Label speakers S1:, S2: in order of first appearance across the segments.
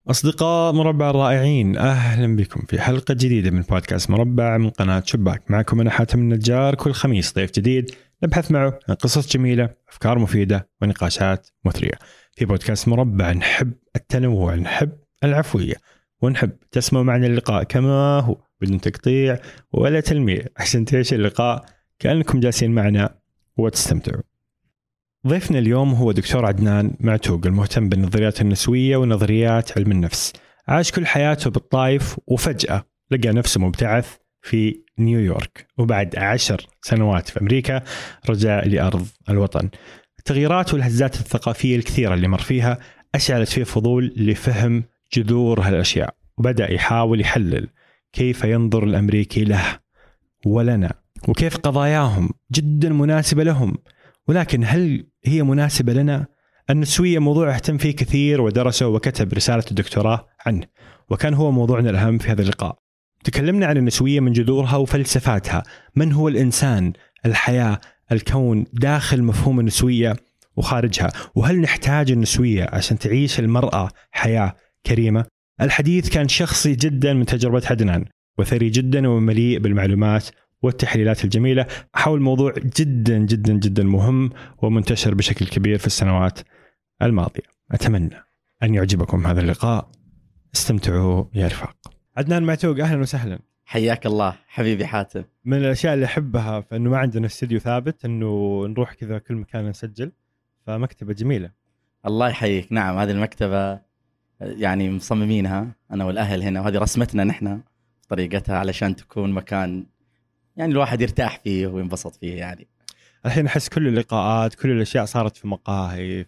S1: أصدقاء مربع الرائعين، أهلا بكم في حلقة جديدة من بودكاست مربع من قناة شباك. معكم أنا حاتم النجار، كل خميس ضيف جديد نبحث معه عن قصص جميلة، أفكار مفيدة ونقاشات مثرية. في بودكاست مربع نحب التنوع، نحب العفوية، ونحب تسمعوا معنا اللقاء كما هو بدون تقطيع ولا تلميع عشان تعيش اللقاء كأنكم جالسين معنا وتستمتعوا. ضيفنا اليوم هو دكتور عدنان معتوق، المهتم بالنظريات النسوية ونظريات علم النفس. عاش كل حياته بالطائف وفجأة لقى نفسه مبتعث في نيويورك، وبعد 10 سنوات في أمريكا رجع لأرض الوطن. التغييرات والهزات الثقافية الكثيرة اللي مر فيها أشعلت فيه فضول لفهم جذور هالأشياء، وبدأ يحاول يحلل كيف ينظر الأمريكي له ولنا، وكيف قضاياهم جدا مناسبة لهم، ولكن هل هي مناسبة لنا؟ النسوية موضوع اهتم فيه كثير ودرسه وكتب رسالة الدكتوراه عنه، وكان هو موضوعنا الأهم في هذا اللقاء. تكلمنا عن النسوية من جذورها وفلسفاتها، من هو الإنسان، الحياة، الكون داخل مفهوم النسوية وخارجها، وهل نحتاج النسوية عشان تعيش المرأة حياة كريمة؟ الحديث كان شخصي جدا من تجربة عدنان، وثري جدا ومليء بالمعلومات والتحليلات الجميلة حول موضوع جدا جدا جدا مهم ومنتشر بشكل كبير في السنوات الماضية. أتمنى أن يعجبكم هذا اللقاء، استمتعوا يا رفاق. عدنان معتوق، أهلا وسهلا.
S2: حياك الله حبيبي حاتم.
S1: من الأشياء اللي أحبها فإنه ما عندنا استديو ثابت، إنه نروح كذا كل مكان نسجل، فمكتبة جميلة.
S2: الله يحييك. نعم، هذه المكتبة يعني مصممينها أنا والأهل هنا، وهذه رسمتنا نحن طريقتها علشان تكون مكان يعني الواحد يرتاح فيه وينبسط فيه. يعني
S1: الحين أحس كل اللقاءات كل الأشياء صارت في مقاهي،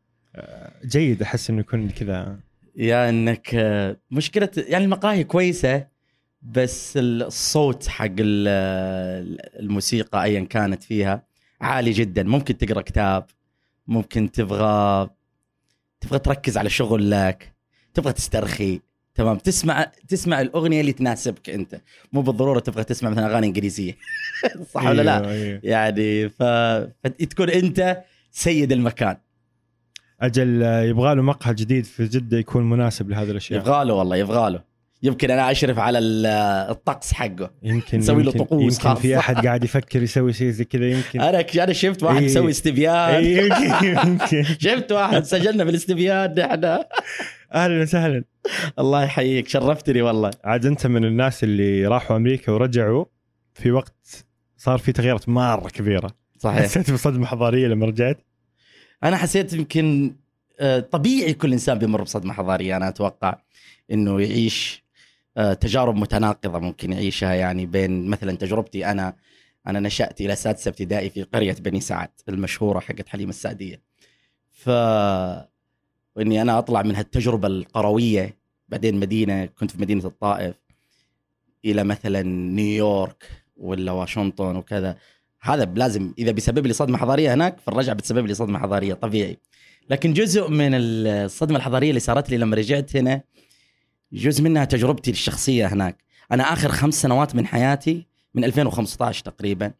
S1: جيد أحس إنه يكون كذا.
S2: يا إنك مشكلة يعني المقاهي كويسة، بس الصوت حق الموسيقى أيا كانت فيها عالي جدا. ممكن تقرأ كتاب، ممكن تبغى تركز على شغلك، تبغى تسترخي، تمام، تسمع الأغنية اللي تناسبك أنت، مو بالضرورة تبغى تسمع مثلا أغاني إنجليزية. صح ولا لا؟
S1: أيوه.
S2: يعني فتكون أنت سيد المكان.
S1: أجل يبغى له مقهى جديد في جدة يكون مناسب لهذه الأشياء.
S2: يبغى له. يمكن أنا أشرف على الطقس حقه،
S1: يمكن
S2: نسوي له طقوس
S1: يمكن في أحد قاعد يفكر يسوي شيء زي كذا. يمكن
S2: أنا شفت واحد يسوي استبيان.
S1: يمكن
S2: شفت واحد سجلنا في الاستبيان نحن.
S1: أهلا وسهلا.
S2: الله يحييك، شرفتني والله.
S1: عاد أنت من الناس اللي راحوا أمريكا ورجعوا في وقت صار في تغييرات مرة كبيرة.
S2: صحيح.
S1: حسيت بصدمة حضارية لما رجعت؟
S2: أنا حسيت يمكن طبيعي كل إنسان بيمر بصدمة حضارية. أنا أتوقع إنه يعيش تجارب متناقضة ممكن يعيشها. يعني بين مثلا تجربتي أنا نشأت إلى 6 ابتدائي في قرية بني سعد المشهورة حقت حليمة السعدية، وإني أنا أطلع من هالتجربة القروية بعدين كنت في مدينة الطائف إلى مثلا نيويورك ولا واشنطن وكذا. هذا لازم إذا بيسبب لي صدمة حضارية هناك، فالرجعة بتسبب لي صدمة حضارية طبيعي. لكن جزء من الصدمة الحضارية اللي صارت لي لما رجعت هنا، جزء منها تجربتي الشخصية هناك. أنا آخر 5 سنوات من حياتي من 2015 تقريبا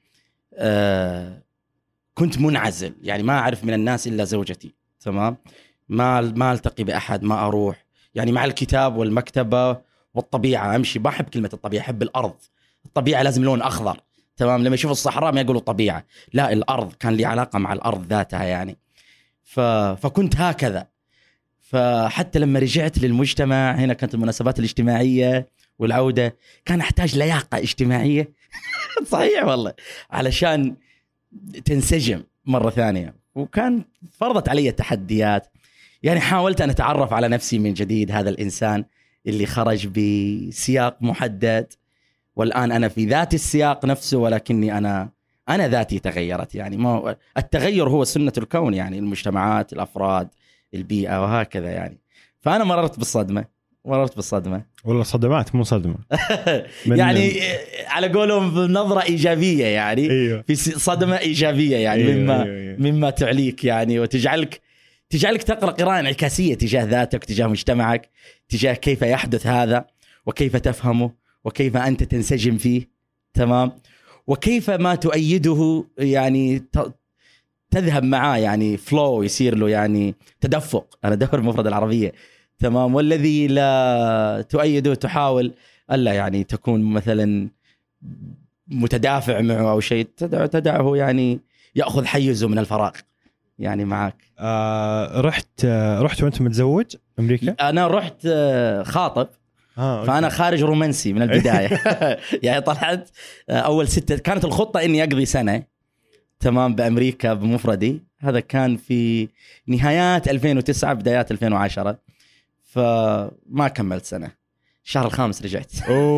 S2: كنت منعزل، يعني ما أعرف من الناس إلا زوجتي، تمام، ما ألتقي بأحد، ما أروح يعني مع الكتاب والمكتبة والطبيعة أمشي. ما أحب كلمة الطبيعة، أحب الأرض. الطبيعة لازم لون أخضر، تمام. لما يشوف الصحراء ما يقولوا طبيعة، لا، الأرض كان لي علاقة مع الأرض ذاتها يعني. فكنت هكذا. فحتى لما رجعت للمجتمع هنا كانت المناسبات الاجتماعية والعودة كان أحتاج لياقة اجتماعية. صحيح والله، علشان تنسجم مرة ثانية. وكان فرضت علي تحديات، يعني حاولت أن أتعرف على نفسي من جديد، هذا الإنسان اللي خرج بسياق محدد، والآن أنا في ذات السياق نفسه، ولكني أنا ذاتي تغيرت. يعني ما التغير هو سنة الكون، يعني المجتمعات، الأفراد، البيئة وهكذا يعني. فأنا مررت بالصدمة.
S1: والله صدمات مو صدمة.
S2: يعني على قولهم بنظرة إيجابية يعني.
S1: أيوه.
S2: في صدمة إيجابية يعني. أيوه. مما تعليك يعني، وتجعلك تقرأ قراءة انعكاسية تجاه ذاتك، تجاه مجتمعك، تجاه كيف يحدث هذا، وكيف تفهمه، وكيف أنت تنسجم فيه، تمام، وكيف ما تؤيده يعني تذهب معاه، يعني فلو يصير له يعني تدفق. أنا دور المفردة العربية تمام، والذي لا تؤيده تحاول ألا يعني تكون مثلا متدافع معه أو شيء، تدعه يعني يأخذ حيزه من الفراغ يعني معك.
S1: رحت وأنت متزوج أمريكا؟
S2: أنا رحت خاطب. فأنا خارج رومانسي من البداية. يعني طلعت أول 6، كانت الخطة إني أقضي سنة تمام بأمريكا بمفردي. هذا كان في نهايات 2009 بدايات 2010، فما كملت سنة. الشهر الخامس رجعت.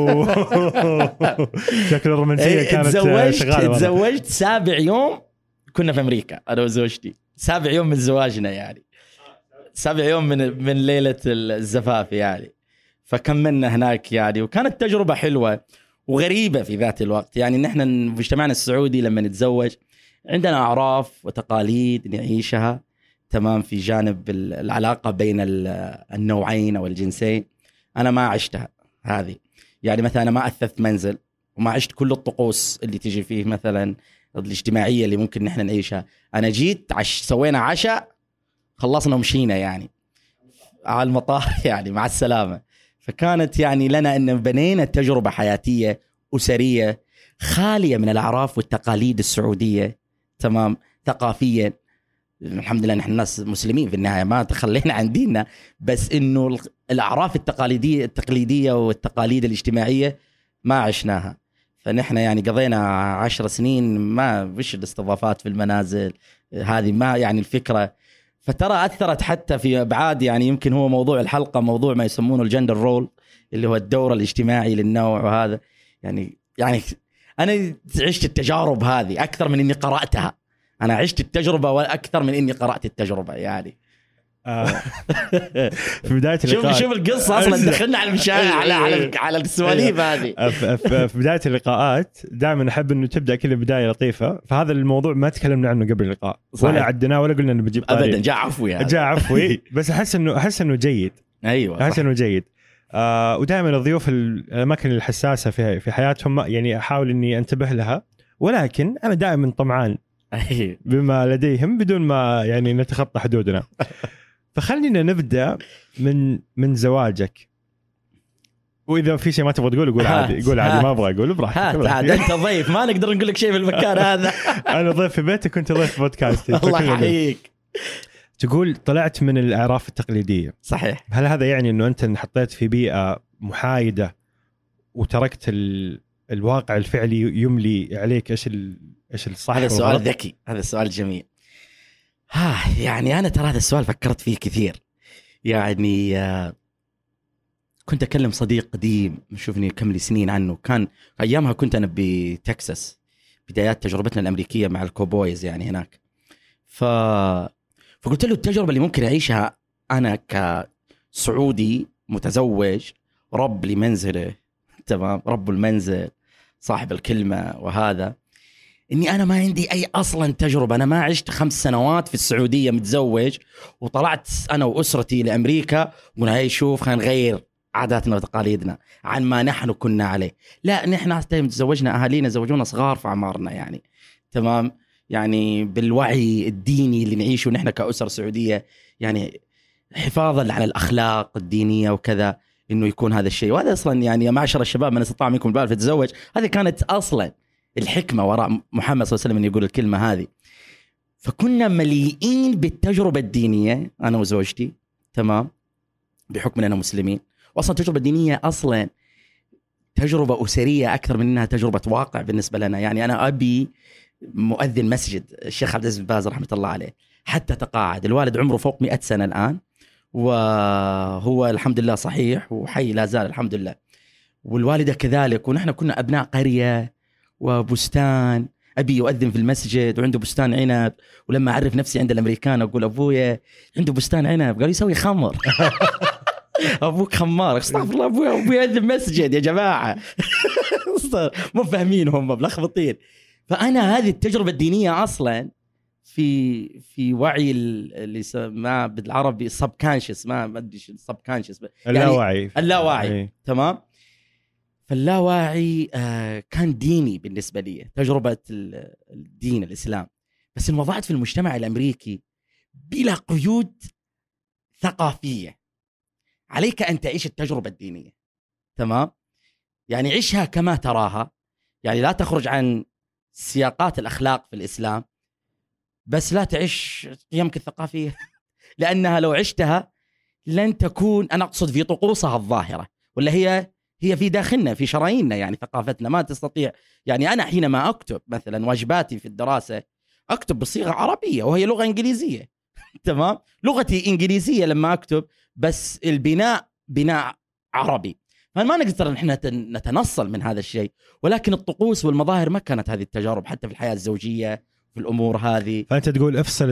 S1: شكل الرومانسية كانت شغالة.
S2: تزوجت 7 يوم كنا في أمريكا أنا وزوجتي، 7 يوم من زواجنا يعني، 7 يوم من ليلة الزفاف يعني. فكملنا هناك يعني، وكانت تجربة حلوة وغريبة في ذات الوقت. يعني نحن في مجتمعنا السعودي لما نتزوج عندنا أعراف وتقاليد نعيشها تمام في جانب العلاقة بين النوعين أو الجنسين. أنا ما عشتها هذه. يعني مثلا أنا ما أثثت منزل، وما عشت كل الطقوس اللي تيجي فيه مثلا الاجتماعية اللي ممكن نحن نعيشها. أنا جيت سوينا عشاء، خلصنا ومشينا يعني على المطار يعني مع السلامة. فكانت يعني لنا أن بنينا تجربة حياتية أسرية خالية من الأعراف والتقاليد السعودية تمام ثقافيا. الحمد لله نحن الناس مسلمين في النهاية، ما تخلينا عن ديننا، بس إنه الأعراف التقليدية والتقاليد الاجتماعية ما عشناها. فنحن يعني قضينا 10 سنين ما وش الاستضافات في المنازل هذه، ما يعني الفكرة. فترى أثرت حتى في أبعاد يعني يمكن هو موضوع الحلقة موضوع ما يسمونه الجندر رول، اللي هو الدور الاجتماعي للنوع. وهذا يعني أنا عشت التجارب هذه أكثر من إني قرأتها. أنا عشت التجربة وأكثر من إني قرأت التجربة يعني.
S1: في بداية اللقاء
S2: شوف القصة أصلا دخلنا على المشاعر على السواليف هذه.
S1: في بداية اللقاءات دائما أحب إنه تبدأ كل بداية لطيفة. فهذا الموضوع ما تكلمنا عنه قبل اللقاء ولا عدناه ولا قلنا إنه بجيب طريق.
S2: أبدا جاء عفوي
S1: بس أحس إنه جيد.
S2: أيوة
S1: أحس إنه جيد. ودائما الضيوف الأماكن الحساسة في حياتهم يعني أحاول إني أنتبه لها، ولكن أنا دائما طمعان بما لديهم بدون ما يعني نتخطى حدودنا. فخلينا نبدأ من زواجك. وإذا في شيء ما تبغى تقول قول عادي، قول عادي، ما أبغى أقول براحتك.
S2: عاد أنت ضيف، ما نقدر نقول لك شيء في المكان هذا.
S1: أنا ضيف في بيتك وأنت ضيف في بودكاستي.
S2: الله يحييك.
S1: تقول طلعت من الأعراف التقليدية.
S2: صحيح.
S1: هل هذا يعني إنه أنت انحطيت في بيئة محايدة وتركت الواقع الفعلي يملي عليك إيش الصح؟
S2: هذا السؤال ذكي، هذا السؤال جميل. يعني أنا ترى هذا السؤال فكرت فيه كثير. يعني كنت أكلم صديق قديم شوفني كم لي سنين عنه، كان أيامها كنت أنا بتكساس بدايات تجربتنا الأمريكية مع الكوبويز يعني هناك. فقلت له التجربة اللي ممكن أعيشها أنا كسعودي متزوج رب لمنزله تمام، رب المنزل صاحب الكلمة، وهذا إني أنا ما عندي أي أصلا تجربة. أنا ما عشت 5 سنوات في السعودية متزوج وطلعت أنا وأسرتي لأمريكا وقلنا هاي شوف خلينا نغير عاداتنا وتقاليدنا عن ما نحن كنا عليه. لا، نحن تزوجنا أهالينا زوجونا صغار في أعمارنا يعني تمام، يعني بالوعي الديني اللي نعيشه نحن كأسر سعودية، يعني حفاظا على الأخلاق الدينية وكذا، إنه يكون هذا الشيء. وهذا أصلا يعني يا معشر الشباب من استطاع منكم البال فتزوج، هذه كانت أصلا الحكمة وراء محمد صلى الله عليه وسلم أن يقول الكلمة هذه. فكنا مليئين بالتجربة الدينية أنا وزوجتي تمام، بحكم أننا مسلمين. وأصلا التجربة الدينية أصلا تجربة أسرية أكثر من أنها تجربة واقع بالنسبة لنا. يعني أنا أبي مؤذن مسجد الشيخ عبد العزيز بن باز رحمة الله عليه حتى تقاعد. الوالد عمره فوق 100 سنة الآن، وهو الحمد لله صحيح وحي لا زال الحمد لله، والوالدة كذلك. ونحن كنا أبناء قرية وبستان، أبي يؤذن في المسجد وعنده بستان عنب. ولما أعرف نفسي عند الأمريكان أقول أبويا عنده بستان عنب، قال يسوي خمر. أبوك خمار، استغفر الله، أبوي يؤذن مسجد يا جماعة. مو فاهمين، هم ملخبطين. فأنا هذه التجربة الدينية أصلا في وعي اللي ما بالعربي subconscious، ما أدري شو subconscious يعني اللاواعي تمام. فاللاواعي كان ديني بالنسبة لي، تجربة الدين الإسلام. بس إن وضعت في المجتمع الأمريكي بلا قيود ثقافية عليك أن تعيش التجربة الدينية. تمام؟ يعني عيشها كما تراها، يعني لا تخرج عن سياقات الأخلاق في الإسلام، بس لا تعيش قيمك الثقافية لأنها لو عشتها لن تكون، أنا أقصد في طقوسها الظاهرة، ولا هي في داخلنا، في شراييننا، يعني ثقافتنا ما تستطيع. يعني أنا حينما أكتب مثلا واجباتي في الدراسة أكتب بصيغة عربية وهي لغة إنجليزية. تمام؟ لغتي إنجليزية لما أكتب، بس البناء بناء عربي. فما نقدر نحن نتنصل من هذا الشيء، ولكن الطقوس والمظاهر ما كانت هذه التجارب حتى في الحياة الزوجية في الأمور هذه.
S1: فأنت تقول افصل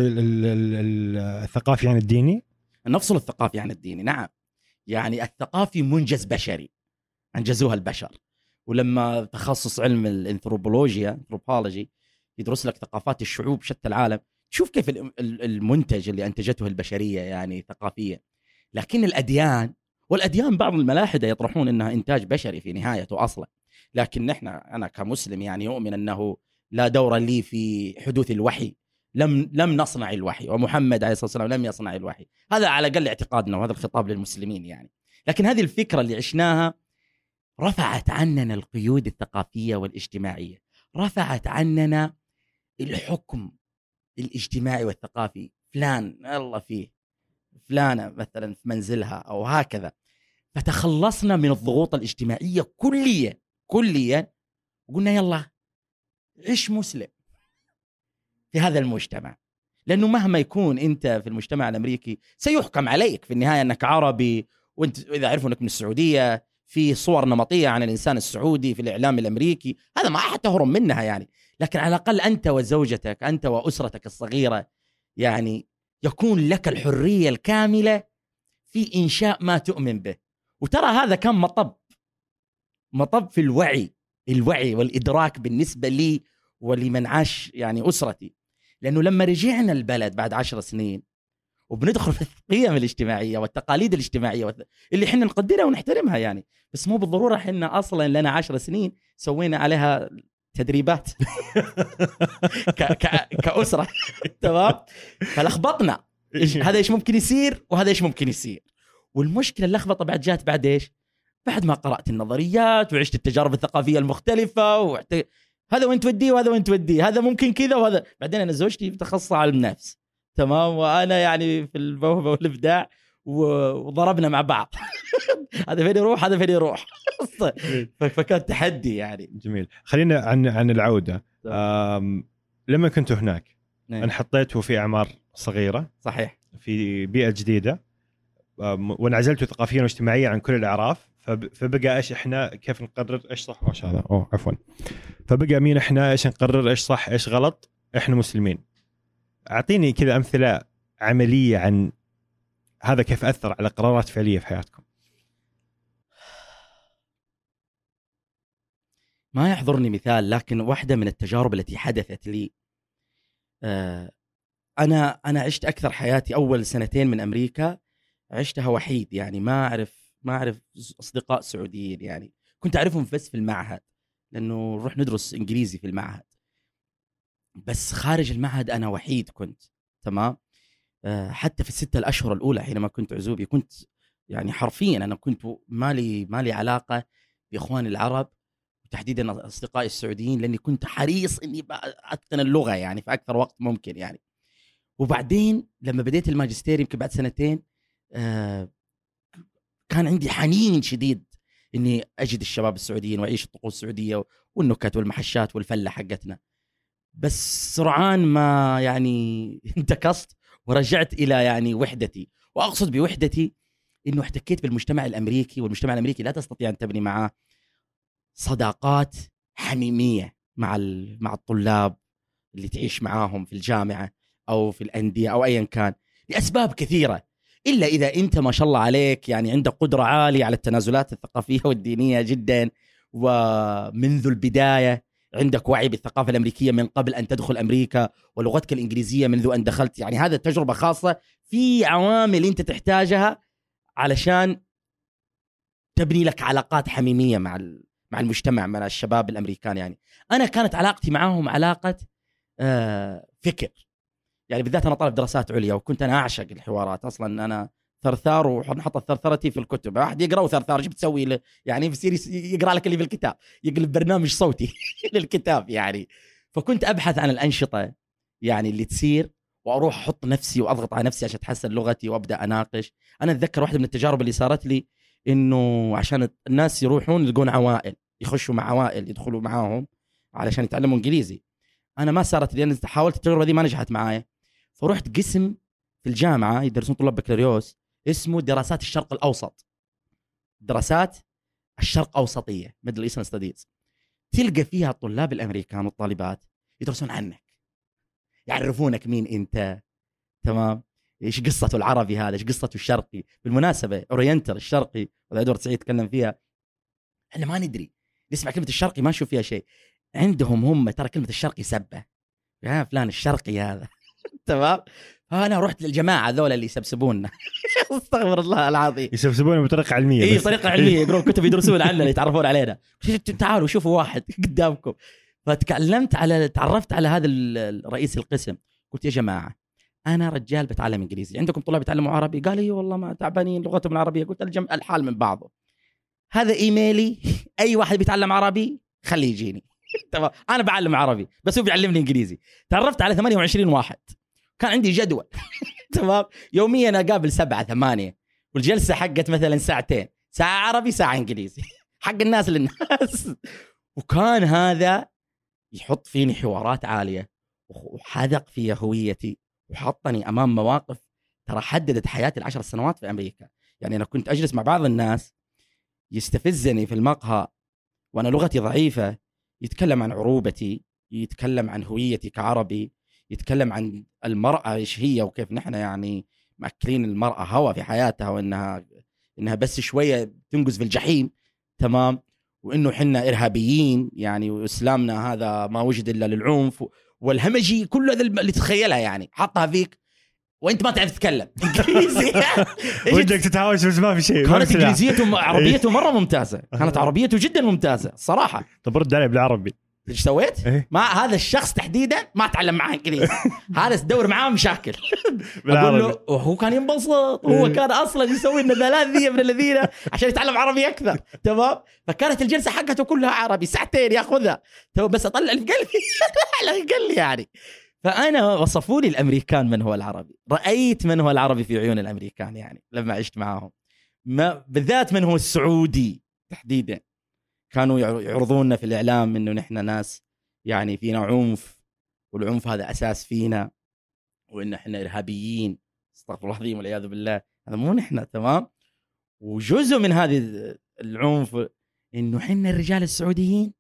S1: الثقافي عن الديني؟
S2: نفصل الثقافي عن الديني، نعم. يعني الثقافي منجز بشري أنجزوها البشر. ولما تخصص علم الانثروبولوجيا يدرس لك ثقافات الشعوب شتى العالم، تشوف كيف المنتج اللي أنتجته البشرية يعني ثقافيا. لكن والأديان بعض الملاحدة يطرحون أنها إنتاج بشري في نهايته أصلا، لكن أنا كمسلم يعني يؤمن أنه لا دور لي في حدوث الوحي. لم نصنع الوحي، ومحمد عليه الصلاة والسلام لم يصنع الوحي. هذا على الأقل اعتقادنا، وهذا الخطاب للمسلمين يعني. لكن هذه الفكرة اللي عشناها رفعت عننا القيود الثقافية والاجتماعية، رفعت عننا الحكم الاجتماعي والثقافي. فلان الله فيه، فلانة مثلا في منزلها أو هكذا. فتخلصنا من الضغوط الاجتماعية كليا وقلنا يلا عيش مسلم في هذا المجتمع. لأنه مهما يكون أنت في المجتمع الأمريكي سيحكم عليك في النهاية أنك عربي، وأنت إذا عرفوا أنك من السعودية في صور نمطية عن الإنسان السعودي في الإعلام الأمريكي، هذا ما أحد تهرب منها يعني. لكن على الأقل أنت وزوجتك، أنت وأسرتك الصغيرة، يعني يكون لك الحرية الكاملة في إنشاء ما تؤمن به. وترى هذا كان مطب في الوعي والإدراك بالنسبة لي ولمن عاش يعني أسرتي. لأنه لما رجعنا البلد بعد 10 سنين وبندخل في القيم الاجتماعية والتقاليد الاجتماعية اللي حنا نقدرها ونحترمها يعني، بس مو بالضرورة حنا أصلا لنا 10 سنين سوينا عليها تدريبات كأسرة. تمام؟ فلخبطنا هذا إيش ممكن يصير وهذا إيش ممكن يصير. والمشكلة اللخبطة بعد جات بعد إيش؟ بعد ما قرأت النظريات وعشت التجارب الثقافية المختلفة هذا وين توديه وهذا وين توديه، هذا ممكن كذا وهذا. بعدين أنا زوجتي بتخصص علم نفس، تمام، وأنا يعني في الموهبة والإبداع وضربنا مع بعض. هذا فين يروح هذا فين يروح. فكان تحدي يعني.
S1: جميل. خلينا عن العودة. لما كنت هناك انحطيتوا في أعمار صغيرة،
S2: صحيح،
S1: في بيئة جديدة، وانعزلتوا ثقافيا واجتماعيا عن كل الأعراف. فبقى ايش احنا كيف نقرر ايش صح وايش هذا عفوا فبقى مين احنا ايش نقرر ايش صح ايش غلط. احنا مسلمين. اعطيني كذا امثله عمليه عن هذا، كيف اثر على قرارات فعليه في حياتكم.
S2: ما يحضرني مثال، لكن واحده من التجارب التي حدثت لي، انا عشت اكثر حياتي اول 2 من امريكا عشتها وحيد، يعني ما اعرف اصدقاء سعوديين، يعني كنت اعرفهم بس في المعهد لانه نروح ندرس انجليزي في المعهد. بس خارج المعهد انا وحيد كنت. تمام؟ حتى في ال6 الاشهر الاولى حينما كنت عزوبي كنت يعني حرفيا انا كنت مالي علاقه باخواني العرب، وتحديدا اصدقائي السعوديين، لاني كنت حريص اني اتقن اللغه يعني في اكثر وقت ممكن يعني. وبعدين لما بديت الماجستير يمكن بعد 2 كان عندي حنين شديد اني اجد الشباب السعوديين واعيش الطقوس السعوديه والنكت والمحشات والفله حقتنا. بس سرعان ما يعني انتكست ورجعت الى يعني وحدتي. واقصد بوحدتي انه احتكيت بالمجتمع الامريكي، والمجتمع الامريكي لا تستطيع ان تبني معه صداقات حميميه مع الطلاب اللي تعيش معاهم في الجامعه او في الانديه او ايا كان، لاسباب كثيره. إلا إذا أنت ما شاء الله عليك يعني عندك قدرة عالية على التنازلات الثقافية والدينية جدا، ومنذ البداية عندك وعي بالثقافة الأمريكية من قبل أن تدخل أمريكا، ولغتك الإنجليزية منذ أن دخلت. يعني هذا تجربة خاصة، في عوامل أنت تحتاجها علشان تبني لك علاقات حميمية مع المجتمع، مع الشباب الأمريكان. يعني أنا كانت علاقتي معهم علاقة فكر، يعني بالذات أنا طالب دراسات عليا، وكنت أنا أعشق الحوارات. أصلا أنا ثرثار ونحط الثرثرتي في الكتب. واحد يقرأ وثرثار ايش بتسوي له يعني؟ بيصير يقرأ لك اللي في الكتاب، يقلب برنامج صوتي للكتاب يعني. فكنت أبحث عن الأنشطة يعني اللي تصير، وأروح أحط نفسي وأضغط على نفسي عشان أتحسن لغتي وأبدأ أناقش. أنا أتذكر واحدة من التجارب اللي صارت لي إنه عشان الناس يروحون يلقون عوائل، يخشوا مع عوائل يدخلوا معاهم علشان يتعلموا إنجليزي. أنا ما صارت لي، أنا حاولت التجربة دي ما نجحت معايا. فرحت قسم في الجامعة يدرسون طلاب بكالوريوس اسمه دراسات الشرق الأوسط، دراسات الشرق أوسطية Middle Eastern Studies. تلقى فيها الطلاب الأمريكان والطالبات يدرسون عنك، يعرفونك مين أنت، تمام، إيش قصته العربي هذا، إيش قصته الشرقي. بالمناسبة أورينتال الشرقي وهذا إدوارد سعيد تكلم فيها، إحنا ما ندري، نسمع كلمة الشرقي ما نشوف فيها شيء. عندهم هم ترى كلمة الشرقي سبة، يا فلان الشرقي هذا تمام. فأنا رحت للجماعة ذولا اللي يسبسبوننا استغفر الله العظيم،
S1: يسبسبوننا بطريقة علمية.
S2: إيه طريقة علمية، يقرون كتب يدرسون عننا يتعرفون علينا. تعالوا شوفوا واحد قدامكم. تعرفت على هذا رئيس القسم، قلت يا جماعة أنا رجال بتعلم إنجليزي، عندكم طلاب يتعلموا عربي؟ قال لي والله ما تعبانين لغتهم العربية. قلت الحال من بعضه، هذا إيميلي، أي واحد بيتعلم عربي خليه يجيني تمام، أنا بعلم عربي بس هو بيعلمني إنجليزي. تعرفت على 28 واحد، كان عندي جدول تمام، يوميا أقابل 7-8، والجلسة حقت مثلا ساعتين، ساعة عربي ساعة إنجليزي حق الناس للناس. وكان هذا يحط فيني حوارات عالية، وحدق في هويتي، وحطني أمام مواقف ترى حددت حياتي 10 سنوات في أمريكا. يعني أنا كنت أجلس مع بعض الناس يستفزني في المقهى وأنا لغتي ضعيفة، يتكلم عن عروبتي، يتكلم عن هويتي كعربي، يتكلم عن المرأة إيش هي وكيف نحن يعني مأكلين المرأة هوا في حياتها، وإنها بس شوية تنقز في الجحيم، تمام، وإنه حنا إرهابيين يعني، وإسلامنا هذا ما وجد إلا للعنف والهمجي، كل هذا اللي تتخيلها يعني حطها فيك وانت ما تعرف تتكلم انجليزي
S1: ودك تتهاوش بس ما في شيء.
S2: كانت انجليزيته عربيته مره ممتازه، كانت عربيته جدا ممتازه صراحه.
S1: طب رد علي بالعربي،
S2: ايش سويت؟ مع هذا الشخص تحديدا ما اتعلم معاه انجليزي هذا تدور معاه مشاكل اقول له، وهو كان ينبسط، هو كان اصلا يسوي لنا ذلاذيه من الذين عشان يتعلم عربي اكثر، تمام. فكانت الجلسه حقته كلها عربي، ساعتين ياخذها بس اطلع اللي في قلبي على قلبي يعني. فأنا وصفوا لي الأمريكان من هو العربي، رأيت من هو العربي في عيون الأمريكان يعني لما عشت معهم، ما بالذات من هو السعودي تحديدا. كانوا يعرضوننا في الإعلام إنه نحن ناس يعني فينا عنف، والعنف هذا أساس فينا، وإن إحنا إرهابيين، استغفر الله العظيم والعياذ بالله، هذا مو نحن، تمام. وجزء من هذه العنف إنه إحنا الرجال السعوديين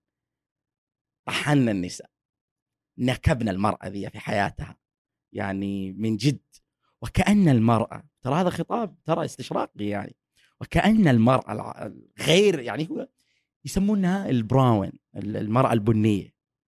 S2: طحنا النساء، نكبنا المرأة ذي في حياتها يعني من جد. وكأن المرأة، ترى هذا خطاب ترى استشراقي يعني، وكأن المرأة غير يعني، هو يسمونها البراون، المرأة البنية،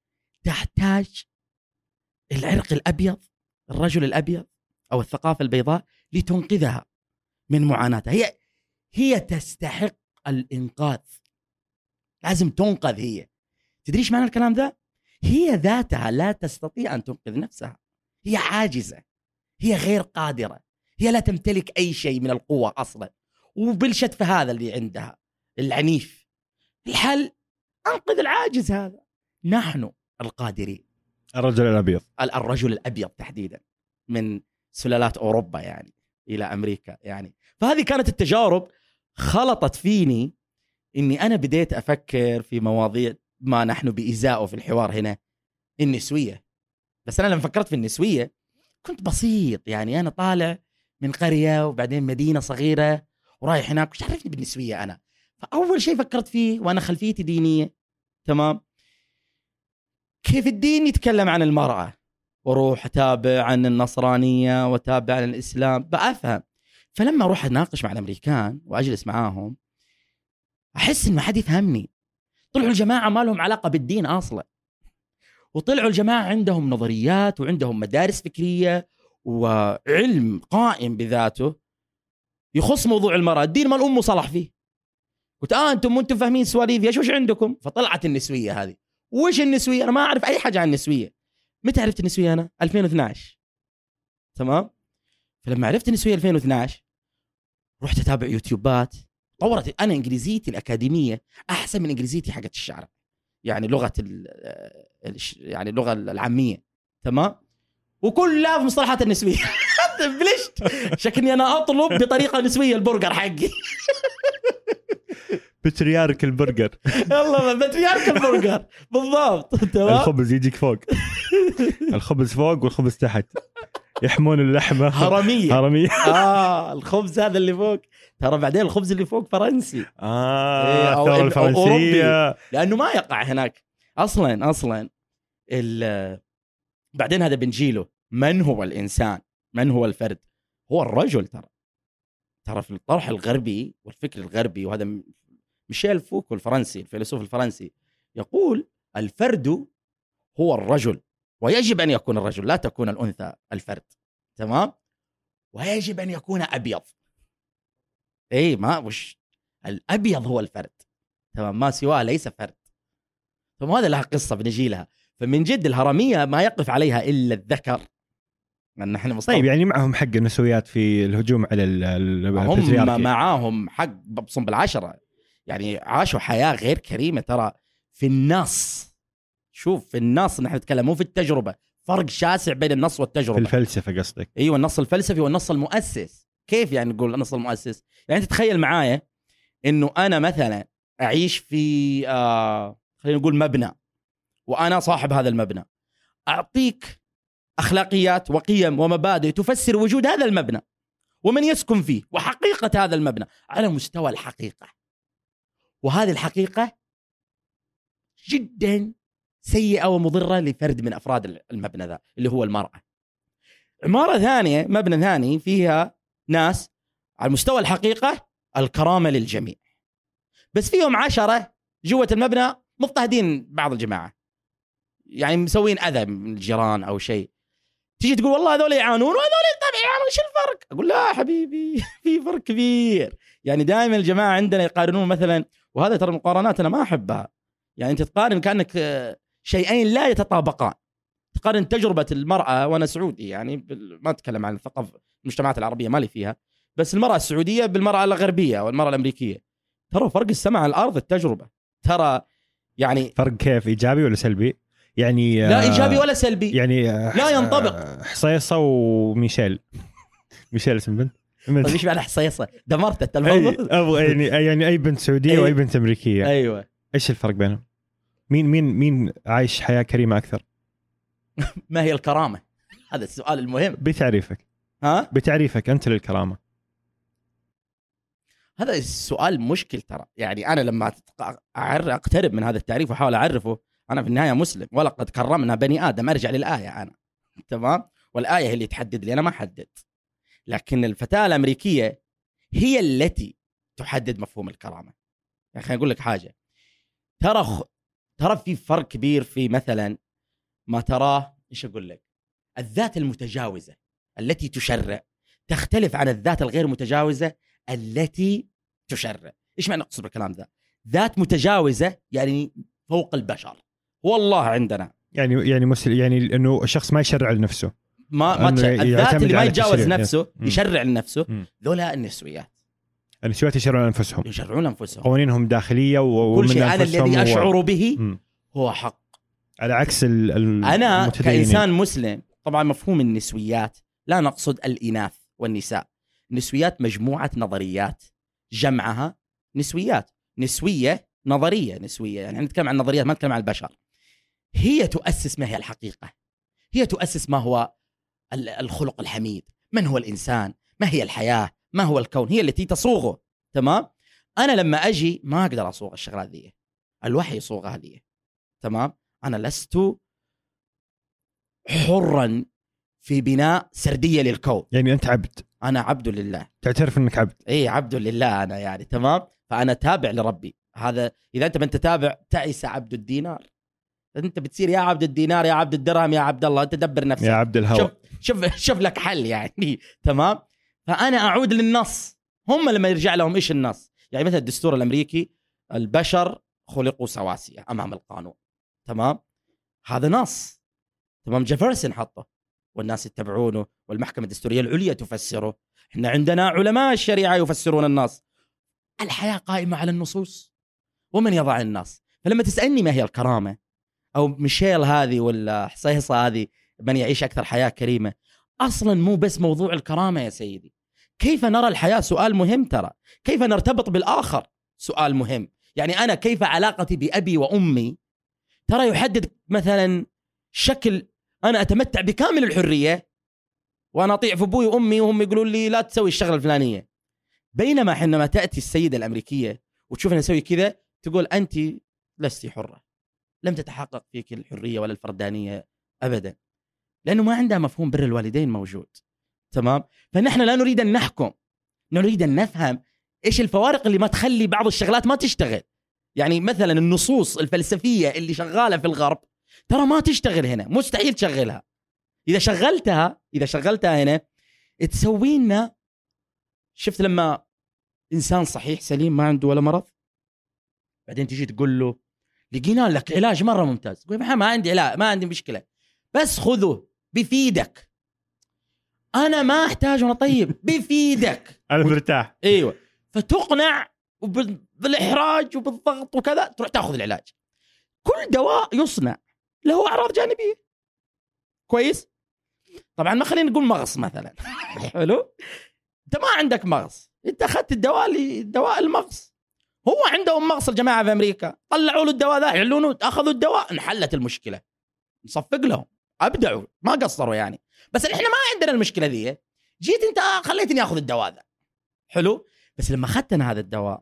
S2: تحتاج العرق الأبيض، الرجل الأبيض أو الثقافة البيضاء لتنقذها من معاناتها. هي تستحق الإنقاذ، لازم تنقذ هي. تدريش معنى الكلام ذا؟ هي ذاتها لا تستطيع أن تنقذ نفسها، هي عاجزة، هي غير قادرة، هي لا تمتلك أي شيء من القوة أصلا، وبالشتف هذا اللي عندها العنيف. الحل أنقذ العاجز هذا، نحن القادرين.
S1: الرجل الأبيض،
S2: الرجل الأبيض تحديدا من سلالات أوروبا يعني إلى أمريكا يعني. فهذه كانت التجارب خلطت فيني إني أنا بديت أفكر في مواضيع ما نحن بإزاءه في الحوار هنا، النسوية. بس أنا لما فكرت في النسوية كنت بسيط يعني، أنا طالع من قرية وبعدين مدينة صغيرة ورايح هناك، وش عرفني بالنسوية أنا؟ فأول شيء فكرت فيه، وأنا خلفيتي دينية، تمام، كيف الدين يتكلم عن المرأة، وروح أتابع عن النصرانية وأتابع عن الإسلام بأفهم. فلما أروح أناقش مع الأمريكان وأجلس معاهم أحس إن ما حد يفهمني. طلعوا الجماعة ما لهم علاقة بالدين أصلا، وطلعوا الجماعة عندهم نظريات وعندهم مدارس فكرية وعلم قائم بذاته يخص موضوع المرأة. الدين ما الأم صلح فيه. قلت أنتم فاهمين سواليف، وش عندكم؟ فطلعت النسوية هذه. وش النسوية؟ أنا ما أعرف أي حاجة عن النسوية. متى عرفت النسوية أنا؟ 2012، تمام. فلما عرفت النسوية 2012 رحت اتابع يوتيوبات. طورت انا انجليزيتي الاكاديميه احسن من انجليزيتي حقت الشارع، يعني لغه يعني اللغه العاميه، تمام، وكلها في مصطلحات النسبيه. بلشت شكلني انا اطلب بطريقه نسبيه البرجر حقي.
S1: بتريارك البرجر.
S2: يلا بتريارك البرجر بالضبط، تمام.
S1: الخبز يجيك فوق. الخبز فوق والخبز تحت، يحمون اللحمه هرميه.
S2: الخبز هذا اللي فوق، ترى بعدين الخبز اللي فوق فرنسي.
S1: الثورة الفرنسية،
S2: لأنه ما يقع هناك أصلا. بعدين هذا بنجيله، من هو الإنسان؟ من هو الفرد؟ هو الرجل. ترى في الطرح الغربي والفكر الغربي، وهذا ميشيل فوكو الفرنسي الفيلسوف الفرنسي يقول الفرد هو الرجل، ويجب أن يكون الرجل، لا تكون الأنثى الفرد، تمام، ويجب أن يكون أبيض. ما وش الأبيض هو الفرد، تمام، ما سواه ليس فرد. فهذا لها قصة بنجي لها. فمن جد الهرمية ما يقف عليها إلا الذكر، لأن احنا
S1: طيب يعني معهم حق النسويات في الهجوم على الباترياركي؟
S2: هم معاهم حق بصم بالعشرة، يعني عاشوا حياة غير كريمة. ترى في النص، شوف في النص نحن نتكلم مو في التجربة، فرق شاسع بين النص والتجربة.
S1: في الفلسفة قصدك؟
S2: ايوه، النص الفلسفي والنص المؤسس. كيف يعني نقول النص المؤسس؟ يعني انت تخيل معايا انه انا مثلا اعيش في خلينا نقول مبنى، وانا صاحب هذا المبنى، اعطيك اخلاقيات وقيم ومبادئ تفسر وجود هذا المبنى ومن يسكن فيه وحقيقة هذا المبنى على مستوى الحقيقة، وهذه الحقيقة جدا سيئة ومضرة لفرد من أفراد المبنى ذا اللي هو المرأة. عمارة ثانية، مبنى ثاني فيها ناس على مستوى الحقيقة الكرامة للجميع، بس فيهم 10 جوة المبنى مضطهدين بعض الجماعة، يعني مسوين أذى من الجيران أو شيء. تيجي تقول والله هذول يعانون وهذول طبعا يعانون، ايش الفرق؟ اقول لا حبيبي، في فرق كبير. يعني دائما الجماعه عندنا يقارنون مثلا، وهذا ترى المقارنات انا ما احبها. يعني انت تقارن كانك شيئين لا يتطابقان. تقارن تجربه المراه، وانا سعودي يعني ما اتكلم عن الثقافه المجتمعات العربيه مالي فيها، بس المراه السعوديه بالمراه الغربيه والمراه الامريكيه، ترى فرق السماء على الارض. التجربه ترى يعني
S1: فرق كيف، ايجابي ولا سلبي؟ يعني
S2: لا ايجابي ولا سلبي،
S1: يعني
S2: لا ينطبق.
S1: حصيصه وميشيل اسم بنت.
S2: طيب ايش معنى حصيصه؟ دمرت التلفون.
S1: يعني اي بنت سعوديه واي بنت امريكيه.
S2: ايوه،
S1: ايش الفرق بينهم؟ مين عايش حياه كريمه اكثر؟
S2: ما هي الكرامه؟ هذا السؤال المهم.
S1: بتعريفك انت للكرامه.
S2: هذا السؤال مشكل ترى. يعني انا لما اقترب من هذا التعريف واحاول اعرفه، انا في النهايه مسلم، ولقد كرمنا بني ادم. ارجع للايه انا، تمام، والايه هي اللي تحدد لي، انا ما حدد. لكن الفتاه الامريكيه هي التي تحدد مفهوم الكرامه. يعني خليني اقول لك حاجه، ترى في فرق كبير في مثلا ما تراه، ايش اقول لك، الذات المتجاوزه التي تشرع تختلف عن الذات الغير متجاوزه التي تشرع. ايش معنى اقصد بالكلام ذا؟ ذات متجاوزه يعني فوق البشر، والله عندنا
S1: يعني يعني انه الشخص ما يشرع لنفسه،
S2: ما الذات اللي ما يتجاوز نفسه يشرع لنفسه. ذولا النسويات
S1: يشرعون انفسهم، قوانينهم داخليه
S2: وكل شيء. انا الذي اشعر به هو حق،
S1: على عكس
S2: انا كإنسان مسلم. طبعا مفهوم النسويات لا نقصد الإناث والنساء. النسويات مجموعة نظريات جمعها نسويات، نسوية نظرية نسوية، يعني نتكلم عن نظريات ما نتكلم عن البشر. هي تؤسس ما هي الحقيقة، هي تؤسس ما هو الخلق الحميد، من هو الإنسان، ما هي الحياة، ما هو الكون، هي التي تصوغه. تمام. أنا لما أجي ما أقدر أصوغ الشغلات دي، الوحي يصوغها لي. تمام. أنا لست حرا في بناء سردية للكون.
S1: يعني أنت عبد.
S2: أنا عبد لله.
S1: تعترف أنك عبد؟
S2: إيه عبد لله أنا يعني. تمام. فأنا تابع لربي. هذا إذا أنت ما أنت تابع تعيس عبد الدينار. أنت بتصير يا عبد الدينار، يا عبد الدرهم، يا عبد الله. أنت دبر نفسك،
S1: يا عبد الهوى.
S2: شوف لك حل يعني. تمام. فأنا أعود للنص. هم لما يرجع لهم إيش النص؟ يعني مثل الدستور الأمريكي، البشر خلقوا سواسية أمام القانون. تمام. هذا نص. تمام. جيفرسون حطه. والناس يتبعونه، والمحكمة الدستورية العليا تفسره. احنا عندنا علماء الشريعة يفسرون النص. الحياة قائمة على النصوص، ومن يضع النص. فلما تسألني ما هي الكرامة، أو ميشيل هذه ولا حصيصة هذه من يعيش أكثر حياة كريمة، أصلا مو بس موضوع الكرامة يا سيدي. كيف نرى الحياة سؤال مهم ترى. كيف نرتبط بالآخر سؤال مهم. يعني أنا كيف علاقتي بأبي وأمي ترى يحدد مثلا شكل. أنا أتمتع بكامل الحرية وأنا أطيع في أبوي وأمي وهم يقولون لي لا تسوي الشغلة الفلانية. بينما حينما تأتي السيدة الأمريكية وتشوفنا نسوي كذا تقول أنت لست حرة، لم تتحقق فيك الحرية ولا الفردانية أبدا، لأنه ما عندها مفهوم بر الوالدين موجود. تمام. فنحن لا نريد أن نحكم، نريد أن نفهم إيش الفوارق اللي ما تخلي بعض الشغلات ما تشتغل. يعني مثلا النصوص الفلسفية اللي شغالة في الغرب ترى ما تشتغل هنا، مستحيل تشغلها. إذا شغلتها هنا تسوي لنا، شفت لما إنسان صحيح سليم ما عنده ولا مرض، بعدين تيجي تقول له لقينا لك علاج مرة ممتاز، تقول ما عندي علاج، ما عندي مشكلة، بس خذه بفيدك، أنا ما أحتاج وأنا طيب بفيدك
S1: أنا مرتاح.
S2: أيوة. فتقنع بالإحراج وبالضغط وكذا تروح تأخذ العلاج. كل دواء يصنع له أعراض جانبية. كويس. طبعا ما خلينا نقول مغص مثلا. حلو. أنت ما عندك مغص، أنت أخذت الدواء المغص. هو عندهم مغص الجماعة في أمريكا، طلعوا له الدواء ذا، يعلنوا أخذوا الدواء، انحلت المشكلة، نصفق لهم، أبدعوا ما قصروا يعني. بس إحنا ما عندنا المشكلة ذي. جيت أنت خليتني أخذ الدواء ذا. حلو. بس لما أخذتنا هذا الدواء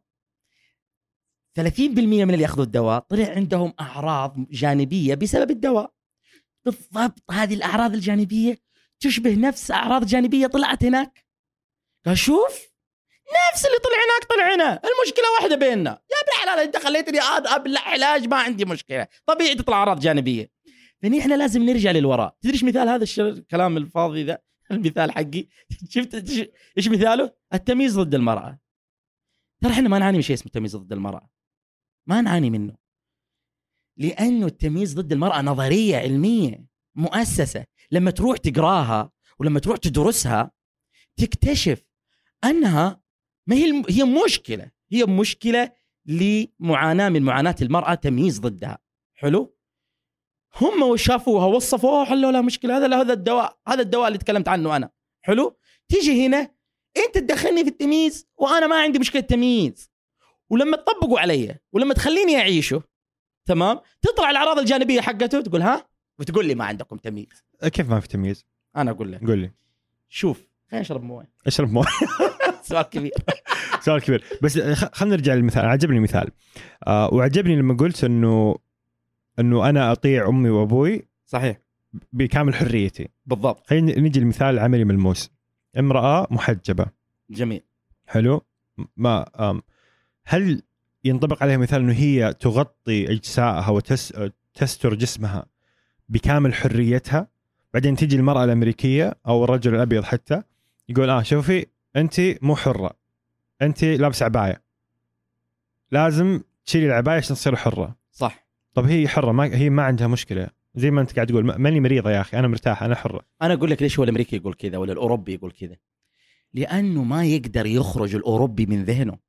S2: 30% من اللي يأخذوا الدواء طلع عندهم أعراض جانبية بسبب الدواء. بالضبط هذه الأعراض الجانبية تشبه نفس أعراض جانبية طلعت هناك. قال شوف نفس اللي طلع هناك طلع هنا، المشكلة واحدة بيننا. يا ابن الحلال انت خليتني أبلع علاج ما عندي مشكلة، طبيعي تطلع أعراض جانبية. فني احنا لازم نرجع للوراء. تدريش مثال هذا الكلام الفاضي ذا؟ المثال حقي شفت ايش مثاله؟ التمييز ضد المرأة. ترى احنا ما نعاني من شيء اسمه التمييز ضد المرأة، ما نعاني منه، لأنه التمييز ضد المرأة نظرية علمية مؤسسة. لما تروح تقراها ولما تروح تدرسها تكتشف أنها ما هي مشكلة، هي مشكلة لمعاناة من معاناة المرأة تمييز ضدها. حلو. هم وشافوها وصفوها وحلوا لها مشكلة. هذا الدواء اللي تكلمت عنه أنا. حلو. تيجي هنا أنت تدخلني في التمييز وأنا ما عندي مشكلة تمييز، ولما تطبقوا علي ولما تخليني أعيشه تمام تطلع الأعراض الجانبية حقته تقول ها، وتقول لي ما عندكم تمييز.
S1: كيف ما في تمييز؟
S2: أنا أقول لك،
S1: قول لي.
S2: شوف خلينا نشرب مويه.
S1: اشرب مويه.
S2: سؤال كبير.
S1: سؤال كبير. بس خلينا نرجع للمثال. عجبني المثال وعجبني لما قلت انه انا اطيع امي وابوي
S2: صحيح
S1: بكامل حريتي.
S2: بالضبط.
S1: خلينا نجي المثال عملي ملموس. امرأة محجبة.
S2: جميل.
S1: حلو. ما هل ينطبق عليها مثال انه هي تغطي اجزائها وتستر جسمها بكامل حريتها؟ بعدين تيجي المرأة الأمريكية أو الرجل الأبيض حتى يقول شوفي أنت مو حرة، أنت لابس عباية، لازم تشيلي العباية عشان تصير حرة.
S2: صح.
S1: طب هي حرة، هي ما عندها مشكلة، زي ما أنت قاعد تقول ماني مريضة يا أخي، أنا مرتاح، أنا حرة.
S2: أنا أقول لك ليش هو الأمريكي يقول كذا ولا الأوروبي يقول كذا؟ لأنه ما يقدر يخرج الأوروبي من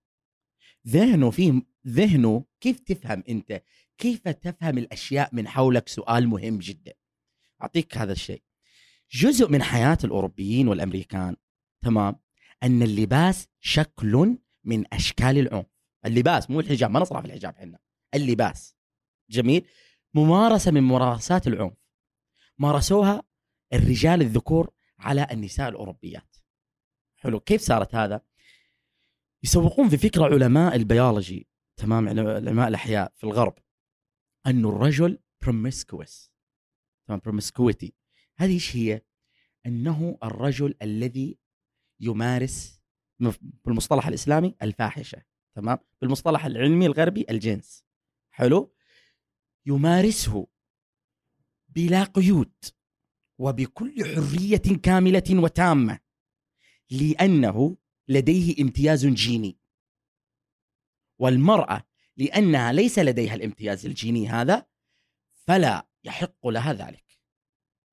S2: ذهنه كيف تفهم أنت، كيف تفهم الأشياء من حولك. سؤال مهم جدا. أعطيك هذا الشيء. جزء من حياة الأوروبيين والأمريكان تمام أن اللباس شكل من أشكال العنف. اللباس مو الحجاب، ما نصرف الحجاب حنا، اللباس. جميل. ممارسة من ممارسات العنف مارسوها الرجال الذكور على النساء الأوروبيات. حلو. كيف صارت هذا؟ يسوقون في فكرة علماء البيولوجي تمام، علماء الأحياء في الغرب، أنه الرجل promiscuous. تمام. promiscuity هذه إيش هي؟ أنه الرجل الذي يمارس بالمصطلح الإسلامي الفاحشة، تمام، بالمصطلح العلمي الغربي الجنس. حلو. يمارسه بلا قيود وبكل حرية كاملة وتامة، لأنه لديه امتياز جيني، والمرأة لأنها ليس لديها الامتياز الجيني هذا فلا يحق لها ذلك.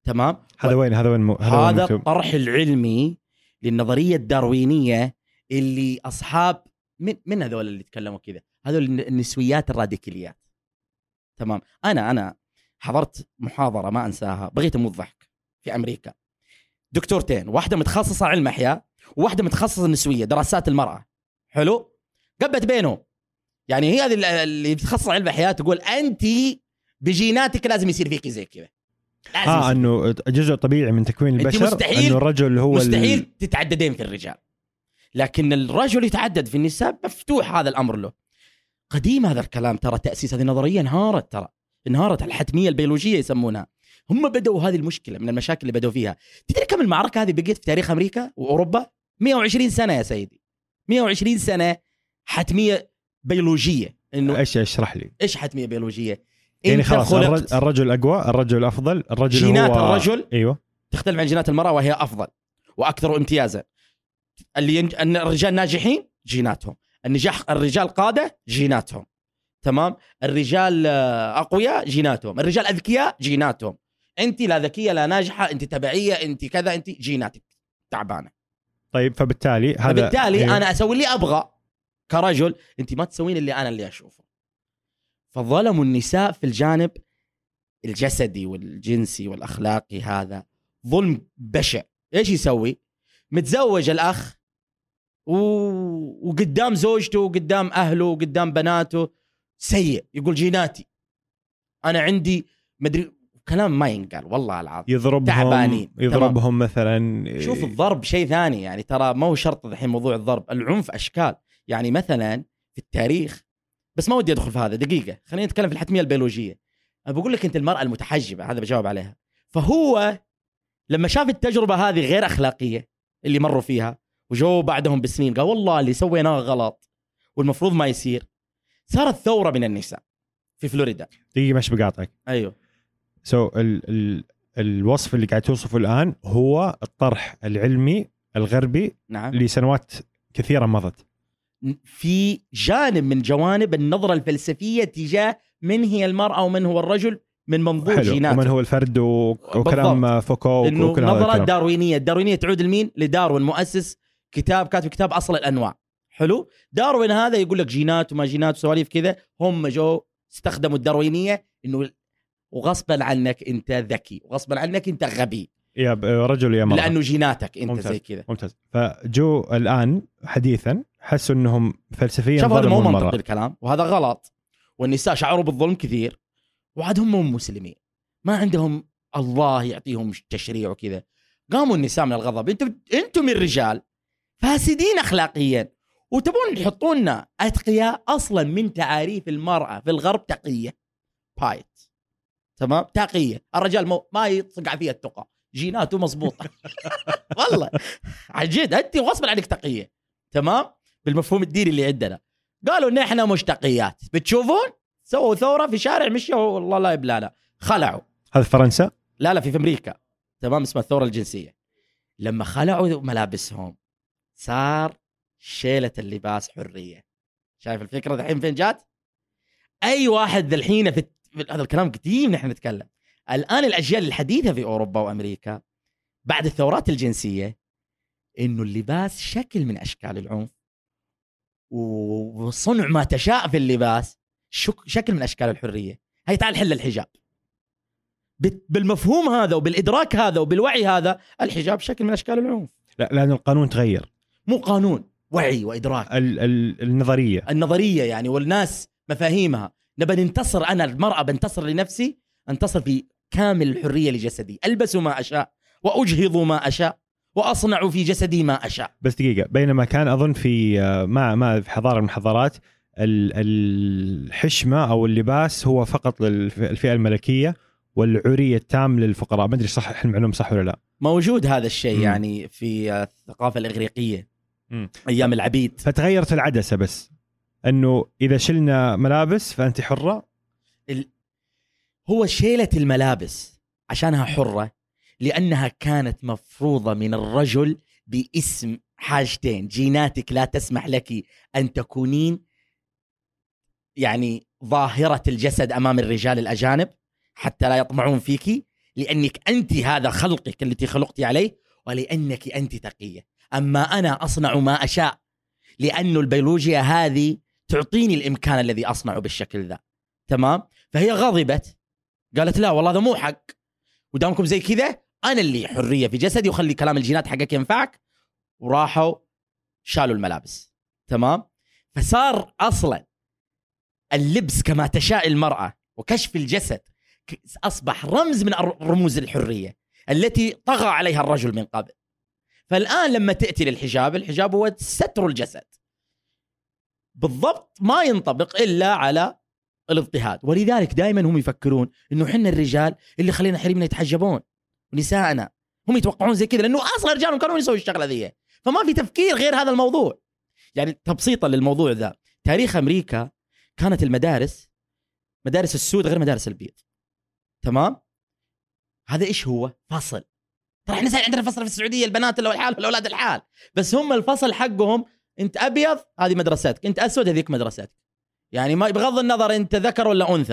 S2: تمام.
S1: هذا وين
S2: هذا الطرح العلمي للنظرية الداروينية اللي أصحاب من هذول اللي تكلموا كذا، هذول النسويات الراديكاليات. تمام. أنا حضرت محاضرة ما أنساها، بغيت أموت ضحك، في أمريكا دكتورتين، واحدة متخصصة علم أحياء وواحدة متخصصة النسوية، دراسات المرأة. حلو. قبت بينهم، يعني هي هذه اللي بتخصص علم أحياء تقول أنت بجيناتك لازم يصير فيك زي كذا،
S1: انه جزء طبيعي من تكوين البشر، انه الرجل هو
S2: مستحيل تتعددين في الرجال، لكن الرجل يتعدد في النساء، مفتوح هذا الامر له. قديم هذا الكلام، ترى تاسيس هذه النظريه انهارت الحتميه البيولوجيه يسمونها. هم بدأوا هذه المشكله من المشاكل اللي بدأوا فيها. تدري كم المعركه هذه بقيت في تاريخ امريكا واوروبا؟ 120 سنه يا سيدي، 120 سنه حتميه بيولوجيه. انه
S1: ايش اشرح لي
S2: ايش حتميه بيولوجيه؟
S1: يعني خلاص الرجل اقوى، الرجل افضل، الرجل
S2: جينات
S1: هو
S2: الرجل
S1: ايوه
S2: تختلف عن جينات المراه وهي افضل واكثر امتيازا. ان الرجال ناجحين جيناتهم، الرجال قاده جيناتهم. تمام. الرجال اقوياء جيناتهم، الرجال اذكياء جيناتهم. انت لا ذكيه لا ناجحه، انت تبعيه، انت كذا، انت جيناتك تعبانه.
S1: طيب فبالتالي
S2: أيوه. انا اسوي اللي ابغى كرجل، انت ما تسوين اللي اشوفه. فظلموا النساء في الجانب الجسدي والجنسي والأخلاقي، هذا ظلم بشع. إيش يسوي؟ متزوج الأخ وقدام زوجته وقدام أهله وقدام بناته سيء، يقول جيناتي أنا عندي مدري، كلام ما ينقال والله العظيم.
S1: يضربهم مثلا.
S2: شوف الضرب شيء ثاني، يعني ترى ما هو شرط الحين موضوع الضرب، العنف أشكال. يعني مثلا في التاريخ، بس ما ودي أدخل في هذا دقيقة، خلينا نتكلم في الحتمية البيولوجية. أنا بقول لك أنت المرأة المتحجبة، هذا بجاوب عليها. فهو لما شاف التجربة هذه غير أخلاقية اللي مروا فيها، وجو بعدهم بالسنين قال والله اللي سويناه غلط والمفروض ما يصير، صارت ثورة من النساء في فلوريدا.
S1: دقيقة مش بقاطعك.
S2: أيوه.
S1: الوصف اللي قاعد توصفه الآن هو الطرح العلمي الغربي.
S2: نعم.
S1: لسنوات كثيرة مضت.
S2: في جانب من جوانب النظرة الفلسفية تجاه من هي المرأة ومن هو الرجل من منظور جينات،
S1: ومن هو الفرد وكلام فوكو،
S2: إنه نظرة داروينية. الداروينية تعود لمين؟ لداروين، مؤسس كاتب كتاب أصل الأنواع. حلو. داروين هذا يقول لك جينات وما جينات وسواليف كذا. هم جو استخدموا الداروينية إنه وغصبا عنك أنت ذكي وغصبا عنك أنت غبي
S1: يا رجل يا مرأة،
S2: لأنه جيناتك أنت
S1: ممتاز.
S2: زي كذا.
S1: ممتاز. فجو الآن حديثا حسوا أنهم فلسفيا
S2: شوف هذا مو منطقي الكلام، وهذا غلط. والنساء شعروا بالظلم كثير، وعادهم هم مسلمين ما عندهم الله يعطيهم تشريع وكذا. قاموا النساء من الغضب، انتم الرجال فاسدين اخلاقيا وتبون تحطونا اتقياء. اصلا من تعاريف المرأة في الغرب تقية، بايت. تمام. تقية. الرجال ما يصقع فيها التقى، جيناته مضبوطة. والله عجيد، انت غصبا عنك تقية. تمام. بالمفهوم الديني اللي عندنا قالوا ان احنا مش تقيات. بتشوفون سووا ثورة في شارع مشوا والله لا يبلانا، خلعوا.
S1: هذا فرنسا؟
S2: لا في أمريكا. تمام. اسمها الثورة الجنسية. لما خلعوا ملابسهم صار شيلة اللباس حرية. شايف الفكرة الحين فين جات؟ أي واحد الحين في هذا الكلام قديم نحن نتكلم. الآن الأجيال الحديثة في أوروبا وأمريكا بعد الثورات الجنسية إنه اللباس شكل من أشكال العنف، وصنع ما تشاء في اللباس شكل من أشكال الحرية. هي تعال حل الحجاب. بالمفهوم هذا وبالإدراك هذا وبالوعي هذا، الحجاب شكل من أشكال العنف.
S1: لا، لأن القانون تغير.
S2: مو قانون، وعي وإدراك.
S1: النظرية
S2: يعني، والناس مفاهيمها. نبى ننتصر، أنا المرأة بنتصر لنفسي، انتصر في كامل الحرية لجسدي، ألبس ما أشاء وأجهض ما أشاء وأصنع في جسدي ما أشاء.
S1: بس دقيقة، بينما كان أظن في ما في حضارة من الحضارات الحشمة أو اللباس هو فقط للفئة الملكية، والعري التام للفقراء. ما أدري صح المعلومة صح ولا لا.
S2: موجود هذا الشيء يعني في الثقافة الإغريقية أيام العبيد.
S1: فتغيرت العدسة، بس أنه إذا شلنا ملابس فأنت حرة.
S2: هو شيلة الملابس عشانها حرة لأنها كانت مفروضة من الرجل باسم حاجتين: جيناتك لا تسمح لك أن تكونين يعني ظاهرة الجسد أمام الرجال الأجانب حتى لا يطمعون فيك، لأنك أنت هذا خلقك التي خلقتي عليه، ولأنك أنت تقية. أما أنا أصنع ما أشاء، لأن البيولوجيا هذه تعطيني الإمكان الذي أصنعه بالشكل ذا. تمام. فهي غضبت، قالت لا والله هذا مو حق، ودامكم زي كذا أنا اللي حرية في جسدي وخلي كلام الجينات حقك ينفعك. وراحوا شالوا الملابس. تمام. فصار أصلا اللبس كما تشاء المرأة وكشف الجسد أصبح رمز من رموز الحرية التي طغى عليها الرجل من قبل. فالآن لما تأتي للحجاب، الحجاب هو ستر الجسد بالضبط، ما ينطبق إلا على الاضطهاد. ولذلك دائما هم يفكرون إنه حنا الرجال اللي خلينا حريمنا يتحجبون ونساءنا، هم يتوقعون زي كذا لأنه أصلا رجالهم كانوا يسوي الشغلة ذي، فما في تفكير غير هذا الموضوع. يعني تبسيطا للموضوع ذا، تاريخ أمريكا كانت المدارس مدارس السود غير مدارس البيض. تمام. هذا إيش هو؟ فصل. ترى احنا عندنا فصل في السعودية البنات اللي هو الحال والأولاد الحال، بس هم الفصل حقهم أنت أبيض هذه مدرستك، أنت أسود هذيك مدرستك، يعني ما بغض النظر أنت ذكر ولا أنثى.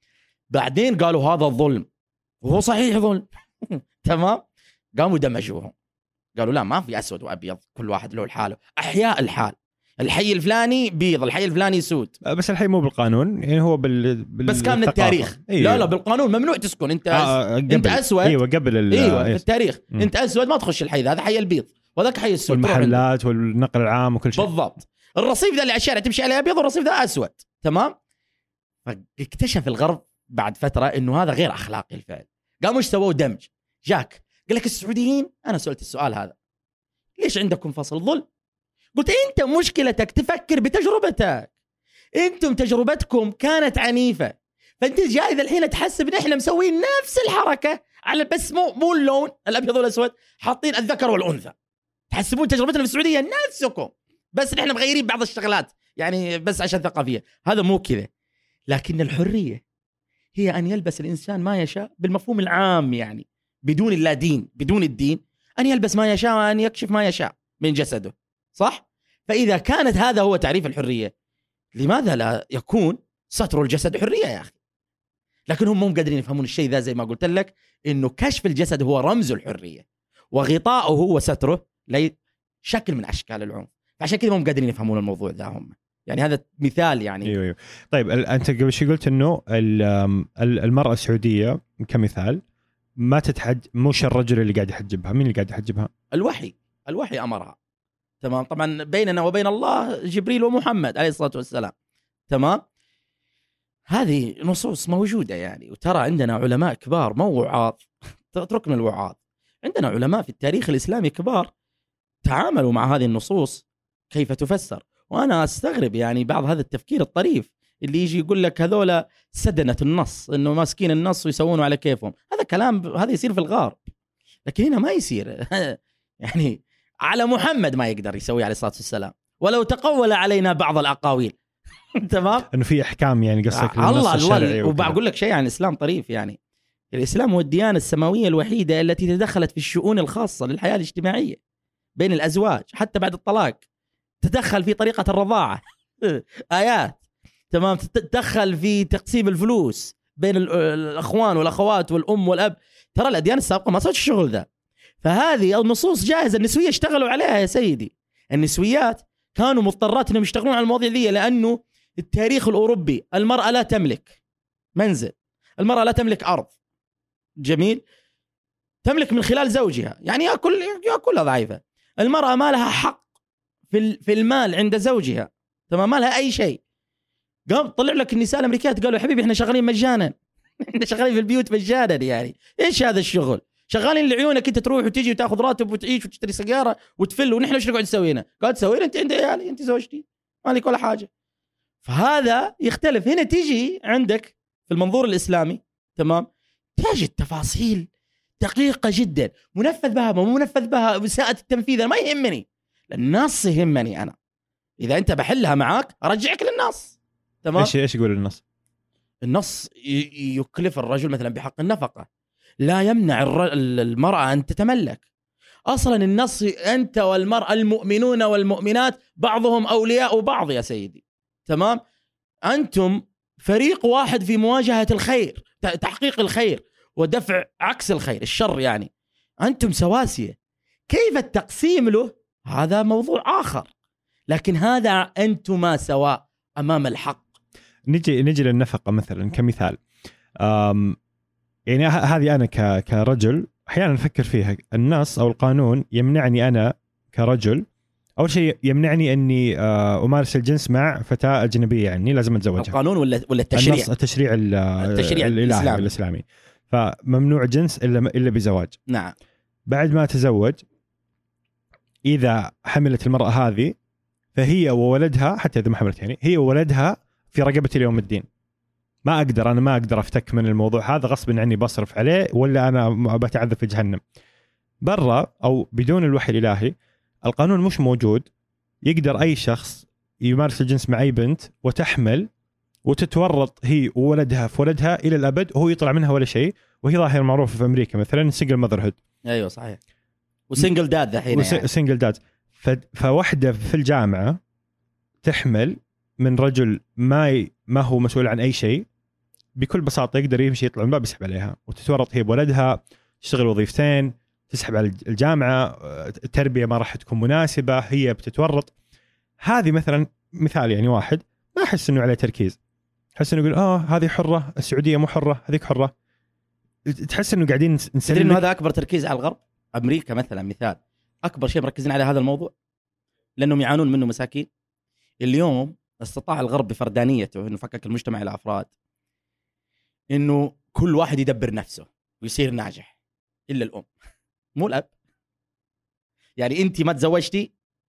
S2: بعدين قالوا هذا الظلم، وهو صحيح ظلم. تمام. قاموا دمجوهم، قالوا لا ما في أسود وأبيض، كل واحد له الحاله. أحياء الحال، الحي الفلاني بيض، الحي الفلاني سود.
S1: بس الحي مو بالقانون، يعني هو
S2: بس كان من التاريخ.
S1: أيوه.
S2: لا بالقانون ممنوع تسكن انت انت اسود.
S1: ايوه قبل
S2: ايوه في التاريخ. انت اسود ما تخش الحي هذا حي البيض، وذاك حي السود.
S1: والمحلات والنقل العام وكل شيء
S2: بالضبط. الرصيف ذا اللي الشارع تمشي عليه ابيض، والرصيف ذا اسود. تمام. فاكتشف الغرب بعد فتره انه هذا غير اخلاقي الفعل. قاموا ايش سووا؟ دمج. جاك قال لك السعوديين، انا سألت السؤال هذا، ليش عندكم فصل ظلم؟ قلت انت مشكلتك تفكر بتجربتك، انتم تجربتكم كانت عنيفة، فانت جاي الحين تحسب ان احنا مسوين نفس الحركة على بس مو اللون الابيض والاسود، حاطين الذكر والانثى، تحسبون تجربتنا في السعودية نفسكم، بس نحن مغيرين بعض الشغلات يعني بس عشان ثقافية. هذا مو كذا. لكن الحرية هي ان يلبس الانسان ما يشاء بالمفهوم العام، يعني بدون اللادين، بدون الدين، ان يلبس ما يشاء وان يكشف ما يشاء من جسده. صح؟ فإذا كانت هذا هو تعريف الحرية، لماذا لا يكون ستر الجسد حرية يا أخي؟ لكن هم مو قادرين يفهمون الشيء ذا. زي ما قلت لك إنه كشف الجسد هو رمز الحرية، وغطاؤه وستره شكل من أشكال العنف. فعشان كذا هم قادرين يفهمون الموضوع ذا هم. يعني هذا مثال يعني.
S1: أيوه. طيب أنت قبل شيء قلت إنه المرأة السعودية كمثال ما مش الرجل اللي قاعد يحجبها، مين اللي قاعد يحجبها؟ الوحي أمرها. تمام. طبعا بيننا وبين الله جبريل ومحمد عليه الصلاة والسلام. تمام. هذه نصوص موجودة يعني. وترى عندنا علماء كبار، مو وعاظ، تتركنا الوعاظ، عندنا علماء في التاريخ الإسلامي كبار تعاملوا مع هذه النصوص كيف تفسر. وأنا أستغرب يعني بعض هذا التفكير الطريف اللي يجي يقول لك هذولا سدنة النص، إنه ماسكين النص ويسوونه على كيفهم. هذا كلام، هذا يصير في الغرب، لكن هنا ما يصير. يعني على محمد ما يقدر يسوي عليه الصلاة والسلام، ولو تقول علينا بعض الأقاويل. تمام. إنه في أحكام يعني قصدك للنص الشرعي.
S2: وبقول لك شيء عن الإسلام طريف يعني. الإسلام هو الديانة السماوية الوحيدة التي تدخلت في الشؤون الخاصة للحياة الاجتماعية بين الأزواج حتى بعد الطلاق. تدخل في طريقة الرضاعة. آيات. تمام. تدخل في تقسيم الفلوس بين الأخوان والأخوات والأم والأب. ترى الأديان السابقة ما سوت الشغل ذا. فهذه النصوص جاهزة. النسوية اشتغلوا عليها يا سيدي. النسويات كانوا مضطرات انهم يشتغلون على المواضيع ذي، لأنه التاريخ الأوروبي المرأة لا تملك منزل، المرأة لا تملك أرض. جميل. تملك من خلال زوجها، يعني يأكلها ضعيفة. المرأة ما لها حق في المال عند زوجها. تمام. ما لها أي شيء. قام طلع لك النساء الأمريكيات قالوا حبيبي احنا شغالين مجانا. احنا شغالين في البيوت مجانا. يعني ايش هذا الشغل؟ شغالين لعيونك انت تروح وتيجي وتاخذ راتب وتعيش وتشتري سياره وتفل، ونحن ايش نقعد نسوي هنا؟ قاعد تسوي انت عندي عيالي، انت زوجتي، مالك ولا حاجه. فهذا يختلف. هنا تيجي عندك في المنظور الاسلامي، تمام، تجد تفاصيل دقيقه جدا منفذ بها مو منفذ بها، وساءة التنفيذ ما يهمني، النص يهمني انا. اذا انت بحلها معاك ارجعك للنص. تمام.
S1: ايش يقول النص؟
S2: النص يكلف الرجل مثلا بحق النفقه، لا يمنع المرأة أن تتملك. أصلا النص أنت والمرأة المؤمنون والمؤمنات بعضهم أولياء بعض يا سيدي. تمام. أنتم فريق واحد في مواجهة الخير، تحقيق الخير، ودفع عكس الخير الشر، يعني أنتم سواسية. كيف التقسيم له هذا موضوع آخر، لكن هذا أنتما سواء أمام الحق.
S1: نجي للنفقة مثلا كمثال. يعني هذه أنا كرجل أحيانا أفكر فيها. النص أو القانون يمنعني أنا كرجل، أول شيء يمنعني أني أمارس الجنس مع فتاة أجنبية، يعني لازم أتزوجها.
S2: القانون ولا التشريع؟
S1: النص التشريع الإلهي الإسلامي. فممنوع جنس إلا بزواج.
S2: نعم.
S1: بعد ما أتزوج، إذا حملت المرأة هذه فهي وولدها، حتى إذا ما حملت يعني هي وولدها في رقبتي ليوم الدين. ما أقدر أفتك من الموضوع هذا، غصب عني بصرف عليه ولا أنا بتعذب في جهنم. برا أو بدون الوحي الإلهي القانون مش موجود، يقدر أي شخص يمارس الجنس مع أي بنت وتحمل وتتورط هي وولدها في ولدها إلى الأبد، وهو يطلع منها ولا شيء. وهي ظاهرة معروفة في أمريكا مثلا سنجل ماذرهود.
S2: أيوة صحيح. وسنجل داد الحين يعني.
S1: سنجل داد. فواحدة في الجامعة تحمل من رجل ما هو مسؤول عن أي شيء، بكل بساطة يقدر يمشي يطلع من باب يسحب عليها، وتتورط هي بولدها، تشتغل وظيفتين، تسحب على الجامعة، التربية ما راح تكون مناسبة، هي بتتورط. هذه مثلا مثال يعني واحد ما أحس إنه عليه تركيز، أحس إنه يقول هذه حرة، السعودية مو حرة، هذيك حرة. تحس إنه قاعدين نسلك.
S2: إنه هذا أكبر تركيز على الغرب. أمريكا مثلا مثال أكبر شيء مركزين على هذا الموضوع لأنهم يعانون منه مساكين. اليوم استطاع الغرب بفردانيته إنه فكك المجتمع إلى أفراد، إنه كل واحد يدبر نفسه ويصير ناجح إلا الأم، مو الأب. يعني أنت ما تزوجتي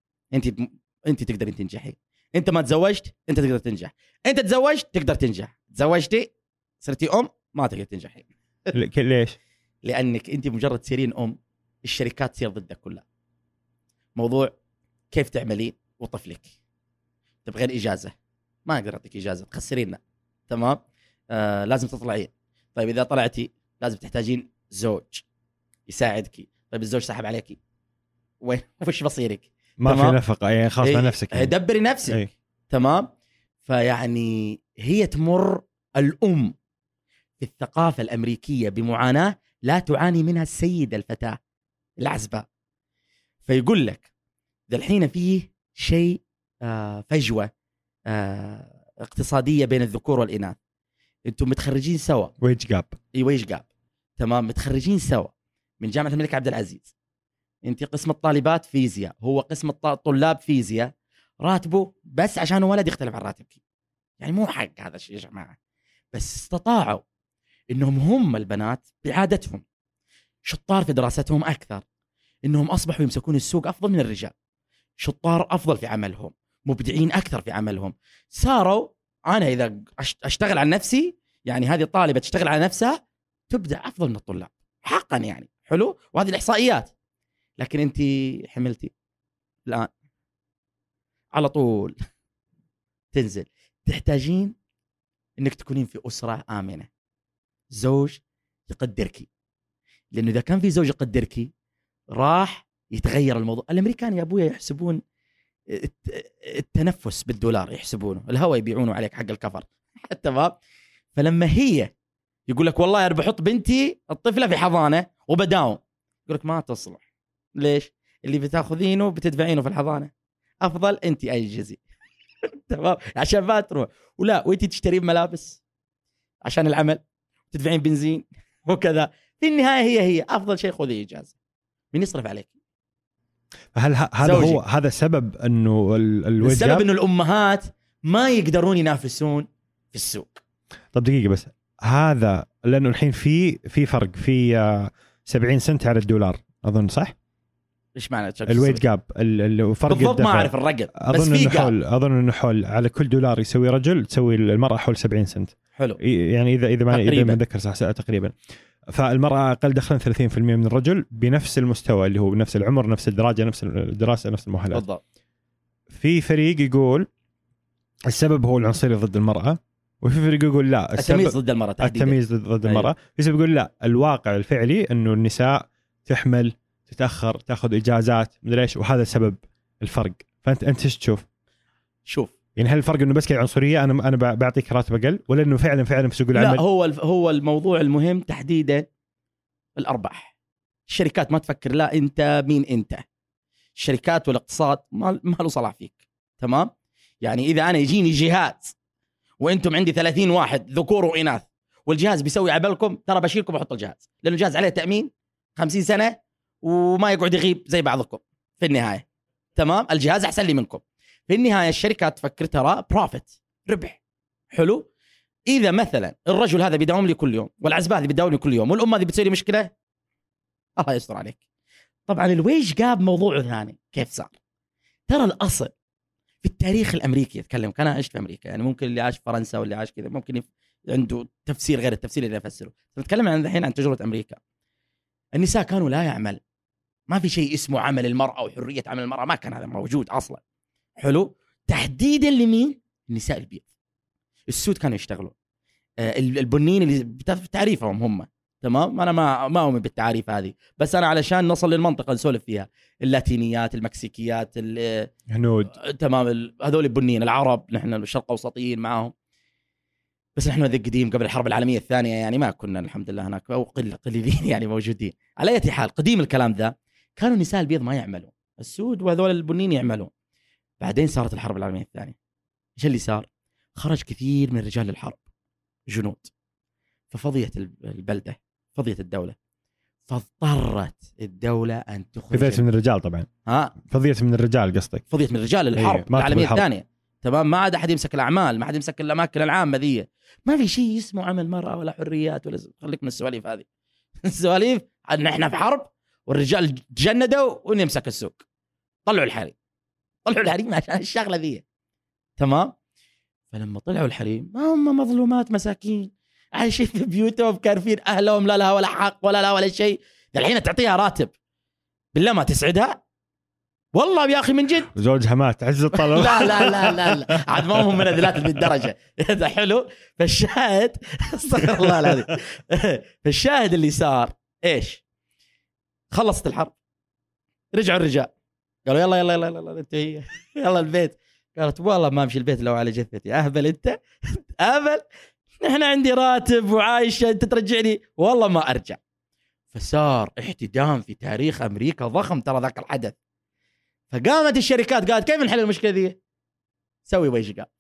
S2: أنت تقدر تنجحي، أنت ما تزوجت أنت تقدر تنجح، أنت تزوجت تقدر تنجح، تزوجتي صرتي أم ما تقدر تنجحي.
S1: ليش؟
S2: لأنك أنت مجرد تصيرين أم الشركات تصير ضدك كلها. موضوع كيف تعملين وطفلك تبغين إجازة، ما أقدر أعطيك إجازة تخسريننا. تمام. لازم تطلعين. طيب إذا طلعتي لازم تحتاجين زوج يساعدك. طيب الزوج سحب عليكي، وش بصيرك؟
S1: ما في نفقة يعني خاص مع نفسك يعني.
S2: دبري نفسك. تمام. فيعني هي تمر الأم في الثقافة الأمريكية بمعاناة لا تعاني منها السيدة الفتاة العزباء. فيقول لك ذا الحين فيه شيء فجوة اقتصادية بين الذكور والإناث. انتم متخرجين سوا،
S1: ويج جاب.
S2: ويج جاب. تمام. متخرجين سوا من جامعة الملك عبد العزيز. انت قسم الطالبات فيزياء، هو قسم الطلاب فيزياء. راتبه بس عشان ولد يختلف عن راتبك، يعني مو حق هذا الشيء يا جماعة. بس استطاعوا انهم هم البنات بعادتهم شطار في دراستهم اكثر، انهم اصبحوا يمسكون السوق افضل من الرجال، شطار افضل في عملهم، مبدعين اكثر في عملهم. صاروا انا اذا اشتغل على نفسي، يعني هذه الطالبه تشتغل على نفسها تبدع افضل من الطلاب حقا، يعني حلو. وهذه الاحصائيات. لكن انت حملتي الان على طول تنزل، تحتاجين انك تكونين في اسره امنه، زوج يقدرك. لانه اذا كان في زوج يقدرك راح يتغير الموضوع. الامريكان يا ابويا يحسبون التنفس بالدولار، يحسبونه الهواء يبيعونه عليك حق الكفر. تمام. فلما هي يقول لك والله انا بحط بنتي الطفله في حضانه وبداوم، يقول لك ما تصلح. ليش؟ اللي بتاخذينه بتدفعينه في الحضانه افضل انت اي جزء. تمام. عشان ما تروح ولا وانت تشترين ملابس عشان العمل، تدفعين بنزين وكذا. في النهايه هي افضل شيء خذي اجازه. مين يصرف عليك؟
S1: هل هذا هو هذا سبب انه
S2: السبب انه الامهات ما يقدرون ينافسون في السوق.
S1: طب دقيقه بس، هذا لانه الحين في فرق في 70 سنت على الدولار اظن، صح؟
S2: ايش معنى
S1: الويت جاب؟ الفرق
S2: بالضبط ما اعرف الرقم، بس في جاب.
S1: اظن انه حول على كل دولار يسوي رجل تسوي المراه حول 70 سنت.
S2: حلو.
S1: يعني اذا ما اتذكر صح تقريبا. فالمرأة أقل دخلا 30% من الرجل بنفس المستوى اللي هو نفس العمر، نفس الدرجة، نفس الدراسة، نفس المؤهلات.
S2: بالضبط.
S1: في فريق يقول السبب هو العنصرية ضد المرأة، وفي فريق يقول لا
S2: التمييز ضد المرأة تحديدا.
S1: التمييز ضد المرأة. في سبب يقول لا، الواقع الفعلي إنه النساء تحمل، تتأخر، تأخذ إجازات، مدري إيش، وهذا سبب الفرق. فأنت إيش تشوف؟
S2: شوف
S1: يعني هل الفرق إنه بس كذا عنصرية أنا بعطيك راتب أقل، ولا إنه فعلا في سوق العمل؟
S2: لا، هو الموضوع المهم تحديدا الأرباح. الشركات ما تفكر لا أنت مين أنت، الشركات والاقتصاد ما له صلاح فيك. تمام؟ يعني إذا أنا يجيني جهاز وأنتم عندي 30 واحد ذكور وإناث والجهاز بيسوي عبالكم، ترى بشيلكم وأحط الجهاز، لأنه الجهاز عليه تأمين 50 سنة وما يقعد يغيب زي بعضكم في النهاية. تمام؟ الجهاز أحسن لي منكم. في النهاية الشركات تفكر ترى بروفيت، ربح. حلو؟ إذا مثلا الرجل هذا بيداوم لي كل يوم، والعزبة هذه بتداوم لي كل يوم، والأم هذه بتصير لي مشكلة، الله يستر عليك. طبعا الويج جاب موضوع ثاني. كيف صار؟ ترى الأصل في التاريخ الأمريكي، أتكلم كان عشت في أمريكا، يعني ممكن اللي عاش في فرنسا واللي عاش كذا ممكن عنده تفسير غير التفسير اللي أفسره. نتكلم عن الحين عن تجربة أمريكا. النساء كانوا لا يعمل، ما في شيء اسمه عمل المرأة وحرية عمل المرأة، ما كان هذا موجود أصلا. حلو؟ تحديدا لمين؟ النساء البيض. السود كانوا يشتغلوا، البنين اللي بتعريفهم هم. تمام؟ أنا ما أؤمن بالتعريف هذه، بس أنا علشان نصل للمنطقة نسولف فيها. اللاتينيات، المكسيكيات،
S1: الهنود،
S2: تمام، هذول البنين، العرب، نحن الشرق أوسطيين معهم. بس نحن ذي قديم قبل الحرب العالمية الثانية يعني ما كنا الحمد لله هناك، أو قليلين يعني موجودين. على أي حال قديم الكلام ذا، كانوا النساء البيض ما يعملوا، السود وهذول البنين يعملوا. بعدين صارت الحرب العالمية الثانية، إيش اللي صار؟ خرج كثير من رجال الحرب جنود، ففضيت البلدة، فضيت الدولة، فاضطرت الدولة أن تخرج.
S1: فضيت من الرجال طبعا. فضيت من الرجال قصدك؟
S2: فضيت من رجال الحرب العالمية الثانية. تمام؟ ما عاد أحد يمسك الأعمال، ما عاد يمسك الأماكن العامة ذي، ما في شيء اسمه عمل مرأة ولا حريات ولا. خليك من السواليف هذه. السواليف أن إحنا في حرب والرجال تجندوا ونمسك السوق. طلعوا الحريم عشان الشغلة ذي. تمام؟ فلما طلعوا الحريم ما هم مظلومات مساكين عايشين في بيوتهم كارفين أهلهم، لا لها ولا حق ولا لا ولا شيء. الحين تعطيها راتب بالله ما تسعدها؟ والله يا أخي من جد
S1: زوجها مات عز الطلب.
S2: لا لا لا لا لا، عاد ما هم منازلات بالدرجة. هذا حلو. فالشاهد استغفر الله العظيم. فالشاهد اللي صار إيش؟ خلصت الحرب، رجعوا الرجال قالوا يلا يلا يلا يلا انت هي يلا البيت. قالت والله ما امشي البيت لو على جثتي. اهبل انت؟ اهبل؟ احنا عندي راتب وعايشه، انت ترجعني؟ والله ما ارجع. فصار احتدام في تاريخ امريكا ضخم ترى ذاك الحدث. فقامت الشركات قالت كيف نحل المشكله دي؟ سوي ويج قال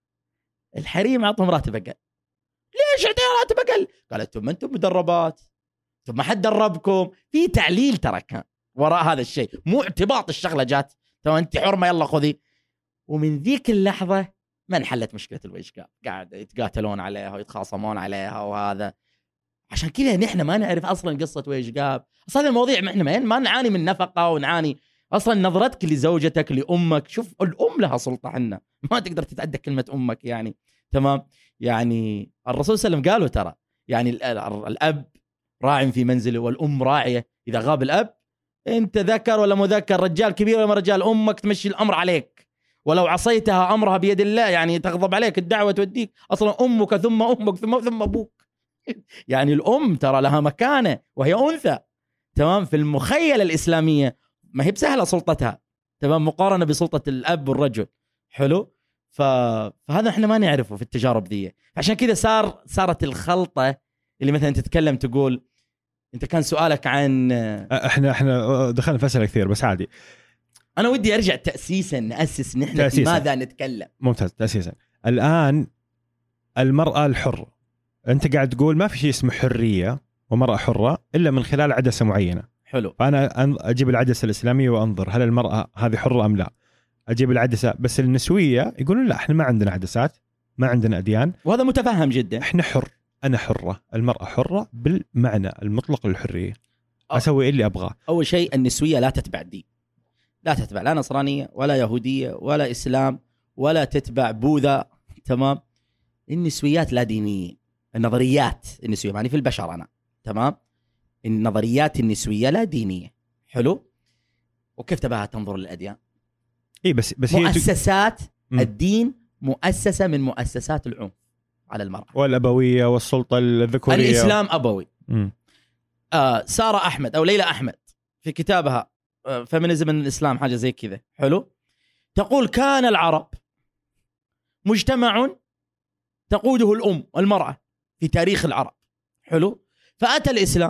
S2: الحريم اعطهم راتب اقل. ليش اعطيها راتب اقل؟ قالت ثم انتم مدربات، ثم ما حد دربكم. في تعليل ترى كان وراء هذا الشيء، مو اعتباط الشغله جات تو انت حرمه يلا خذي. ومن ذيك اللحظه ما انحلت مشكله الويج جاب، قاعد يتقاتلون عليها ويتخاصمون عليها. وهذا عشان كذا نحن ما نعرف اصلا قصه ويج جاب. اصلا المواضيع احنا ما نعاني من نفقه ونعاني اصلا نظرتك لزوجتك لامك. شوف الام لها سلطه، عنا ما تقدر تتعدى كلمه امك يعني. تمام؟ يعني الرسول صلى الله عليه وسلم قالوا ترى يعني الاب راع في منزله والام راعيه. اذا غاب الاب انت ذكر ولا مذكر، رجال كبير ولا رجال، امك تمشي الامر عليك، ولو عصيتها امرها بيد الله، يعني تغضب عليك الدعوه توديك. اصلا امك ثم امك ثم ابوك. يعني الام ترى لها مكانه وهي انثى. تمام؟ في المخيله الاسلاميه ما هي بسهله سلطتها، تمام، مقارنه بسلطه الاب والرجل. حلو؟ فهذا احنا ما نعرفه في التجارب دي. عشان كذا صارت الخلطه اللي مثلا تتكلم تقول انت كان سؤالك عن
S1: احنا دخلنا في اسئله كثير بس عادي.
S2: انا ودي ارجع تاسيسا، ناسس نحن في ماذا نتكلم.
S1: ممتاز. تاسيسا الان المراه الحره، انت قاعد تقول ما في شيء اسمه حريه ومراه حره الا من خلال عدسه معينه.
S2: حلو.
S1: فانا اجيب العدسه الاسلاميه وانظر هل المراه هذه حره ام لا. اجيب العدسه بس النسويه يقولون لا احنا ما عندنا عدسات، ما عندنا اديان،
S2: وهذا متفهم جدا.
S1: احنا حر، انا حره، المراه حره بالمعنى المطلق للحريه، اسوي اللي ابغاه.
S2: اول شيء النسويه لا تتبع الدين، لا تتبع لا نصرانيه ولا يهوديه ولا اسلام ولا تتبع بوذا. تمام؟ النسويات لا دينيين. النظريات النسويه يعني في البشر انا، تمام، النظريات النسويه لا دينيه. حلو؟ وكيف تبغى تنظر للاديان؟
S1: اي بس
S2: مؤسسات الدين مؤسسه من مؤسسات العنف على المرأة
S1: والابويه والسلطه الذكوريه.
S2: الاسلام ابوي. سارة احمد او ليلى احمد في كتابها فيمينيزم الاسلام حاجه زي كذا، حلو، تقول كان العرب مجتمع تقوده الام المراه في تاريخ العرب. حلو؟ فاتى الاسلام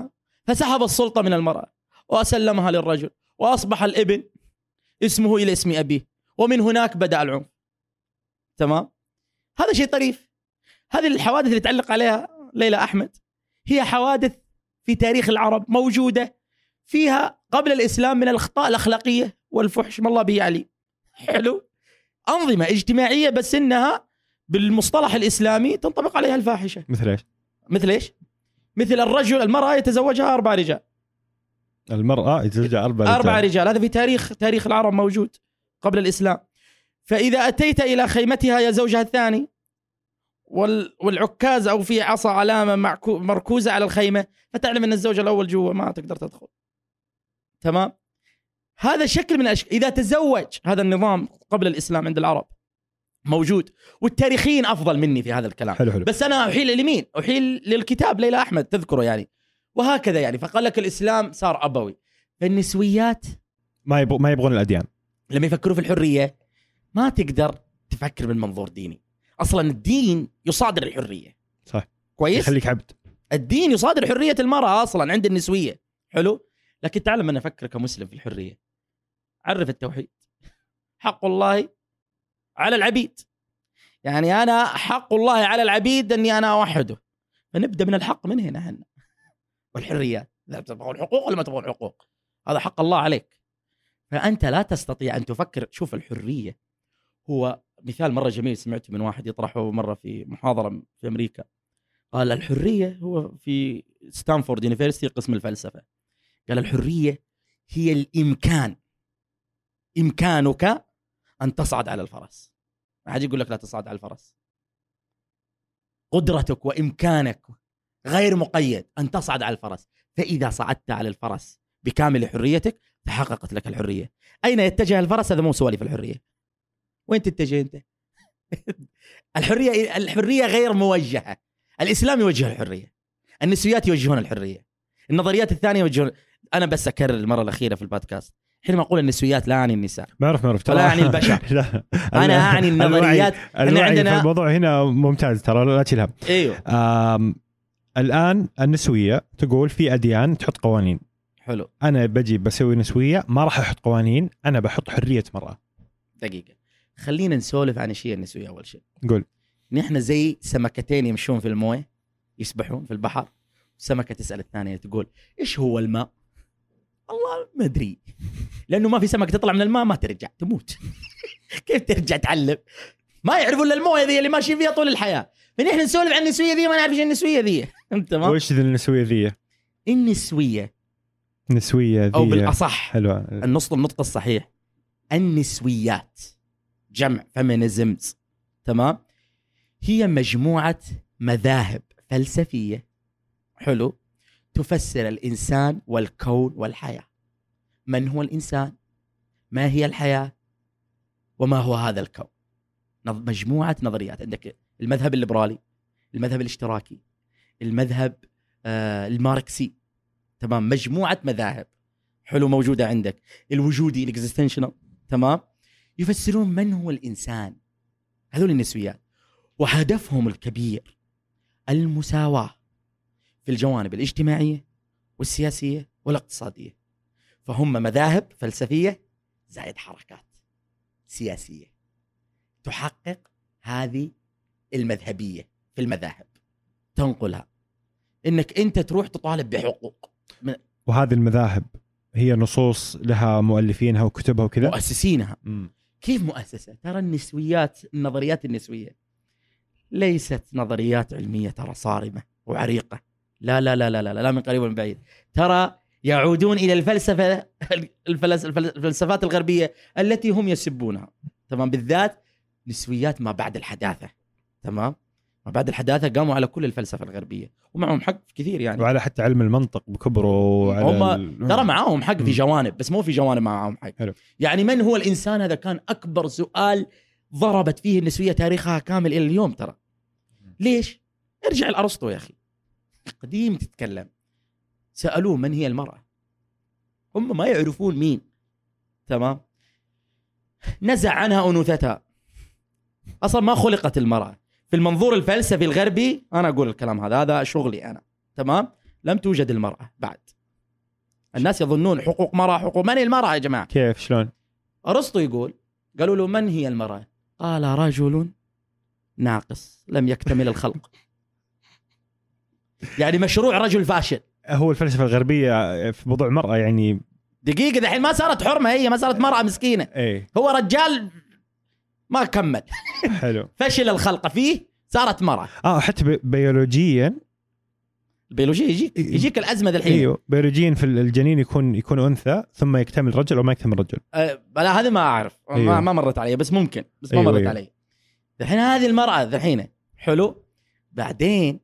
S2: فسحب السلطة من المرأة وأسلمها للرجل، وأصبح الابن اسمه إلى اسم أبيه، ومن هناك بدأ العنف. تمام؟ هذا شيء طريف. هذه الحوادث اللي تعلق عليها ليلى أحمد هي حوادث في تاريخ العرب موجودة، فيها قبل الإسلام من الأخطاء الأخلاقية والفحش ما الله به عليم. حلو؟ أنظمة اجتماعية بس إنها بالمصطلح الإسلامي تنطبق عليها الفاحشة.
S1: مثل إيش؟
S2: مثل إيش؟ مثل المرأة يتزوجها 4 رجال.
S1: المرأة يتزوجها 4
S2: رجال. هذا في تاريخ العرب موجود قبل الإسلام. فإذا أتيت إلى خيمتها يا زوجها الثاني والعكاز أو في عصا علامة مركوزة على الخيمة، فتعلم أن الزوج الأول جوا ما تقدر تدخل. تمام؟ هذا شكل من إذا تزوج، هذا النظام قبل الإسلام عند العرب موجود، والتاريخيين أفضل مني في هذا الكلام.
S1: حلو.
S2: بس أنا أحيل لمين؟ أحيل للكتاب ليلى أحمد تذكره يعني، وهكذا يعني. فقال لك الإسلام صار أبوي، فالنسويات
S1: ما يبغون الأديان.
S2: لما يفكروا في الحرية ما تقدر تفكر من منظور ديني. أصلا الدين يصادر الحرية.
S1: صح.
S2: كويس.
S1: يخليك عبد.
S2: الدين يصادر حرية المرأة أصلا عند النسوية. حلو. لكن تعال من أفكر كمسلم في الحرية، عرف التوحيد حق الله على العبيد. يعني أنا حق الله على العبيد أني أنا أوحده، فنبدأ من الحق من هنا هنا. والحريات، لا تبغون حقوق ولا ما تبغون حقوق، هذا حق الله عليك. فأنت لا تستطيع أن تفكر. شوف الحرية هو مثال مرة جميل سمعته من واحد يطرحه مرة في محاضرة في أمريكا. قال الحرية هو في ستانفورد يونيفرسيتي قسم الفلسفة. قال الحرية هي الإمكان، إمكانك أن تصعد على الفرس. ما حد يقول لك لا تصعد على الفرس. قدرتك وإمكانك غير مقيد أن تصعد على الفرس، فإذا صعدت على الفرس بكامل حريتك تحققت لك الحرية. أين يتجه الفرس؟ هذا مو سوالف الحرية. وين تتجه أنت؟ الحرية غير موجهة. الإسلام يوجه الحرية، النسويات يوجهون الحرية، النظريات الثانية يوجهون. أنا بس أكرر المرة الأخيرة في البودكاست، حينما أقول النسويات لا أعني النساء،
S1: ما أعرف
S2: ولا أعني البشر. أنا أعني النظريات.
S1: الوعي عندنا في الموضوع هنا ممتاز ترى، لا تشيلها.
S2: أيوه.
S1: الآن النسوية تقول في أديان تحط قوانين.
S2: حلو.
S1: أنا بجي بسوي نسوية ما راح أحط قوانين، أنا بحط حرية مرأة.
S2: دقيقة، خلينا نسولف عن الشيء النسوية أول شيء.
S1: قول.
S2: نحن زي سمكتين يمشون في المويه، يسبحون في البحر، سمكة تسأل الثانية تقول إيش هو الماء؟ الله ما أدري، لأنه ما في سمكة تطلع من الماء ما ترجع، تموت. كيف ترجع تعلم؟ ما يعرفون إلا المويه ذي اللي ماشي فيها طول الحياة. فنحن نسولف عن النسوية ذي ما نعرف إيش النسوية ذي. تمام.
S1: وإيش ذي النسوية ذي؟
S2: النسوية
S1: ذي
S2: أو بالأصح
S1: حلوة.
S2: النطق الصحيح النسويات، جمع فيمينيزمز. تمام. هي مجموعة مذاهب فلسفية، حلو، تفسر الإنسان والكون والحياة. من هو الإنسان؟ ما هي الحياة؟ وما هو هذا الكون؟ مجموعة نظريات. عندك المذهب الليبرالي، المذهب الاشتراكي، المذهب الماركسي. تمام. مجموعة مذاهب، حلو، موجودة عندك. الوجودي، الاكزيستنشنال. تمام. يفسرون من هو الإنسان. هذول النسويات، وهدفهم الكبير المساواة في الجوانب الاجتماعية والسياسية والاقتصادية. فهم مذاهب فلسفية زائد حركات سياسية تحقق هذه المذهبية في المذاهب، تنقلها إنك أنت تروح تطالب بحقوق.
S1: وهذه المذاهب هي نصوص لها مؤلفينها وكتبها وكذا،
S2: مؤسسينها. كيف مؤسسة؟ ترى النسويات، النظريات النسوية ليست نظريات علمية ترى صارمة وعريقة، لا لا لا لا لا, لا من قريب ومن بعيد. ترى يعودون إلى الفلسفات الغربية التي هم يسبونها. تمام. بالذات نسويات ما بعد الحداثة. تمام. ما بعد الحداثة قاموا على كل الفلسفة الغربية، ومعهم حق كثير يعني،
S1: وعلى حتى علم المنطق بكبره.
S2: هم ترى معاهم حق في جوانب، بس مو في جوانب معاهم حق.
S1: حلو.
S2: يعني من هو الإنسان؟ هذا كان أكبر سؤال ضربت فيه النسوية تاريخها كامل إلى اليوم. ترى ليش؟ ارجع الأرسطو يا أخي، قديم تتكلم، سألوه من هي المرأة، هم ما يعرفون مين. تمام. نزع عنها أنوثتها، أصلا ما خلقت المرأة في المنظور الفلسفي الغربي. أنا أقول الكلام هذا شغلي أنا. تمام. لم توجد المرأة بعد، الناس يظنون حقوق مرأة حقوق. من المرأة يا جماعة؟
S1: كيف شلون؟
S2: أرسطو يقول، قالوا له من هي المرأة؟ قال رجل ناقص لم يكتمل الخلق. يعني مشروع رجل فاشل.
S1: هو الفلسفة الغربية في موضوع المرأة يعني
S2: دقيقة دحين ما صارت حرمة، هي ما صارت مرأة مسكينة.
S1: ايه
S2: هو رجال ما كمل.
S1: حلو.
S2: فشل الخلق فيه، صارت مرأة.
S1: حتى بيولوجيا
S2: البيولوجيا يجيك الأزمة ذا الحين.
S1: ايوه بيولوجيا في الجنين يكون انثى ثم يكتمل رجل او ما يكتمل رجل.
S2: لا هذه ما اعرف.
S1: أيوه.
S2: ما مرت علي، بس ممكن، بس ما مرت علي. الحين هذه المرأة الحين حلو. بعدين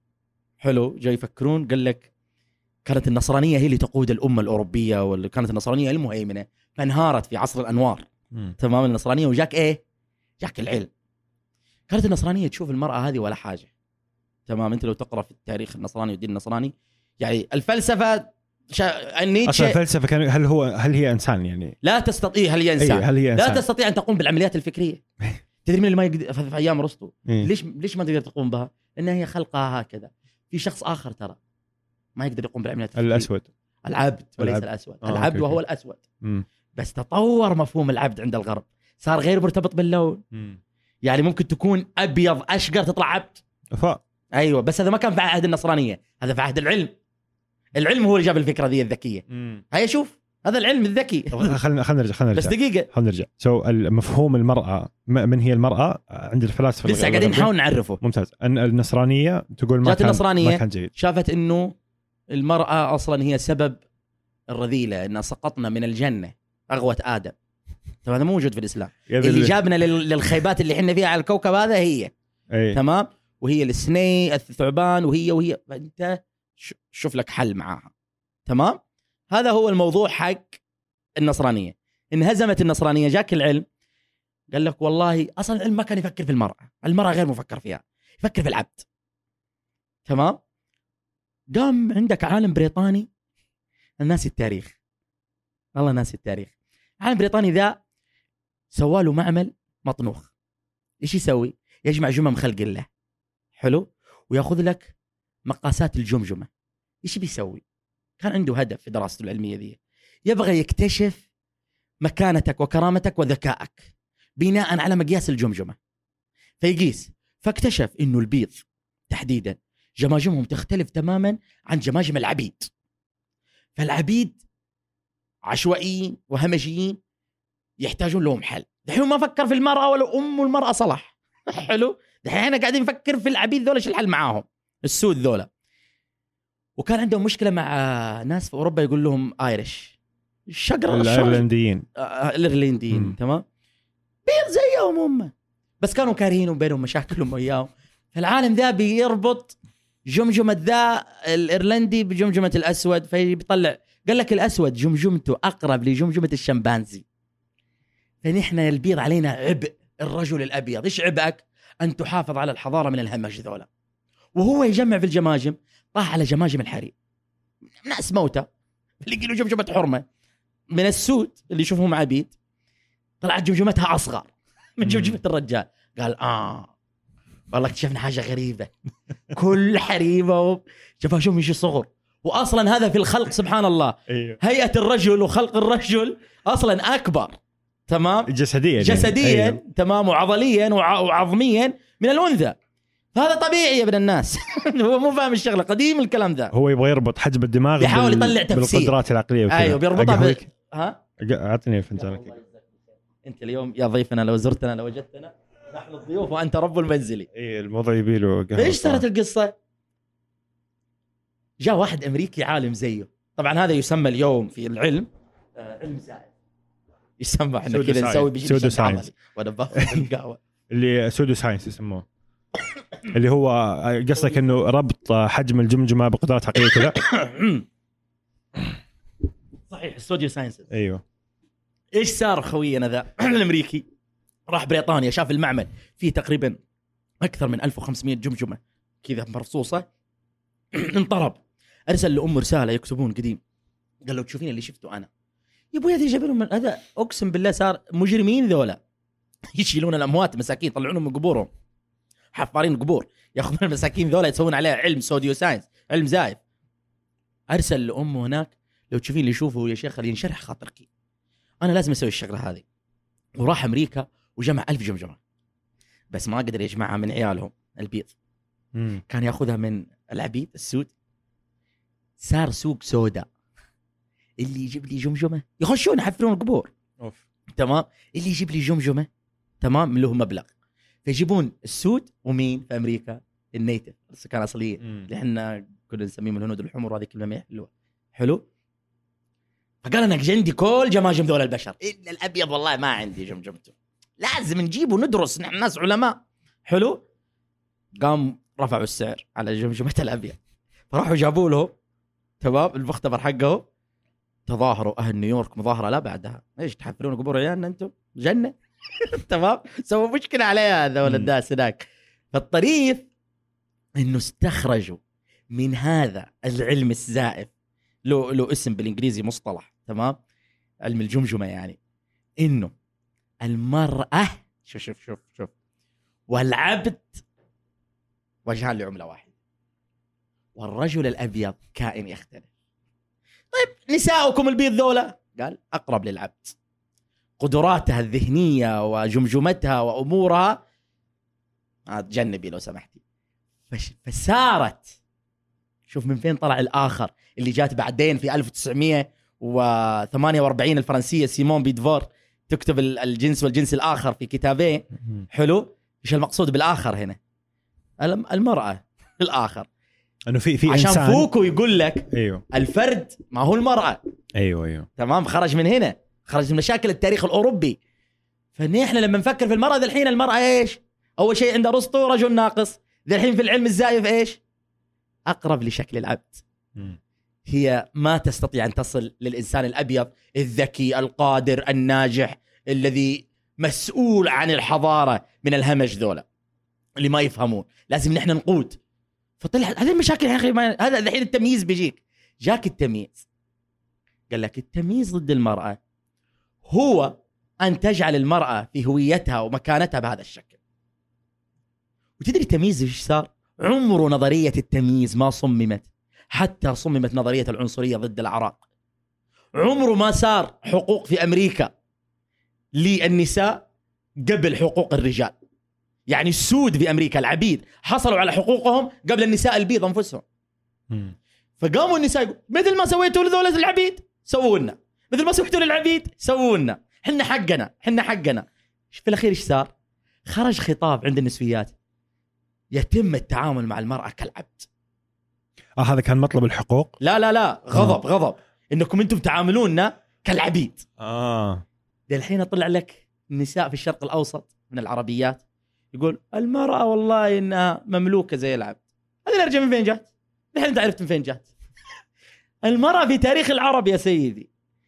S2: حلو جاي يفكرون، قال لك كانت النصرانية هي اللي تقود الأمة الأوروبية، واللي كانت النصرانية المهيمنة، فانهارت في عصر الأنوار. تمام. النصرانية وجاك إيه؟ جاك العلم. كانت النصرانية تشوف المرأة هذه ولا حاجة. تمام. أنت لو تقرأ في التاريخ النصراني والدين النصراني، يعني الفلسفة
S1: أصلا الفلسفة كان هل هي إنسان يعني؟
S2: لا تستطيع. هل هي إنسان؟
S1: هل هي إنسان؟
S2: لا تستطيع أن تقوم بالعمليات الفكرية. تدري من اللي ما يقدر في أيام أرسطو؟ ليش ما تقدر تقوم بها؟ لأنها هي خلقها هكذا. في شخص آخر ترى ما يقدر يقوم بالعمليات الفكرية.
S1: الأسود.
S2: العبد وليس الأسود. العبد وهو الأسود.
S1: مم.
S2: بس تطور مفهوم العبد عند الغرب، صار غير مرتبط باللون. يعني ممكن تكون أبيض أشقر تطلع عبد. أيوة، بس هذا ما كان في عهد النصرانية، هذا في عهد العلم. العلم هو اللي جاب الفكرة ذي الذكية. هيا شوف، هذا العلم الذكي.
S1: خلنا نرجع
S2: بس دقيقة،
S1: خلنا نرجع. مفهوم المرأة، من هي المرأة عند الفلاسفة
S2: لسه قاعدين نحاول نعرفه.
S1: ممتاز. أن النصرانية تقول ما كان جيد.
S2: شافت إنه المرأة أصلا هي سبب الرذيلة، إن سقطنا من الجنة أغوة آدم. طبعا هذا مو موجود في الإسلام. اللي جابنا للخيبات اللي حنا فيها على الكوكب هذا هي. تمام. وهي السني الثعبان وهي فأنت شوف لك حل معاها. تمام. هذا هو الموضوع حق النصرانية. انهزمت النصرانية، جاك العلم قال لك والله أصلا العلم ما كان يفكر في المرأة غير مفكر فيها، يفكر في العبد. تمام. قام عندك عالم بريطاني، الناس التاريخ، والله ناس التاريخ. عالم بريطاني ذا سواله معمل مطنوخ. إيش يسوي؟ يجمع جمم خلق الله. حلو. ويأخذ لك مقاسات الجمجمة. إيش بيسوي؟ كان عنده هدف في دراسته العلمية ذي، يبغى يكتشف مكانتك وكرامتك وذكائك بناء على مقياس الجمجمة. فيقيس، فاكتشف إنه البيض تحديدا جماجمهم تختلف تماما عن جماجم العبيد. فالعبيد عشوائيين وهمجيين يحتاجون لهم حل. دحين ما فكر في المرأة ولا المرأة صلح. حلو. دحين قاعدين نفكر في العبيد ذولا، ايش الحل معاهم؟ السود ذولا. وكان عندهم مشكلة مع ناس في أوروبا يقول لهم آيرش،
S1: الإيرلنديين.
S2: الإيرلنديين. تمام. بيض زيهم هم، بس كانوا كارهين بينهم مشاكلهم وياهم. فالعالم ذا بيربط جمجمة ذا الإيرلندي بجمجمة الأسود، فيطلع قال لك الأسود جمجمته أقرب لجمجمة الشمبانزي. فنحن البيض علينا عبء الرجل الأبيض. إيش عبئك؟ أن تحافظ على الحضارة من الهمج ذولا. وهو يجمع في الجماجم، طاح على جماجم الحريم، ناس موتى اللي يقولوا جمجمة حرمة من السود اللي يشوفهم عبيد، طلعت جمجمتها أصغر من جمجمة الرجال. قال والله اكتشفنا حاجة غريبة. كل حريمه جماجمهم يجي صغر، وأصلا هذا في الخلق سبحان الله. هيئة الرجل وخلق الرجل أصلا أكبر. تمام. جسديا. تمام. وعضليا وعظميا من الأنثى. هذا طبيعي يا ابن الناس. هو مو فاهم الشغله، قديم الكلام ذا.
S1: هو يبغى يربط حجم الدماغ
S2: يحاول يطلع تفسير
S1: بالقدرات العقليه وكذا.
S2: ايوه بيربطها
S1: ها اعطني فنجانك.
S2: انت اليوم يا ضيفنا لو زرتنا لو وجدتنا، نحن الضيوف وانت رب المنزل.
S1: الموضوع يبي له قهوه.
S2: ايش صارت القصه؟ جاء واحد امريكي عالم زيه، طبعا هذا يسمى اليوم في العلم علم زائد، يسمى احنا كذا نسوي
S1: بسودو ساينس
S2: وانا باخذ القهوه
S1: اللي سودو ساينس يسموه، اللي هو قصدك انه ربط حجم الجمجمه بقدرات عقليه كذا.
S2: صحيح. السوديو ساينس.
S1: ايوه.
S2: ايش صار خوينا ذا الامريكي؟ راح بريطانيا، شاف المعمل فيه تقريبا اكثر من 1500 جمجمه كذا مرصوصه. انطرب، ارسل لامه رساله يكتبون قديم، قال له تشوفين اللي شفته انا يا ابوي، هذه جابوا من هذا اقسم بالله صار مجرمين ذولا، يشيلون الاموات مساكين يطلعونهم من قبورهم، حفارين قبور، ياخذون المساكين ذولا يسوون عليها علم سوديو ساينس، علم زائف. ارسل لامه هناك لو تشوفين اللي يشوفه يا شيخ ينشرح خاطرك، انا لازم اسوي الشغله هذه. وراح امريكا وجمع 1000 جمجمه، بس ما قدر يجمعها من عيالهم البيض. كان ياخذها من العبيد السود. صار سوق سوداء، اللي يجيب لي جمجمه يخشون يحفرون القبور. تمام، اللي يجيب لي جمجمه تمام له مبلغ. فيجيبون السود ومين في امريكا النيتف السكان الاصليين اللي احنا كنا نسميهم الهنود الحمر، هذه كلمه حلوه. حلو. فقال انا عندي كل جماجم دول البشر الا الابيض، والله ما عندي جمجمته، لازم نجيبه ندرس، نحن ناس علماء. حلو. قام رفعوا السعر على جمجمه الابيض، فراحوا جابوا له تمام المختبر حقه. تظاهروا اهل نيويورك مظاهره لا بعدها، ايش تحفرون قبور عيالنا انتم جنه. تمام، سووا مشكله عليها هذا ولا الناس هناك. فالطريف انه استخرجوا من هذا العلم الزائف، له اسم بالانجليزي مصطلح، تمام، علم الجمجمه، يعني انه المراه شوف والعبد وجهان لعمله واحده، والرجل الابيض كائن يختلف. طيب نساؤكم البيض ذولا، قال اقرب للعبد، قدراتها الذهنيه وجمجمتها وامورها تجنبي لو سمحتي. فسارت، شوف من فين طلع الآخر اللي جات بعدين في 1948 الفرنسية سيمون بيدفور تكتب الجنس والجنس الآخر في كتابين. حلو. إيش المقصود بالآخر هنا؟ المرأة الآخر،
S1: انه في
S2: عشان
S1: إنسان.
S2: فوكو يقول لك
S1: ايوه
S2: الفرد ما هو المرأة.
S1: ايوه
S2: تمام، خرج من هنا، خرج من مشاكل التاريخ الأوروبي. فنحن لما نفكر في المرأة ذا الحين، المرأة ايش؟ اول شيء عند ارسطو رجل ناقص، ذا الحين في العلم الزائف ايش؟ اقرب لشكل العبد. هي ما تستطيع ان تصل للانسان الابيض الذكي القادر الناجح الذي مسؤول عن الحضاره من الهمج ذولا اللي ما يفهمون، لازم نحن نقود. فطلع هذه المشاكل يا اخي، هذا الحين التمييز بيجيك. جاك التمييز، قال لك التمييز ضد المراه هو ان تجعل المراه في هويتها ومكانتها بهذا الشكل. وتدري التمييز ايش صار؟ عمره نظريه التمييز ما صممت، حتى صممت نظريه العنصريه ضد العراق. عمره ما صار حقوق في امريكا للنساء قبل حقوق الرجال. يعني السود في امريكا العبيد حصلوا على حقوقهم قبل النساء البيض انفسهم. فقاموا النساء يقول مثل ما سويتوا لذول العبيد سووا لنا، مثل ما سويتوا للعبيد سووا لنا، حنا حقنا. في الاخير ايش صار؟ خرج خطاب عند النسويات يتم التعامل مع المرأة كالعبد.
S1: هذا كان مطلب الحقوق؟
S2: لا غضب انكم انتم تعاملوننا كالعبيد. الحين طلع لك النساء في الشرق الاوسط من العربيات يقول المرأة والله انها مملوكة زي العبد. هذه الرجال من فين جات؟ الحين انت عرفت من فين جات. المرأة في تاريخ العرب يا سيدي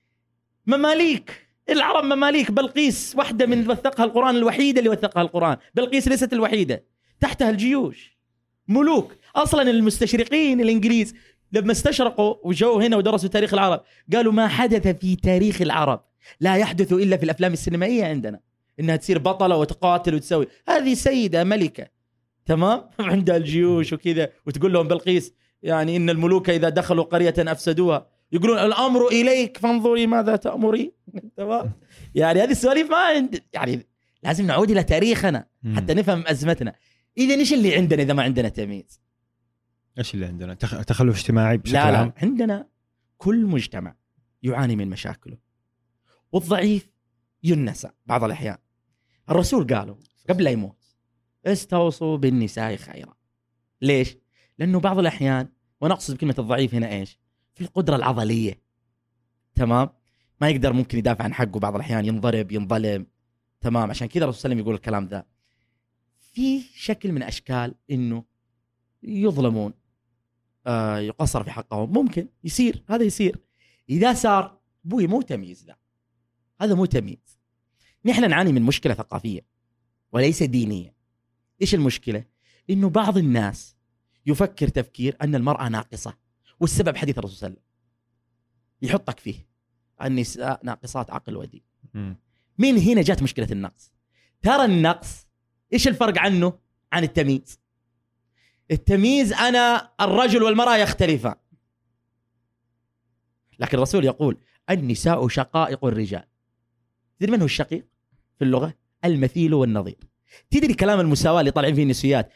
S2: مماليك، العرب مماليك. بلقيس واحدة من وثقها القرآن، الوحيدة اللي وثقها القرآن. بلقيس ليست الوحيدة، تحتها الجيوش، ملوك. أصلا المستشرقين الإنجليز لما استشرقوا وجوا هنا ودرسوا تاريخ العرب قالوا ما حدث في تاريخ العرب لا يحدث إلا في الأفلام السينمائية عندنا، إنها تصير بطلة وتقاتل وتسوي. هذه سيدة ملكة تمام عندها الجيوش وكذا، وتقول لهم بلقيس يعني إن الملوك إذا دخلوا قرية أفسدوها، يقولون الأمر إليك فانظري ماذا تأمري. تمام. يعني هذه السواليف ما يعني لازم نعود إلى تاريخنا حتى نفهم أزمتنا. إذا إيش اللي عندنا إذا ما عندنا تمييز؟
S1: إيش اللي عندنا؟ تخلف اجتماعي بشكل عام؟
S2: لا عندنا كل مجتمع يعاني من مشاكله، والضعيف ينسى بعض الأحيان. الرسول قالوا قبل لا يموت استوصوا بالنساء خيرا. ليش؟ لأنه بعض الأحيان، ونقصد بكلمة الضعيف هنا إيش؟ في القدرة العضلية. تمام، ما يقدر ممكن يدافع عن حقه، بعض الأحيان ينضرب ينظلم. تمام، عشان كذا الرسول صلى الله عليه وسلم يقول الكلام ذا. في شكل من أشكال إنه يظلمون، يقصر في حقهم، ممكن يصير هذا. يصير إذا صار بوي مو تمييز، لا هذا مو تمييز. نحن نعاني من مشكلة ثقافية وليس دينية. إيش المشكلة؟ إنه بعض الناس يفكر تفكير أن المرأة ناقصة، والسبب حديث الرسول صلى الله عليه وسلم يحطك فيه النساء ناقصات عقل ودين. من هنا جات مشكلة النقص. ترى النقص إيش الفرق عنه عن التمييز؟ التمييز أنا الرجل والمرأة يختلفان، لكن الرسول يقول النساء شقائق الرجال. تدري من هو الشقيق في اللغة؟ المثيل والنظير. تدري كلام المساواة اللي طالعين فيه النسويات،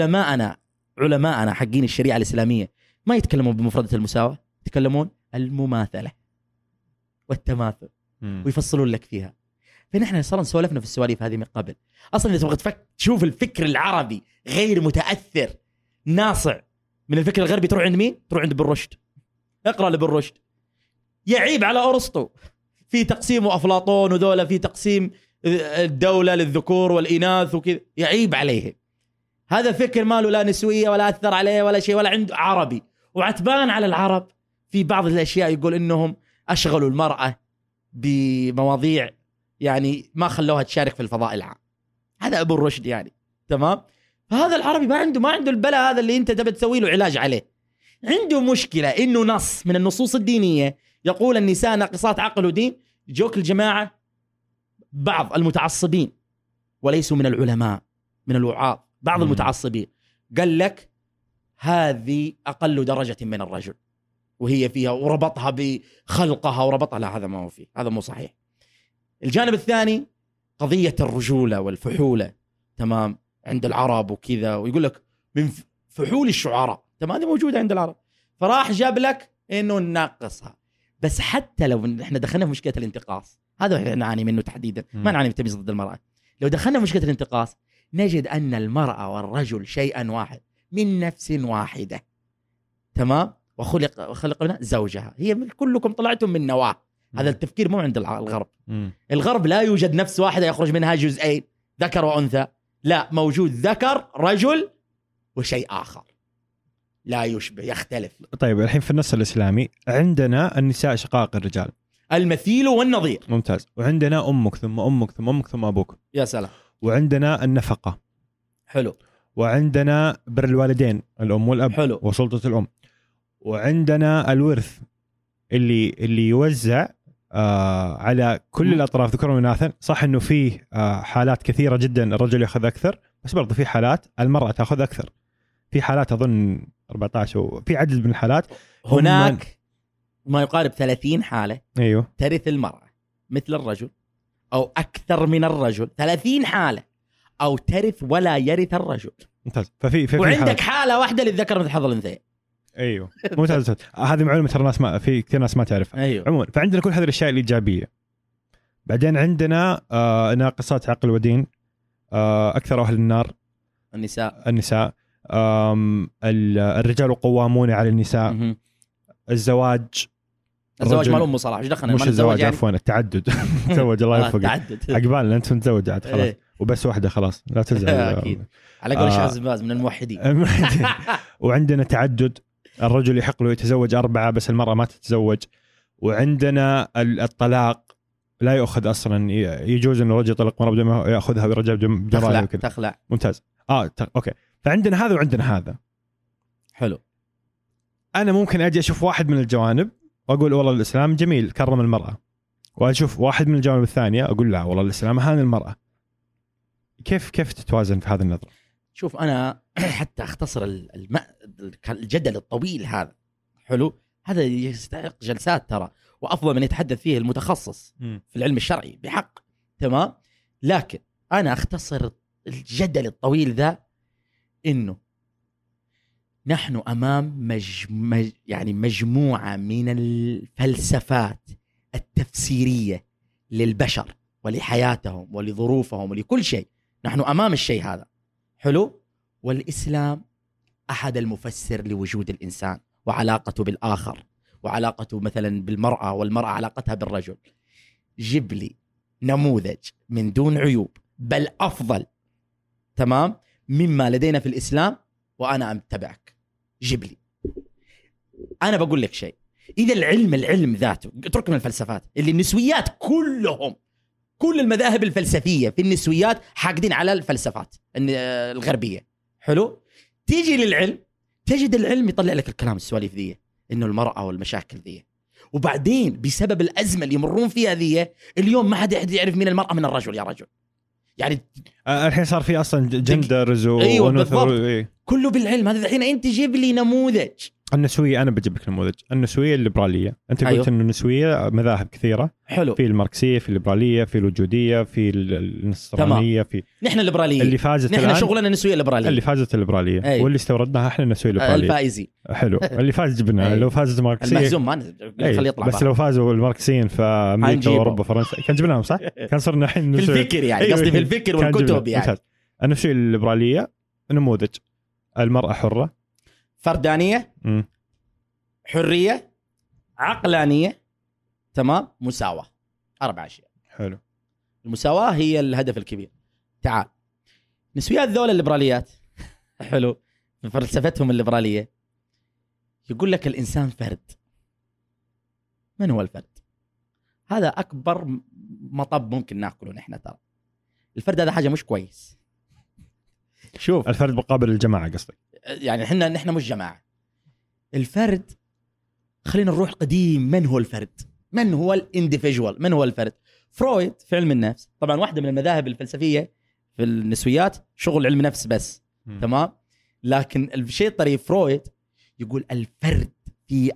S2: علماءنا حقين الشريعة الإسلامية ما يتكلمون بمفردة المساواة، يتكلمون المماثلة والتماثل ويفصلون لك فيها. فنحن صار نسولفنا في السواليف هذه من قبل. أصلا إذا تبغى تشوف الفكر العربي غير متأثر ناصع من الفكر الغربي، تروح عند مين؟ تروح عند ابن رشد. اقرأ لابن رشد، يعيب على أرسطو في تقسيم أفلاطون وذولا في تقسيم الدولة للذكور والإناث وكذا، يعيب عليه. هذا فكر ماله لا نسوية ولا أثر عليه ولا شيء، ولا عنده عربي. وعتبان على العرب في بعض الأشياء، يقول إنهم أشغلوا المرأة بمواضيع يعني ما خلوها تشارك في الفضاء العام. هذا ابن رشد يعني، تمام. فهذا العربي ما عنده البلاء هذا اللي أنت تبي تسوي له علاج عليه. عنده مشكلة إنه نص من النصوص الدينية يقول النساء ناقصات عقل ودين. جوك الجماعة بعض المتعصبين وليسوا من العلماء، من الوعاظ، بعض المتعصبين قال لك هذه أقل درجة من الرجل وهي فيها، وربطها بخلقها وربطها. لا، هذا ما هو فيه، هذا مو صحيح. الجانب الثاني قضية الرجولة والفحولة، تمام، عند العرب وكذا، ويقول لك من فحول الشعراء، تمام، هذه موجودة عند العرب. فراح جاب لك إنه ننقصها. بس حتى لو إحنا دخلنا في مشكلة الانتقاص، هذا نعاني منه تحديدا، ما نعاني بالتمييز ضد المرأة. لو دخلنا في مشكلة الانتقاص نجد أن المرأة والرجل شيئا واحد من نفس واحدة، تمام، وخلق لنا زوجها. هي كلكم طلعتم من نواة. هذا التفكير مو عند الغرب. الغرب لا يوجد نفس واحدة يخرج منها جزئين ذكر وأنثى، لا، موجود ذكر رجل وشيء آخر لا يشبه، يختلف.
S1: طيب الحين في النص الإسلامي عندنا النساء شقائق الرجال،
S2: المثيل والنظير،
S1: ممتاز. وعندنا أمك ثم أمك ثم أمك ثم أبوك،
S2: يا سلام.
S1: وعندنا النفقة،
S2: حلو.
S1: وعندنا بر الوالدين الأم والأب،
S2: حلو،
S1: وسلطة الأم. وعندنا الورث اللي يوزع على كل الأطراف ذكر وإناثا. صح إنه فيه حالات كثيرة جدا الرجل يأخذ أكثر، بس برضو في حالات المرأة تأخذ أكثر. في حالات أظن 14 وفي عدد من الحالات.
S2: هناك ما يقارب 30 حالة
S1: أيوه
S2: ترث المرأة مثل الرجل أو أكثر من الرجل. 30 حالة أو ترث ولا يرث الرجل.
S1: ممتاز. ففي
S2: وعندك حالة واحدة للذكر مثل حظ الأنثيين.
S1: ايوه ممتاز. هذه معلومه ترى ناس ما في كثير ناس ما تعرفها.
S2: أيوه.
S1: عموما فعندنا كل هذه الاشياء الايجابيه. بعدين عندنا ناقصات عقل ودين. اكثر اهل النار النساء. الرجال قوامون على النساء. الزواج
S2: ما له صلاح، ايش دخلنا؟
S1: مش الزواج يعني؟ عفوا التعدد. تزوج الله يوفقك.
S2: التعدد
S1: عقبالنا انت متزوج عاد خلاص. وبس واحده خلاص لا تزعل.
S2: اكيد على قول شعز باز من الموحدين.
S1: وعندنا تعدد، الرجل يحق له يتزوج 4 بس المرأة ما تتزوج. وعندنا الطلاق لا يأخذ أصلا، يجوز أن الرجل يطلق مرأة بدون ما يأخذها برجع بدون رأي وكذا.
S2: تخلع.
S1: ممتاز. أوكي. فعندنا هذا وعندنا هذا.
S2: حلو.
S1: أنا ممكن أجي أشوف واحد من الجوانب وأقول والله الإسلام جميل كرم المرأة، وأشوف واحد من الجوانب الثانية أقول لا والله الإسلام هان المرأة. كيف تتوازن في هذا النظر؟
S2: شوف أنا حتى أختصر الجدل الطويل هذا، حلو، هذا يستحق جلسات ترى، وأفضل من يتحدث فيه المتخصص في العلم الشرعي بحق، تمام. لكن أنا أختصر الجدل الطويل ذا إنه نحن أمام يعني مجموعة من الفلسفات التفسيرية للبشر ولحياتهم ولظروفهم ولكل شيء. نحن أمام الشيء هذا، حلو. والإسلام أحد المفسر لوجود الإنسان وعلاقته بالآخر، وعلاقته مثلا بالمرأة، والمرأة علاقتها بالرجل. جيب لي نموذج من دون عيوب بل أفضل، تمام، مما لدينا في الإسلام وأنا أتبعك. جيب لي. أنا بقول لك شيء، إذا العلم ذاته، اترك من الفلسفات اللي النسويات كلهم، كل المذاهب الفلسفية في النسويات حاقدين على الفلسفات الغربية، حلو. تيجي للعلم تجد العلم يطلع لك الكلام السواليف ذي، إنه المرأة والمشاكل ذي. وبعدين بسبب الأزمة اللي يمرون فيها ذي اليوم ما حد يعرف مين المرأة من الرجل يا رجل. يعني
S1: الحين صار في أصلا جندرز
S2: أيوة بالضبط. كله بالعلم هذا. الحين أنت جيب لي نموذج
S1: النسوية أنا بجيب لك نموذج. النسوية الليبرالية، أنت قلت إنه النسوية مذاهب كثيرة.
S2: حلو.
S1: في الماركسية، في الليبرالية، في الوجودية، في النصرانية، في
S2: نحن الليبرالية
S1: اللي فازت
S2: نحن شغلنا النسوية الليبرالية،
S1: اللي فازت الليبرالية.
S2: أي.
S1: واللي استوردناها احنا النسوية الليبرالية
S2: الفائزي.
S1: حلو. اللي فاز جبناه. لو فازت الماركسية
S2: المهزوم ما خليه يطلع
S1: بس لو فازوا الماركسيين في أمريكا وأوروبا وفرنسا كان جبناهم صح. كان صرنا الحين
S2: في الفكر يعني قصدي في الفكر والكتب يعني.
S1: النسوية الليبرالية نموذج: المرأة حرة،
S2: فردانية، حرية، عقلانية، تمام، مساواة. 4 أشياء.
S1: حلو.
S2: المساواة هي الهدف الكبير. تعال نسويات ذول الليبراليات حلو من فلسفتهم الليبرالية يقول لك الإنسان فرد. من هو الفرد؟ هذا أكبر مطب ممكن نأكله نحن. ترى الفرد هذا حاجة مش كويس. شوف،
S1: الفرد مقابل الجماعة قصدك
S2: يعني نحن مش جماعة. الفرد، خلينا نروح قديم. من هو الفرد؟ من هو الانديفيدوال؟ من هو الفرد؟ فرويد في علم النفس، طبعا واحدة من المذاهب الفلسفية في النسويات شغل علم نفس بس. تمام. لكن الشيء الطريف فرويد يقول الفرد في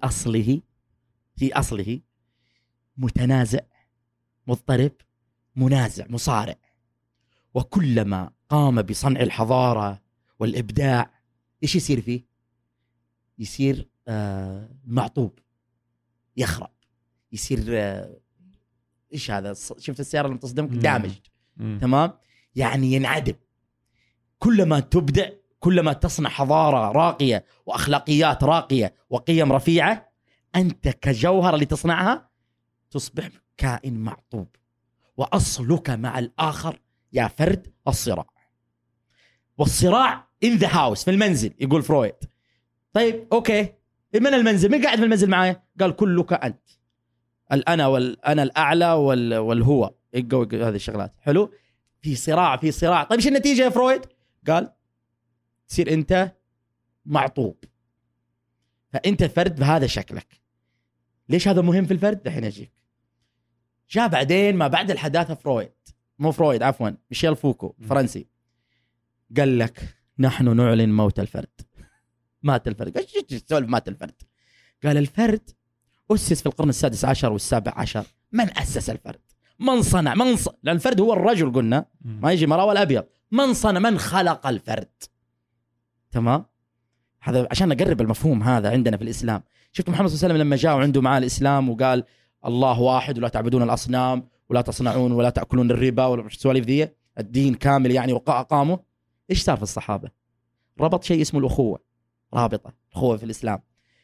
S2: أصله متنازع، مضطرب، منازع، مصارع. وكلما قام بصنع الحضارة والإبداع إيش يصير فيه؟ يصير معطوب، يخرب، يصير إيش هذا؟ شفت السيارة اللي تصدمك دامج. تمام. يعني ينعدم. كلما تبدع، كلما تصنع حضارة راقية وأخلاقيات راقية وقيم رفيعة، أنت كجوهر اللي تصنعها تصبح كائن معطوب. وأصلك مع الآخر يا فرد الصراع. والصراع in the house، في المنزل، يقول فرويد. طيب أوكي، من المنزل؟ من قاعد في المنزل معايا؟ قال كلك أنت. الأنا والأنا الأعلى والهو، هذه الشغلات. حلو. في صراع. طيب إيش النتيجة يا فرويد؟ قال تصير أنت معطوب. فأنت فرد بهذا شكلك. ليش هذا مهم في الفرد؟ دحين أجيك. جاء بعدين ما بعد الحداثة ميشيل فوكو فرنسي، قال لك نحن نعلن موت الفرد. مات الفرد. ايش تسولف مات الفرد؟ قال الفرد أسس في القرن 16 وال17. من أسس الفرد؟ من صنع؟ لأن الفرد هو الرجل، قلنا ما يجي مرأة ولا أبيض. من صنع؟ من خلق الفرد؟ تمام. هذا عشان نقرب المفهوم هذا عندنا في الإسلام. شفت محمد صلى الله عليه وسلم لما جاء وعنده معاه الإسلام وقال الله واحد ولا تعبدون الأصنام ولا تصنعون ولا تأكلون الربا ولا السواليف ذي، الدين كامل يعني، وأقامه. إيش صار في الصحابة؟ ربط شيء اسمه الأخوة، رابطة الأخوة في الإسلام.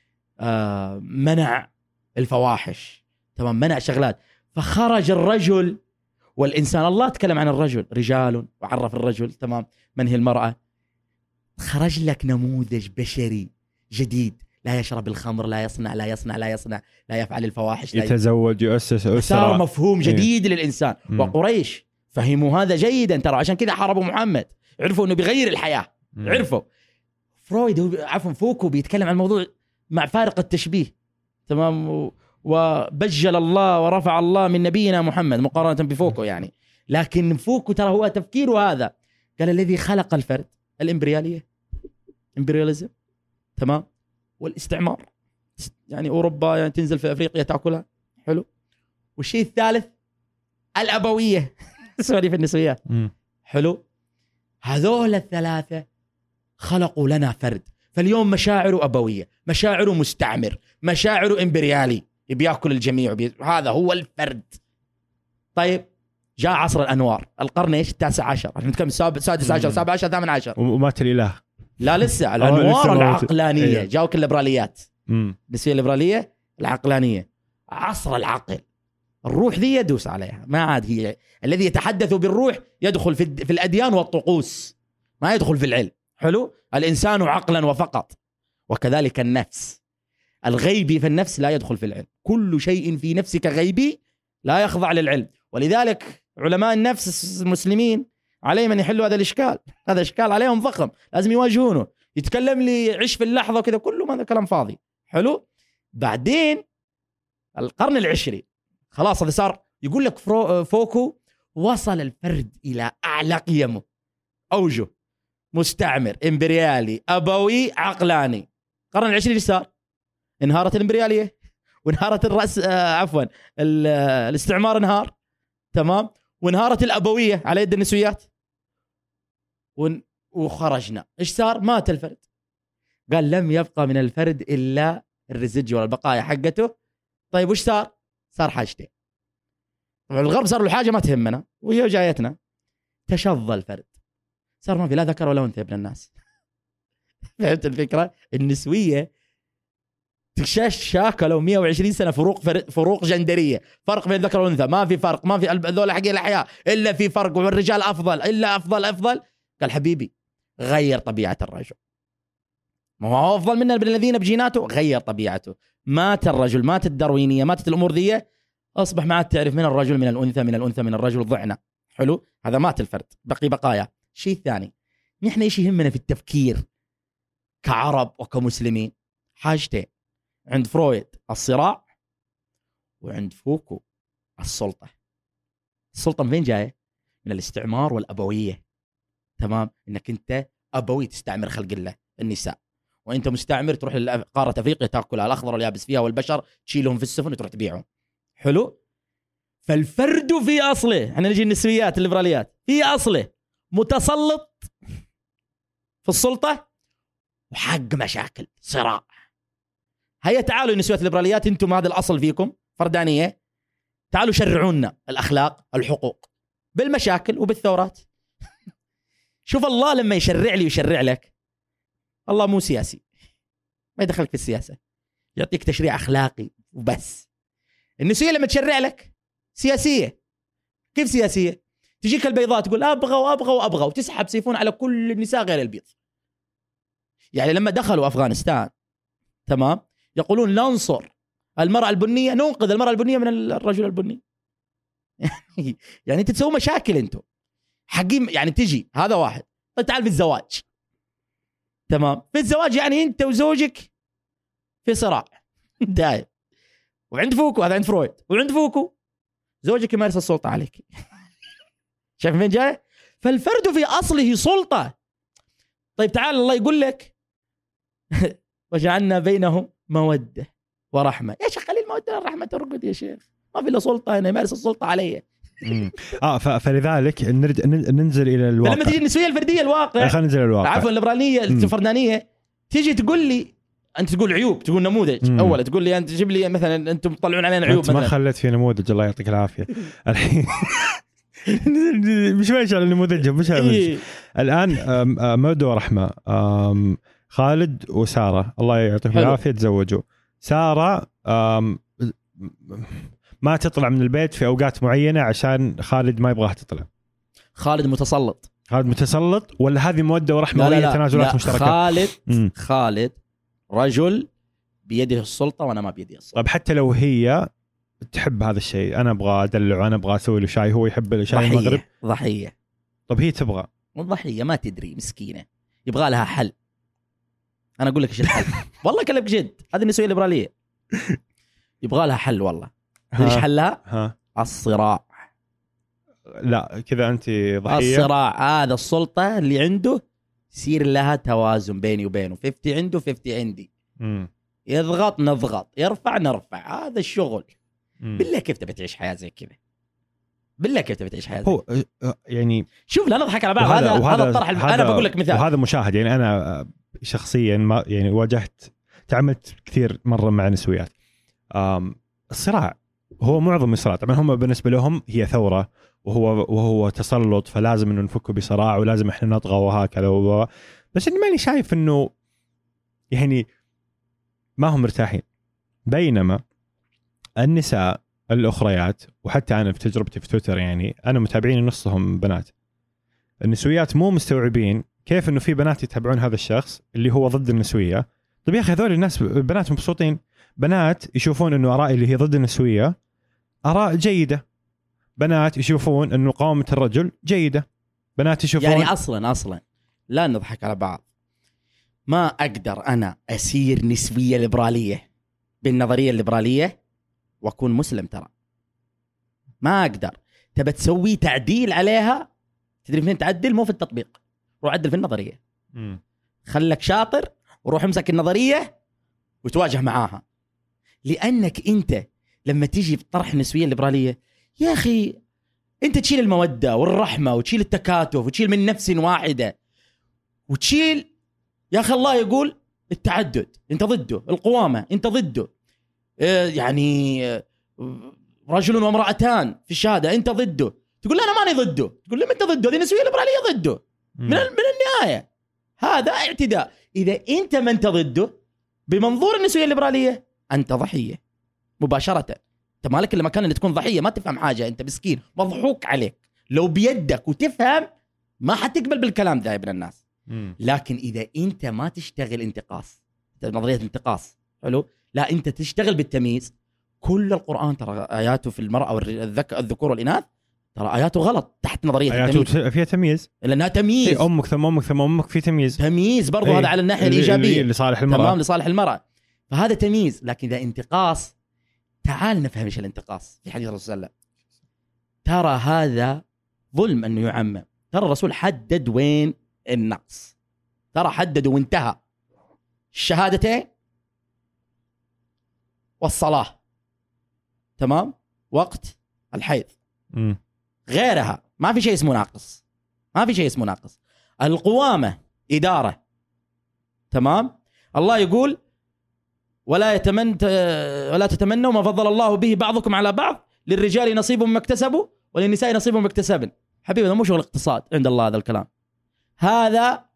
S2: منع الفواحش، تمام، منع شغلات. فخرج الرجل والإنسان. الله تكلم عن الرجل رجال وعرف الرجل، تمام، من هي المرأة. خرج لك نموذج بشري جديد، لا يشرب الخمر، لا يصنع، لا يفعل الفواحش،
S1: يتزوج، يؤسس أسرة.
S2: صار مفهوم جديد للإنسان. وقريش فهموا هذا جيدا، ترى عشان كذا حاربوا محمد، عرفوا أنه بيغير الحياة. عرفوا. فرويد فوكو بيتكلم عن الموضوع مع فارق التشبيه، تمام، وبجل الله ورفع الله من نبينا محمد مقارنة بفوكو يعني. لكن فوكو ترى هو تفكيره هذا. قال الذي خلق الفرد الإمبريالية، إمبرياليزم، تمام، والاستعمار، يعني أوروبا يعني تنزل في أفريقيا تأكلها. حلو. والشيء الثالث الأبوية سوري في النسويات. حلو. هذول الثلاثة خلقوا لنا فرد. فاليوم مشاعره أبوية، مشاعره مستعمر، مشاعره إمبريالي، بيأكل الجميع، هذا هو الفرد. طيب جاء عصر الأنوار، القرن إيش؟ 19، عشان نتكلم 16 17 18.
S1: ومات الإله.
S2: لا لسه الأنوار العقلانية. جاوك الليبراليات، النسوية الليبرالية العقلانية، عصر العقل. الروح ذي يدوس عليها، ما عاد هي الذي يتحدث بالروح يدخل في الأديان والطقوس، ما يدخل في العلم. حلو. الإنسان عقلا وفقط. وكذلك النفس، الغيبي في النفس لا يدخل في العلم. كل شيء في نفسك غيبي لا يخضع للعلم. ولذلك علماء النفس المسلمين عليهم أن يحلوا هذا الإشكال. هذا إشكال عليهم ضخم، لازم يواجهونه. يتكلم لي عيش في اللحظة وكذا، كله هذا كلام فاضي. حلو. بعدين القرن العشرين خلاص هذا صار. يقول لك فوكو وصل الفرد إلى أعلى قيمه، أوجه، مستعمر، إمبريالي، أبوي، عقلاني. القرن العشرين صار انهارت الإمبريالية، وانهارت الرأس الاستعمار انهار، تمام، وانهارت الأبوية على يد النسويات، وخرجنا. إيش صار؟ مات الفرد. قال لم يبقى من الفرد إلا الرزج والبقايا حقته. طيب وش صار؟ صار حاجتين. طبعا الغرب صار له حاجة ما تهمنا وهي جايتنا، تشظى الفرد، صار ما في لا ذكر ولا أنثى ابن الناس. فهمت الفكرة؟ النسوية شاكلوا 120 سنة فروق جندرية، فرق بين الذكر والأنثى، ما في فرق، ما في ذول حقين الأحياء إلا في فرق، والرجال أفضل إلا أفضل. قال حبيبي غير طبيعة الرجل، ما هو أفضل منا الذين بجيناته، غير طبيعته. مات الرجل، مات الداروينية، ماتت الأمور ذي، أصبح ما عاد تعرف من الرجل من الأنثى، من الأنثى من الرجل، ضعنا. حلو، هذا مات الفرد، بقي بقايا. شيء ثاني، نحن إيش يهمنا في التفكير كعرب وكمسلمين؟ حاجتين، عند فرويد الصراع، وعند فوكو السلطة. السلطة من فين جاية؟ من الاستعمار والأبوية، تمام، إنك أنت أبوي تستعمر خلق الله النساء، وأنت مستعمر تروح لقارة أفريقيا تأكلها الأخضر واليابس فيها والبشر، تشيلهم في السفن وتروح تبيعهم. حلو. فالفرد في أصله، احنا نجي النسويات الليبراليات، في أصله متسلط في السلطة وحق مشاكل صراع. هيا تعالوا النسويات الليبراليات، انتم هذا الأصل فيكم فردانية، تعالوا شرعونا الأخلاق الحقوق بالمشاكل وبالثورات. شوف الله لما يشرع لي ويشرع لك، الله مو سياسي، ما يدخلك في السياسة، يعطيك تشريع أخلاقي وبس. النسوية لما تشرع لك سياسية. كيف سياسية؟ تجيك البيضاء تقول أبغى وأبغى وأبغى، وتسحب سيفون على كل النساء غير البيض. يعني لما دخلوا أفغانستان، تمام، يقولون ننصر المرأة البنية، ننقذ المرأة البنية من الرجل البني. يعني انت تسوي مشاكل انتم حقين. يعني تجي هذا واحد، طيب تعال في الزواج، تمام، في الزواج يعني انت وزوجك في صراع دايم، وعند فوكو، هذا عند فرويد، وعند فوكو زوجك يمارس السلطة عليك. شايف فين جاي؟ فالفرد في أصله سلطة. طيب تعال الله يقول لك وجعلنا بينهم مودة ورحمة. يا شيخ خلي المودة والرحمة ترقد يا شيخ، ما في إلا سلطة هنا، يمارس السلطة علي.
S1: فلذلك ننزل إلى الواقع.
S2: لما تيجي النسوية الفردية الواقع،
S1: خلينا ننزل الواقع،
S2: عفوا الليبرالية الفردانية، تيجي تقول لي أنت تقول عيوب، تقول نموذج أولا، تقول لي أنت جيب لي مثلا أنتم تطلعون علينا عيوب مثلا.
S1: ما خلت في نموذج، الله يعطيك العافية. الحين مش ماشي على النموذج، مش الآن مودة ورحمة، خالد وسارة الله يعطيهم العافية تزوجوا. سارة ما تطلع من البيت في أوقات معينة عشان خالد ما يبغاها تطلع.
S2: خالد متسلط
S1: ولا هذه مودة ورحمة وهي تنازلات مشتركة؟
S2: خالد رجل بيده السلطة وأنا ما بيدي السلطة.
S1: طب حتى لو هي تحب هذا الشيء، أنا أبغى أدلع، أنا أبغى أسوي له شاي، هو يحب الشاي المغرب،
S2: ضحية.
S1: طب هي تبغى
S2: ضحية، ما تدري، مسكينة، يبغى لها حل. أنا أقول لك إيش الحل. والله كلامك جد، هذه النسوية الليبرالية يبغى لها حل. والله إيش حلها؟ الصراع.
S1: لا كذا أنت ضحية.
S2: الصراع هذا السلطة اللي عنده يصير لها توازن بيني وبينه، 50 عنده 50 عندي. يضغط نضغط، يرفع نرفع، هذا الشغل. بالله كيف تبي تعيش حياة زي كذا؟ بالله كيف تبي تعيش حياة زي كذا؟ يعني شوف، لا نضحك على بعض. هذا الطرح. أنا بقول لك مثال،
S1: وهذا مشاهد. يعني أنا شخصيا ما يعني واجهت، تعاملت كثير مرة مع نسويات. الصراع هو معظم الصراع، طبعا هم بالنسبة لهم هي ثورة وهو تسلط، فلازم إنه نفكه بصراع ولازم إحنا نطغى وهكذا. بس إني ماني شايف إنه يعني ما هم مرتاحين. بينما النساء الأخريات، وحتى أنا في تجربتي في تويتر، يعني أنا متابعين نصهم بنات، النسويات مو مستوعبين كيف إنه في بنات يتابعون هذا الشخص اللي هو ضد النسوية. طيب يا أخي هذول الناس بنات مبسوطين، بنات يشوفون إنه آراء اللي هي ضد النسوية آراء جيدة، بنات يشوفون إنه قوامة الرجل جيدة، بنات يشوفون
S2: يعني أصلا لا نضحك على بعض. ما أقدر أنا أسير نسوية ليبرالية بالنظرية الليبرالية وأكون مسلم، ترى ما أقدر. تبى تسوي تعديل عليها، تدري فين تعدل؟ مو في التطبيق، روح عدل في النظرية. خلك شاطر وروح امسك النظرية وتواجه معاها. لأنك أنت لما تيجي بطرح النسوية الليبرالية يا أخي أنت تشيل المودة والرحمة وتشيل التكاتف وتشيل من نفس واحدة وتشيل يا أخي الله يقول التعدد أنت ضده، القوامة أنت ضده، يعني رجل وامرأتان في الشهادة أنت ضده، تقول لا أنا ماني ضده، تقول لي أنت ضده، هذه النسوية الليبرالية ضده. من النهاية هذا اعتداء. إذا أنت ما أنت ضده بمنظور النسوية الليبرالية أنت ضحية مباشرة. أنت مالك لما كان اللي تكون ضحية ما تفهم حاجة، أنت مسكين مضحوك عليك. لو بيدك وتفهم ما حتقبل بالكلام ذا يا ابن الناس. لكن إذا أنت ما تشتغل انتقاص، نظرية انتقاص حلو، لا أنت تشتغل بالتمييز. كل القرآن ترى آياته في المرأة والذكور والإناث ترى آياته غلط تحت نظرية التمييز،
S1: فيها تمييز
S2: لأنها تمييز.
S1: أمك ثم أمك ثم أمك، في تمييز
S2: برضو هذا على الناحية الإيجابية
S1: لصالح المرأة،
S2: تمام لصالح المرأة، فهذا تمييز. لكن إذا انتقاص، تعال نفهم إيش الانتقاص في حديث الرسول صلى الله عليه وسلم. ترى هذا ظلم أنه يعمم. ترى الرسول حدد وين النقص، ترى حدد وانتهى. الشهادتين والصلاة تمام وقت الحيض، غيرها ما في شيء اسمه ناقص، ما في شيء اسمه ناقص. القوامة إدارة تمام. الله يقول ولا تتمنوا ما فضل الله به بعضكم على بعض، للرجال نصيب مما اكتسبوا وللنساء نصيب مما اكتسبن. حبيبي هذا مو شغل اقتصاد عند الله، هذا الكلام هذا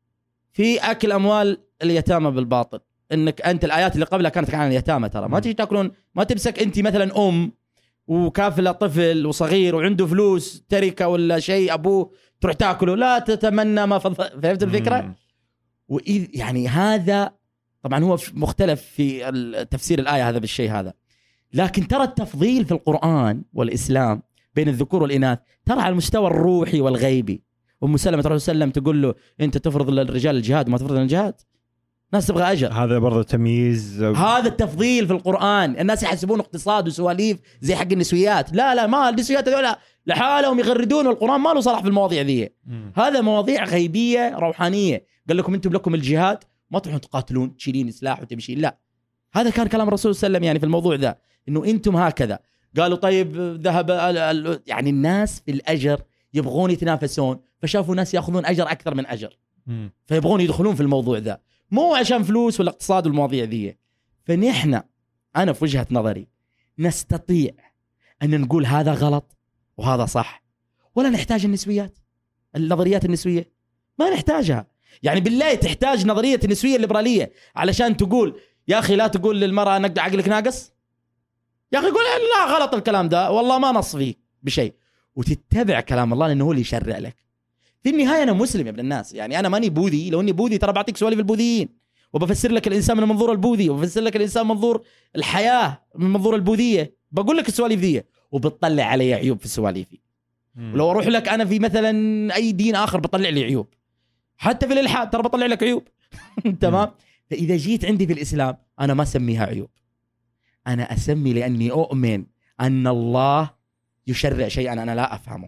S2: في أكل أموال اليتامى بالباطل. إنك أنت الآيات اللي قبلها كانت عن اليتامى، ترى ما تيجي تأكلون، ما تمسك أنت مثلا أم وكافلة طفل وصغير وعنده فلوس تركة ولا شيء أبوه تروح تأكله، لا تتمنى ما فهمت الفكرة؟ وإذ يعني هذا طبعا هو مختلف في تفسير الآية هذا بالشيء هذا. لكن ترى التفضيل في القرآن والإسلام بين الذكور والإناث ترى على المستوى الروحي والغيبي. أم سلمة رضي الله عنها وسلم تقول له أنت تفرض للرجال الجهاد وما تفرض الجهاد، الناس تبغى أجر.
S1: هذا برضه تمييز،
S2: هذا التفضيل في القرآن. الناس يحسبون اقتصاد وسواليف زي حق النسويات، لا ما النسويات هذول لحالهم يغردون، والقرآن ما له صلاح في المواضيع ذي. هذا مواضيع غيبية روحانية. قال لكم أنتم لكم الجهاد، ما تروحون تقاتلون تشيلين سلاح وتمشي، لا. هذا كان كلام الرسول صلى الله عليه وسلم يعني في الموضوع ذا، إنه أنتم هكذا. قالوا طيب ذهب يعني الناس في الأجر يبغون يتنافسون، فشافوا ناس يأخذون أجر أكثر من أجر، فيبغون يدخلون في الموضوع ذا، مو عشان فلوس ولا اقتصاد والمواضيع ذي. فنحن أنا في وجهة نظري نستطيع أن نقول هذا غلط وهذا صح، ولا نحتاج النسويات، النظريات النسوية ما نحتاجها. يعني بالله تحتاج نظرية النسوية الليبرالية علشان تقول يا أخي لا تقول للمرأة نقد عقلك ناقص، يا أخي قول لا غلط الكلام ده والله ما نص فيه بشيء، وتتبع كلام الله لأنه هو اللي يشرع لك. في النهاية أنا مسلم يا ابن الناس، يعني أنا ماني بوذي. لو إني بوذي ترى بعطيك سواليف البوذيين وبفسر لك الإنسان من منظور البوذي، وبفسر لك الإنسان منظور الحياة من منظور البوذية، بقول لك السواليف ذي وبتطلع علي عيوب في السواليفي. ولو أروح لك أنا في مثلا أي دين آخر بطلع لي عيوب، حتى في الإلحاد ترى بطلع لك عيوب. تمام. فإذا جيت عندي في الإسلام أنا ما أسميها عيوب، أنا أسمي لأني أؤمن أن الله يشرع شيئا أنا لا أفهمه.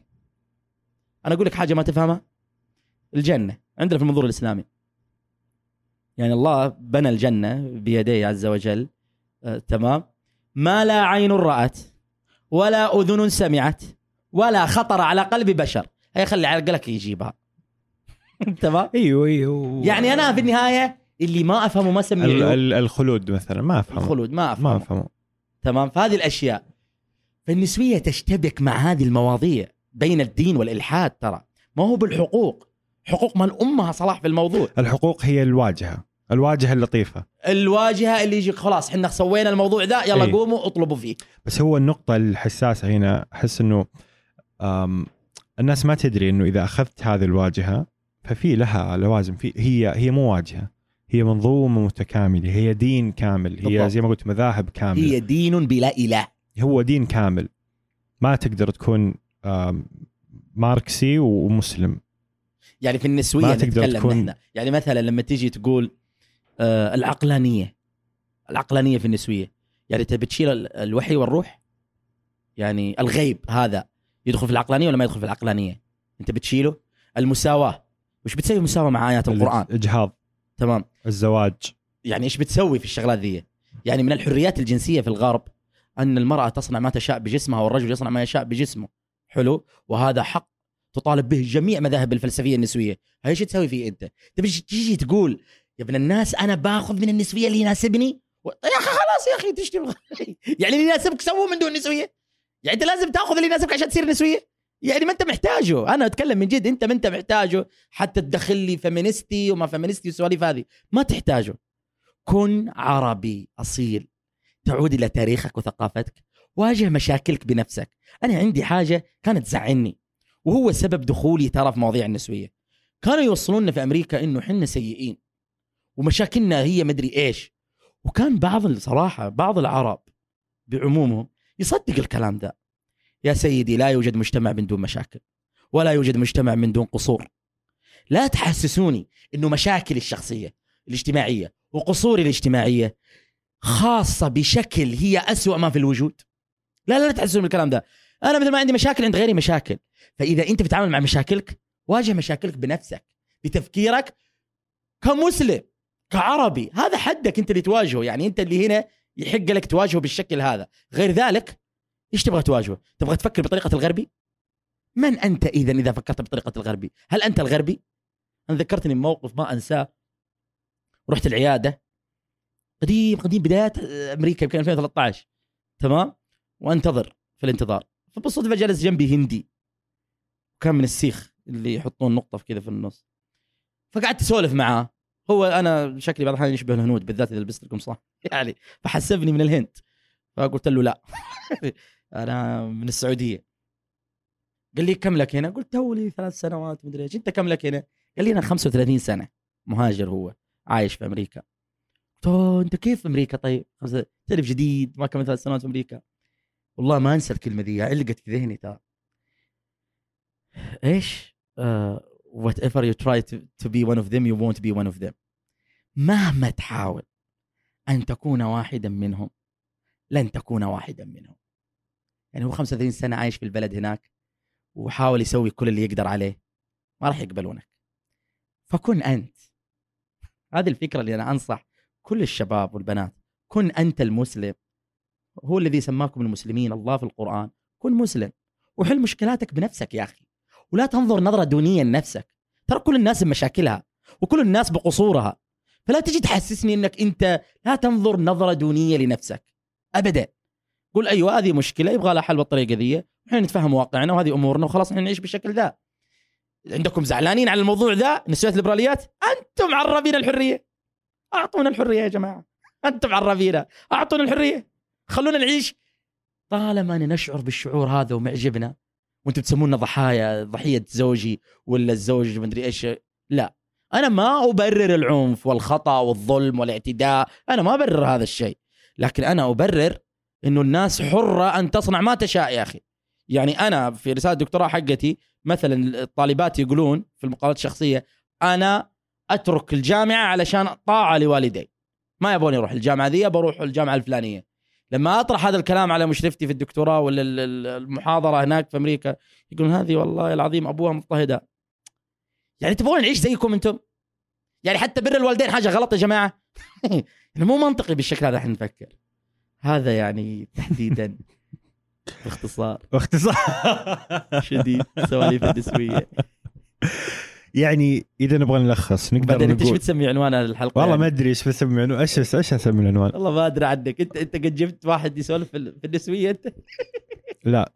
S2: أنا أقول لك حاجة ما تفهمها، الجنة عندنا في المنظور الإسلامي يعني الله بنى الجنة بيديه عز وجل، تمام، ما لا عين رأت ولا أذن سمعت ولا خطر على قلب بشر. هي خلي عقلك يجيبها. تمام.
S1: ايوه
S2: يعني أنا في النهاية اللي ما أفهمه ما أسميه
S1: الخلود مثلا ما أفهمه،
S2: الخلود ما أفهمه. تمام. فهذه الأشياء، فالنسوية تشتبك مع هذه المواضيع بين الدين والإلحاد. ترى ما هو بالحقوق، حقوق مال أمها صلاح في الموضوع.
S1: الحقوق هي الواجهة اللطيفة،
S2: الواجهة اللي يجي خلاص حنا سوينا الموضوع ده يلا قوموا اطلبوا فيه.
S1: بس هو النقطة الحساسة هنا أحس إنه الناس ما تدري إنه إذا أخذت هذه الواجهة ففي لها لوازم، هي مو واجهة، هي منظومة متكاملة، هي دين كامل، هي بالضبط. زي ما قلت مذاهب كاملة،
S2: هي دين بلا إله،
S1: هو دين كامل. ما تقدر تكون ماركسي ومسلم.
S2: يعني في النسوية نتكلم نحن، يعني مثلا لما تيجي تقول العقلانية في النسوية، يعني تبي تشيل الوحي والروح، يعني الغيب هذا يدخل في العقلانية ولا ما يدخل في العقلانية؟ انت بتشيله. المساواة، وش بتسوي المساواة مع آيات القرآن؟
S1: إجهاض،
S2: تمام،
S1: الزواج،
S2: يعني إيش بتسوي في الشغلات ذي؟ يعني من الحريات الجنسية في الغرب أن المرأة تصنع ما تشاء بجسمها والرجل يصنع ما يشاء بجسمه. حلو، وهذا حق تطالب به جميع مذاهب الفلسفية النسوية. هاي ايش تسوي فيه انت؟ تجي تقول يا ابن الناس انا باخذ من النسوية اللي يناسبني يا اخي خلاص يا اخي تشتم يعني اللي يناسبك سووه من دون نسوية. يعني انت لازم تاخذ اللي يناسبك عشان تصير نسوية؟ يعني ما انت محتاجه. انا اتكلم من جد، انت ما انت محتاجه حتى تدخل لي فيمينستي وما فيمينستي والسواليف هذه ما تحتاجه. كن عربي اصيل، تعود الى تاريخك وثقافتك، واجه مشاكلك بنفسك. انا عندي حاجة كانت تزعلني وهو سبب دخولي ترى في مواضيع النسوية. كانوا يوصلوننا في أمريكا إنه حنا سيئين ومشاكلنا هي مدري إيش، وكان بعض العرب بعمومهم يصدق الكلام ده. يا سيدي لا يوجد مجتمع من دون مشاكل، ولا يوجد مجتمع من دون قصور. لا تحسسوني إنه مشاكل الشخصية الاجتماعية وقصوري الاجتماعية خاصة بشكل هي أسوأ ما في الوجود. لا تحسسوني بالكلام ده. أنا مثل ما عندي مشاكل عند غيري مشاكل. فإذا أنت بتتعامل مع مشاكلك واجه مشاكلك بنفسك بتفكيرك كمسلم كعربي. هذا حدك أنت اللي تواجهه. يعني أنت اللي هنا يحق لك تواجهه بالشكل هذا. غير ذلك إيش تبغى تواجهه؟ تبغى تفكر بطريقة الغربي؟ من أنت إذا فكرت بطريقة الغربي؟ هل أنت الغربي؟ أنا ذكرتني بموقف ما أنساه. رحت العيادة قديم بدايات أمريكا يمكن 2013 تمام، وانتظر في الانتظار. فبالصدفة جلس جنبي هندي وكان من السيخ اللي يحطون نقطة كذا في النص. فقعدت أسولف معاه. هو أنا شكلي بعض الأحيان يشبه الهنود بالذات إذا لبست لكم صح يعني، فحسبني من الهند. فقلت له لا أنا من السعودية. قال لي كم لك هنا؟ قلت تولي 3 سنوات مدري ايش. انت كم لك هنا؟ قال لي انا 35 سنة مهاجر، هو عايش في امريكا. قلت انت كيف في امريكا؟ طيب تعرف جديد ما كمل 3 سنوات في امريكا. والله ما انسى الكلمة دي، علقت في ذهني ترى. ايش whatever you try to be one of them you won't be one of them. مهما تحاول ان تكون واحدا منهم لن تكون واحدا منهم. يعني هو 35 سنة عايش في البلد هناك وحاول يسوي كل اللي يقدر عليه، ما راح يقبلونك. فكن أنت. هذه الفكرة اللي أنا أنصح كل الشباب والبنات. كن أنت المسلم. هو الذي سماكم المسلمين الله في القرآن. كن مسلم وحل مشكلاتك بنفسك يا أخي، ولا تنظر نظرة دونية لنفسك. ترى كل الناس بمشاكلها وكل الناس بقصورها، فلا تجي تحسسني أنك أنت لا تنظر نظرة دونية لنفسك أبدا. قل أيوة هذه مشكلة يبغى لها حل بالطريقة ذي، احنا نتفهم واقعنا وهذه امورنا وخلاص احنا نعيش بالشكل ذا. عندكم زعلانين على الموضوع ذا نسويات الليبراليات؟ انتم عربين الحريه، اعطونا الحريه يا جماعه. انتم عربين، اعطونا الحريه، خلونا نعيش. طالما أنا نشعر بالشعور هذا ومعجبنا، وانتم تسمونا ضحيه زوجي ولا الزوج مدري ايش. لا، انا ما ابرر العنف والخطا والظلم والاعتداء، انا ما ابرر هذا الشيء، لكن انا ابرر إنه الناس حرة أن تصنع ما تشاء يا أخي. يعني أنا في رسالة الدكتوراه حقتي مثلا الطالبات يقولون في المقالات الشخصية أنا أترك الجامعة علشان طاعة لوالدي، ما يبوني أروح الجامعة ذي، بروح الجامعة الفلانية. لما أطرح هذا الكلام على مشرفتي في الدكتوراه ولا المحاضرة هناك في أمريكا يقولون هذه والله العظيم أبوها مضطهدة. يعني تبغون نعيش زيكم أنتم؟ يعني حتى بر الوالدين حاجة غلط يا جماعة؟ يعني مو منطقي بالشكل هذا احنا نفكر. هذا يعني تحديدا باختصار شديد سواليف النسوية.
S1: يعني إذا نبغى نلخص نقدر
S2: بعدين
S1: نقول
S2: انت ايش بتسمي عنوان الحلقة؟
S1: والله
S2: يعني
S1: ما ادري ايش بسمي عنوان. ايش اسمي العنوان؟
S2: والله ما ادري عنك. انت قد جبت واحد يسولف في النسوية انت؟
S1: لا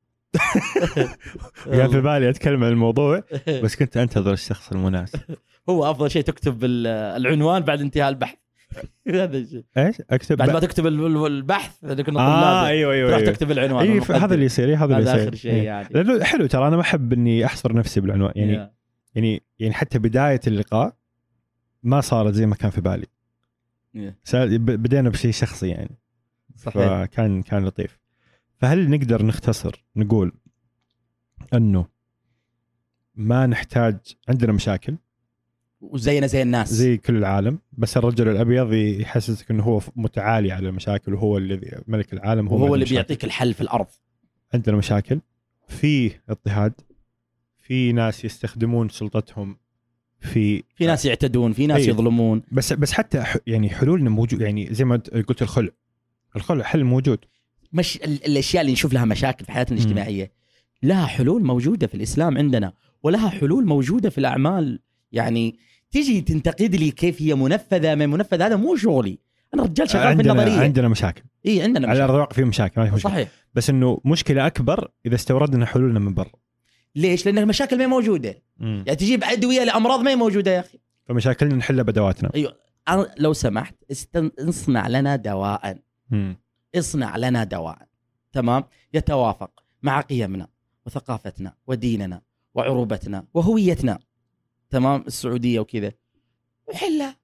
S1: كان في بالي اتكلم عن الموضوع بس كنت انتظر الشخص المناسب.
S2: هو افضل شيء تكتب العنوان بعد انتهاء البحث. هذا الشيء
S1: ايش اكتب
S2: بعد ما تكتب البحث اذا كنا
S1: ايوه
S2: راح تكتب العنوان.
S1: هذا اللي يصير، هذا اللي
S2: يصير. اخر شيء يعني
S1: لانه حلو ترى. انا ما احب اني احصر نفسي بالعنوان يعني حتى بدايه اللقاء ما صارت زي ما كان في بالي. بدينا بشيء شخصي يعني صحيح. فكان لطيف. فهل نقدر نختصر نقول انه ما نحتاج، عندنا مشاكل
S2: وزينا زي الناس
S1: زي كل العالم، بس الرجل الأبيض يحسسك إنه هو متعالي على المشاكل وهو الذي ملك العالم،
S2: هو اللي بيعطيك الحل في الأرض.
S1: عندنا مشاكل، في اضطهاد، في ناس يستخدمون سلطتهم في
S2: ناس يعتدون، في ناس يظلمون،
S1: بس حتى يعني حلولنا موجود. يعني زي ما قلت الخلع حل موجود.
S2: مش الاشياء اللي نشوف لها مشاكل في حياتنا الاجتماعيه لها حلول موجوده في الاسلام عندنا، ولها حلول موجوده في الاعمال. يعني تيجي تنتقد لي كيف هي منفذه من منفذ، هذا مو شغلي. انا رجال شغال في النظريه.
S1: عندنا مشاكل،
S2: عندنا مشاكل.
S1: على ارض الواقع في مشاكل، ما في مشكله. صحيح. بس انه مشكله اكبر اذا استوردنا حلولنا من برا.
S2: ليش؟ لان المشاكل ما هي موجوده. يعني تجيب ادويه لامراض ما هي موجوده يا اخي.
S1: فمشاكلنا نحلها بدواتنا.
S2: ايوه لو سمحت اصنع لنا دواء. اصنع لنا دواء تمام يتوافق مع قيمنا وثقافتنا وديننا وعروبتنا وهويتنا، تمام، السعوديه وكذا، وحلها.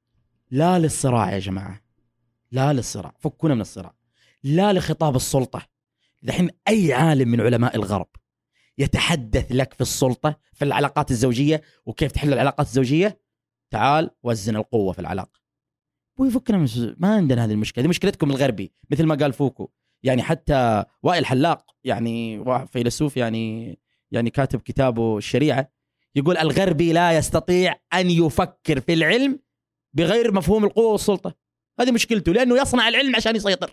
S2: لا للصراع يا جماعه، لا للصراع، فكونا من الصراع، لا لخطاب السلطه. دحين اي عالم من علماء الغرب يتحدث لك في السلطه في العلاقات الزوجيه وكيف تحل العلاقات الزوجيه، تعال وزن القوه في العلاقه ويفكنا من ما عندنا هذه المشكله. دي مشكلتكم الغربي، مثل ما قال فوكو. يعني حتى وائل حلاق، يعني فيلسوف، يعني كاتب كتابه الشريعه، يقول الغربي لا يستطيع ان يفكر في العلم بغير مفهوم القوه والسلطه. هذه مشكلته، لانه يصنع العلم عشان يسيطر.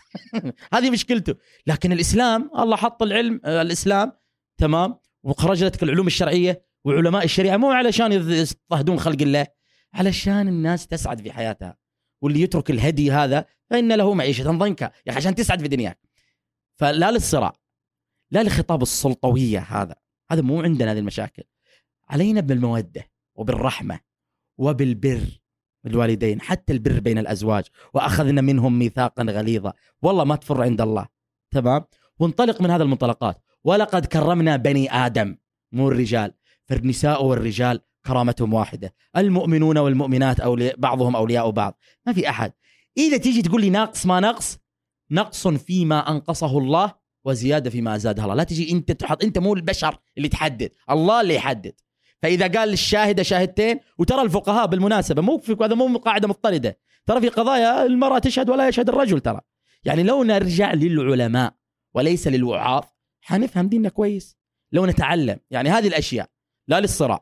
S2: هذه مشكلته. لكن الاسلام، الله حط العلم، الاسلام تمام، وخرج لك العلوم الشرعيه وعلماء الشريعه مو علشان يضطهدون خلق الله، علشان الناس تسعد في حياتها. واللي يترك الهدي هذا فإن له معيشة ضنكا، يا أخي عشان تسعد في دنياك. فلا للصراع، لا لخطاب السلطوية. هذا مو عندنا هذه المشاكل. علينا بالمودة وبالرحمة وبالبر بالوالدين، حتى البر بين الأزواج، وأخذنا منهم ميثاقا غليظا، والله ما تفر عند الله، تمام. وانطلق من هذا المنطلقات. ولقد كرمنا بني آدم، مو الرجال، فالنساء والرجال كرامتهم واحدة، المؤمنون والمؤمنات بعضهم أولياء بعض. ما في أحد. إذا تيجي تقول لي ناقص، ما نقص فيما أنقصه الله وزيادة فيما أزاده الله. لا تجي أنت تحط، أنت مو البشر اللي تحدد، الله اللي يحدد. فإذا قال الشاهد شاهدتين، وترى الفقهاء بالمناسبة مو في هذا، مو قاعدة مضطردة، ترى في قضايا المرأة تشهد ولا يشهد الرجل. ترى يعني لو نرجع للعلماء وليس للوعاظ حنفهم ديننا كويس. لو نتعلم يعني هذه الأشياء، لا للصراع،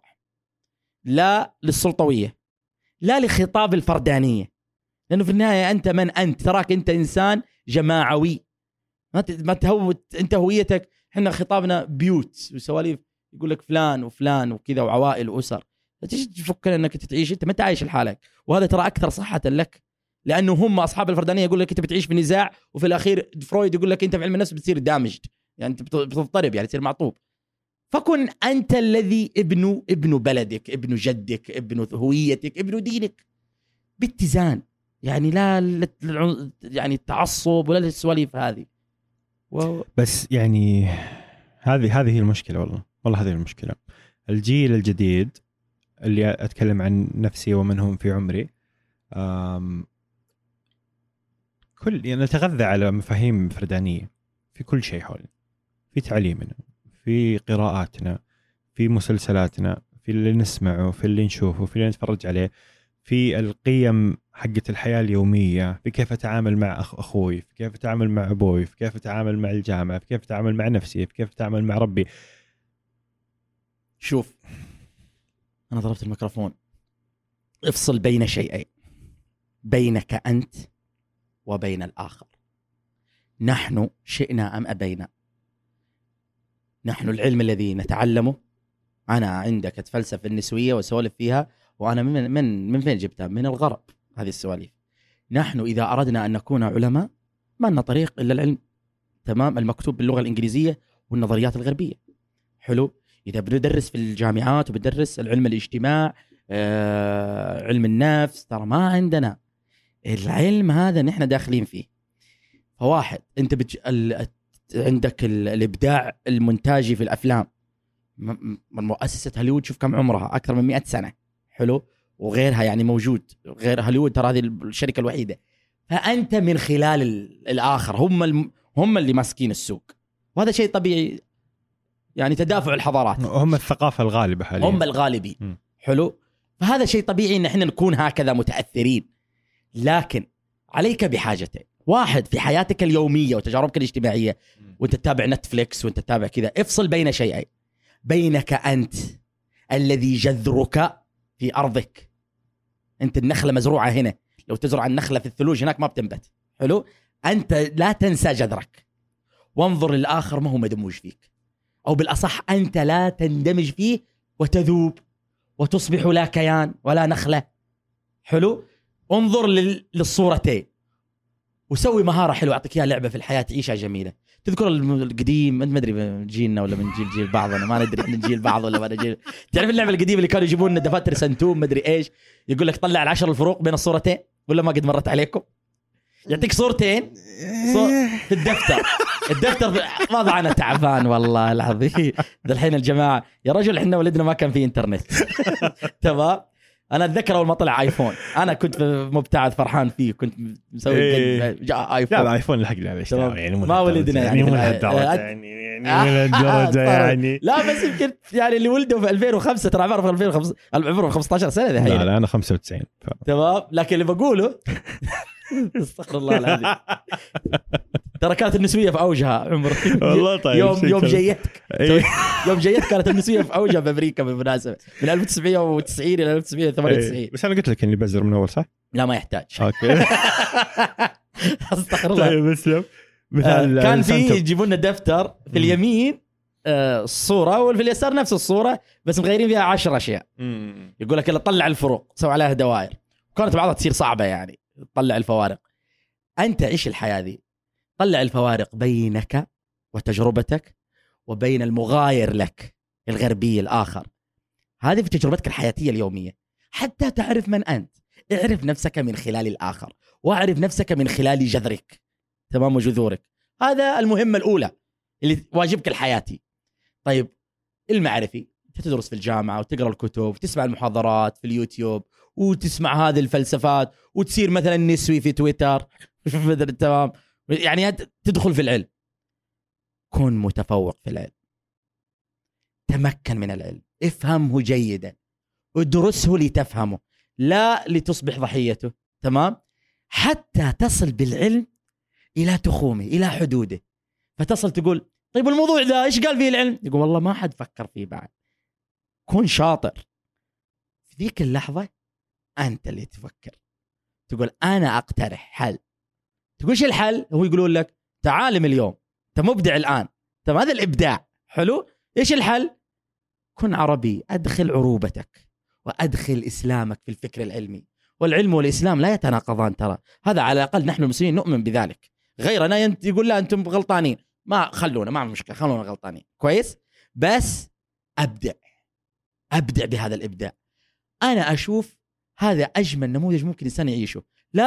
S2: لا للسلطوية، لا لخطاب الفردانية. لأنه في النهاية أنت من أنت؟ تراك أنت إنسان جماعوي، ما تهوت أنت هويتك. حنا خطابنا بيوت وسواليف، يقول لك فلان وفلان وكذا وعوائل وأسر. تيجي تفكر أنك تعيش، أنت ما تعيش لحالك. وهذا ترى أكثر صحة لك، لأنه هم أصحاب الفردانية يقول لك أنت بتعيش في نزاع، وفي الأخير فرويد يقول لك أنت في علم النفس بتصير دامجد، يعني أنت بتضطرب، يعني تصير معطوب. فكن أنت الذي ابن بلدك، ابن جدك، ابن هويتك، ابن دينك، باتزان. يعني لا يعني التعصب ولا السواليف هذه.
S1: بس يعني هذه هي المشكلة. والله هذه المشكلة. الجيل الجديد اللي أتكلم عن نفسي ومن هم في عمري، يعني نتغذى على مفاهيم فردانية في كل شيء حولنا، في تعليمنا، في قراءاتنا، في مسلسلاتنا، في اللي نسمعه، في اللي نشوفه، في اللي نتفرج عليه، في القيم حقة الحياة اليومية، في كيف أتعامل مع أخوي، في كيف أتعامل مع أبوي، في كيف أتعامل مع الجامعة، في كيف أتعامل مع نفسي، في كيف أتعامل مع ربي.
S2: شوف، أنا ضربت الميكروفون. افصل بين شيئين، بينك أنت وبين الآخر. نحن شئنا أم أبينا، نحن العلم الذي نتعلمه. أنا عندك أتفلسف النسوية وسولف فيها، وأنا من فين جبتها؟ من الغرب هذه السواليف. نحن إذا أردنا أن نكون علماء ما لنا طريق إلا العلم، تمام، المكتوب باللغة الإنجليزية والنظريات الغربية. حلو. إذا بندرس في الجامعات وبندرس العلم الاجتماع، علم النفس، ترى ما عندنا العلم هذا نحن داخلين فيه. فواحد، أنت عندك الإبداع المونتاجي في الأفلام، من مؤسسة هوليوود، شوف كم عمرها، أكثر من 100 سنة. حلو. وغيرها يعني موجود، غير هوليوود ترى هذه الشركة الوحيدة. فأنت من خلال الآخر، هم اللي ماسكين السوق، وهذا شيء طبيعي، يعني تدافع الحضارات، هم
S1: الثقافة الغالبة حاليا،
S2: هم الغالبين. حلو. فهذا شيء طبيعي إن احنا نكون هكذا متأثرين. لكن عليك بحاجتين. واحد، في حياتك اليومية وتجاربك الاجتماعية، وانت تتابع نتفليكس وانت تتابع كذا، افصل بين شيئين. بينك أنت الذي جذرك في أرضك. أنت النخلة مزروعة هنا، لو تزرع النخلة في الثلوج هناك ما بتنبت. حلو. أنت لا تنسى جذرك، وانظر للآخر ما هو مدموج فيك، أو بالأصح أنت لا تندمج فيه وتذوب وتصبح لا كيان ولا نخلة. حلو. انظر للصورتين وسوي مهارة حلوة. أعطيك إياها لعبة في الحياة تعيشها جميلة. تذكر القديم، ما أدري من جيلنا ولا من جيل بعضنا، ما ندري من جيل بعض ولا من جيل. تعرف اللعبة القديمة اللي كانوا يجيبون دفاتر سنتوم ما أدري إيش، يقول لك طلع العشر الفروق بين الصورتين، ولا ما قد مرت عليكم؟ يعطيك صورتين في الدفتر ما أنا تعبان والله العظيم. الحين الجماعة يا رجل إحنا ولدنا ما كان في إنترنت. تمام. أنا أتذكر أول ما طلع آيفون أنا كنت مبتعد فرحان فيه، كنت مسوي جاء آيفون.
S1: لا آيفون لحق يعني
S2: ما ولدنا يعني
S1: من هالدرجة يعني
S2: لا بس يمكن يعني اللي ولدوا في 2005 ترى عمره في 2005 عمره 15 سنة الحين.
S1: لا أنا 95.
S2: تمام. لكن اللي بقوله استغفر الله العظيم ترى كانت النسوية في أوجها عمر
S1: والله. طيب
S2: يوم جيتك كانت النسوية في أوجها في أمريكا بالمناسبة من 1990 إلى 1998.
S1: بس أنا قلت لك إني بزر من أول صح؟
S2: لا ما يحتاج.
S1: أوكي.
S2: استغفر الله.
S1: طيب اسلم. مثال
S2: كان في يجيبون لنا دفتر في اليمين الصورة وفي اليسار نفس الصورة بس مغيرين فيها 10 أشياء. يقول لك يلا طلع الفروق، سوي عليها دوائر. وكانت بعضها تصير صعبة يعني طلع الفوارق. أنت عيش الحياة دي، طلع الفوارق بينك وتجربتك وبين المغاير لك الغربي الآخر. هذه في تجربتك الحياتية اليومية حتى تعرف من أنت. اعرف نفسك من خلال الآخر، واعرف نفسك من خلال جذرك تمام وجذورك. هذا المهمة الأولى اللي واجبك الحياتي. طيب المعرفي، تدرس في الجامعة وتقرأ الكتب وتسمع المحاضرات في اليوتيوب وتسمع هذه الفلسفات وتصير مثلا نسوي في تويتر تمام، يعني تدخل في العلم. كن متفوق في العلم، تمكن من العلم، افهمه جيدا، ادرسه لتفهمه لا لتصبح ضحيته. تمام. حتى تصل بالعلم إلى تخومه إلى حدوده، فتصل تقول طيب الموضوع ده إيش قال فيه العلم؟ يقول والله ما حد فكر فيه بعد. كن شاطر في ذيك اللحظة، أنت اللي تفكر تقول أنا أقترح حل. تقول إيش الحل؟ هو يقولون لك تعالم اليوم، أنت مبدع الآن. طب هذا الإبداع حلو. إيش الحل؟ كن عربي، أدخل عروبتك وأدخل إسلامك في الفكر العلمي. والعلم والإسلام لا يتناقضان ترى، هذا على الأقل نحن المسلمين نؤمن بذلك. غيرنا يقول لا أنتم غلطانين، ما خلونا ما مشكلة، خلونا غلطانين كويس، بس أبدع بهذا الإبداع. أنا أشوف هذا أجمل نموذج ممكن إنسان يعيشه. لا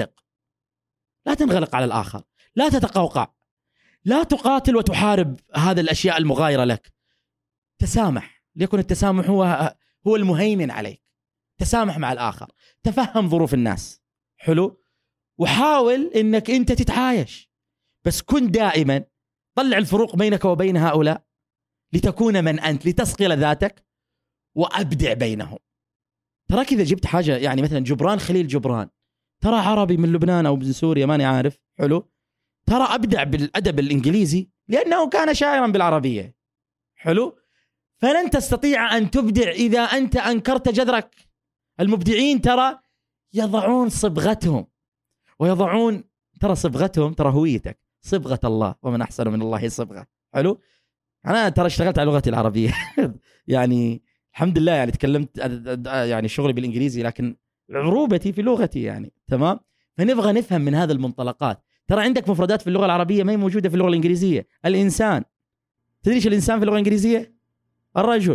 S2: تنغلق على الآخر، لا تتقوقع، لا تقاتل وتحارب هذا الأشياء المغايرة لك. تسامح، ليكن التسامح هو المهيمن عليك. تسامح مع الآخر، تفهم ظروف الناس حلو، وحاول إنك أنت تتعايش، بس كن دائما طلع الفروق بينك وبين هؤلاء لتكون من أنت، لتصقل ذاتك وأبدع بينهم. تراك إذا جبت حاجة يعني مثلا جبران خليل جبران، ترى عربي من لبنان أو من سوريا ماني عارف حلو، ترى أبدع بالأدب الإنجليزي لأنه كان شاعرا بالعربية حلو. فلن تستطيع أن تبدع إذا أنت أنكرت جذرك. المبدعين ترى يضعون صبغتهم ويضعون ترى صبغتهم، ترى هويتك صبغة الله، ومن أحسن من الله صبغة حلو. أنا ترى اشتغلت على لغتي العربية يعني الحمد لله، يعني تكلمت يعني شغلي بالإنجليزي لكن عروبتي في لغتي يعني تمام. فنبغى نفهم من هذا المنطلقات. ترى عندك مفردات في اللغة العربية ما هي موجودة في اللغة الإنجليزية. الإنسان، تدري ايش الإنسان في اللغة الإنجليزية؟ الرجل.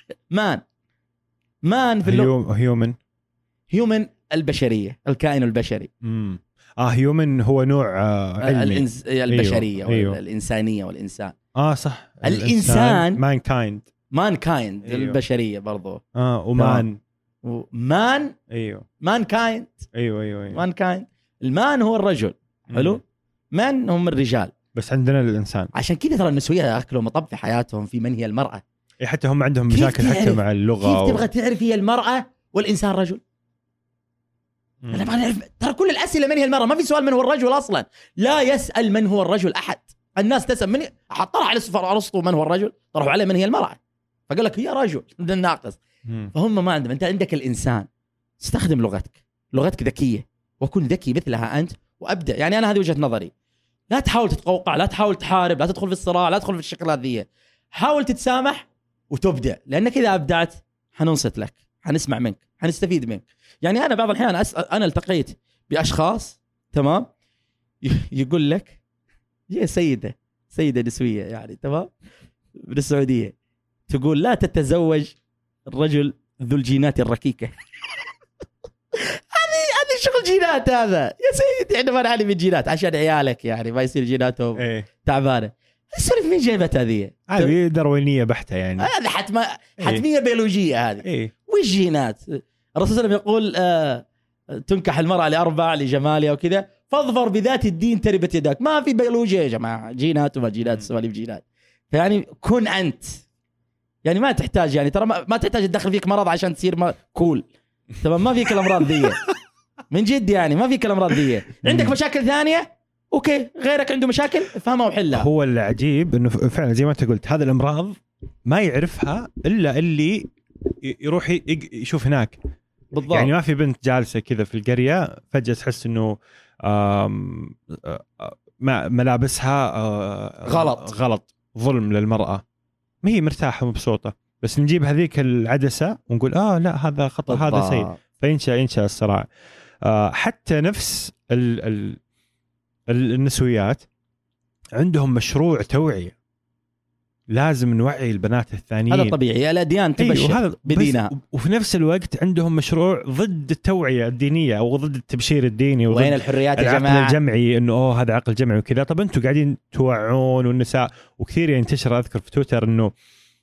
S2: مان في اللغة هيومن البشرية، الكائن البشري.
S1: هيومن هو نوع علمي.
S2: البشرية أيوه. الإنسانية والإنسان.
S1: صح.
S2: الإنسان مان كايند
S1: أيوه.
S2: البشرية برضو.
S1: ومان
S2: ايوه مان كايند.
S1: ايوه
S2: مان كايند. المان هو الرجل حلو، من هم الرجال،
S1: بس عندنا الإنسان.
S2: عشان كذا ترى النسوية أكلوا مطب في حياتهم في من هي المرأة.
S1: حتى هم عندهم مشاكل حتى مع اللغة.
S2: كيف تبغى تعرف هي المرأة والإنسان رجل؟ أنا أبغى نعرف. ترى كل الأسئلة من هي المرأة، ما في سؤال من هو الرجل أصلا. لا يسأل من هو الرجل أحد. الناس تسأل طرح على أرسطو من هو الرجل، طرحوا عليه من هي المرأة، فقال لك هي رجل. ده الناقص. فهم ما عندهم. انت عندك الانسان، استخدم لغتك ذكيه، وكن ذكي مثلها انت وابدا. يعني انا هذه وجهه نظري. لا تحاول تتقوقع، لا تحاول تحارب، لا تدخل في الصراع، لا تدخل في الشغلات ذي. حاول تتسامح وتبدع، لانك اذا ابدعت حننصت لك، حنسمع منك، حنستفيد منك. يعني انا بعض الاحيان انا التقيت باشخاص تمام يقول لك يا سيده نسويه يعني تمام من السعوديه، تقول لا تتزوج الرجل ذو الجينات الركيكه. هذه شغل جينات هذا يا سيدي، احنا ما نعلم الجينات عشان عيالك يعني ما يصير جيناتهم تعبانه. السالفه مين جايبت
S1: هذه دروينيه بحته يعني،
S2: هذا حتميه بيولوجيه هذه. وش جينات؟ الرسول صلى الله عليه وسلم يقول تنكح المرأة ل4 لجمالها وكذا، فاظفر بذات الدين تربت يداك. ما في بيولوجيا يا جماعة، جينات وما جينات، سواليف جينات. فيعني كن أنت، يعني ما تحتاج، يعني ترى ما تحتاج تدخل فيك مرض عشان تصير كول تمام. ما فيك الأمراض ذي من جد، يعني ما فيك الأمراض ذي. عندك مشاكل ثانية أوكي، غيرك عنده مشاكل افهمها وحلها.
S1: هو العجيب إنه فعلا زي ما أنت قلت، هذا الأمراض ما يعرفها إلا اللي يروح يشوف هناك بالضبط. يعني ما في بنت جالسة كذا في القرية فجأة تحس إنه ملابسها غلط، ظلم للمرأة، ما هي مرتاحة ومبسوطة، بس نجيب هذيك العدسة ونقول لا هذا خطأ، هذا سيء، فينشأ الصراع. حتى نفس النسويات عندهم مشروع توعية، لازم نوعي البنات الثانيين.
S2: هذا طبيعي، الأديان تبشر بدينها،
S1: وفي نفس الوقت عندهم مشروع ضد التوعية الدينية أو ضد التبشير الديني
S2: وين الحريات يا جماعة،
S1: العقل الجمعي، إنه هذا عقل جمعي وكذا. طب أنتوا قاعدين توعون والنساء، وكثير ينتشر أذكر في تويتر إنه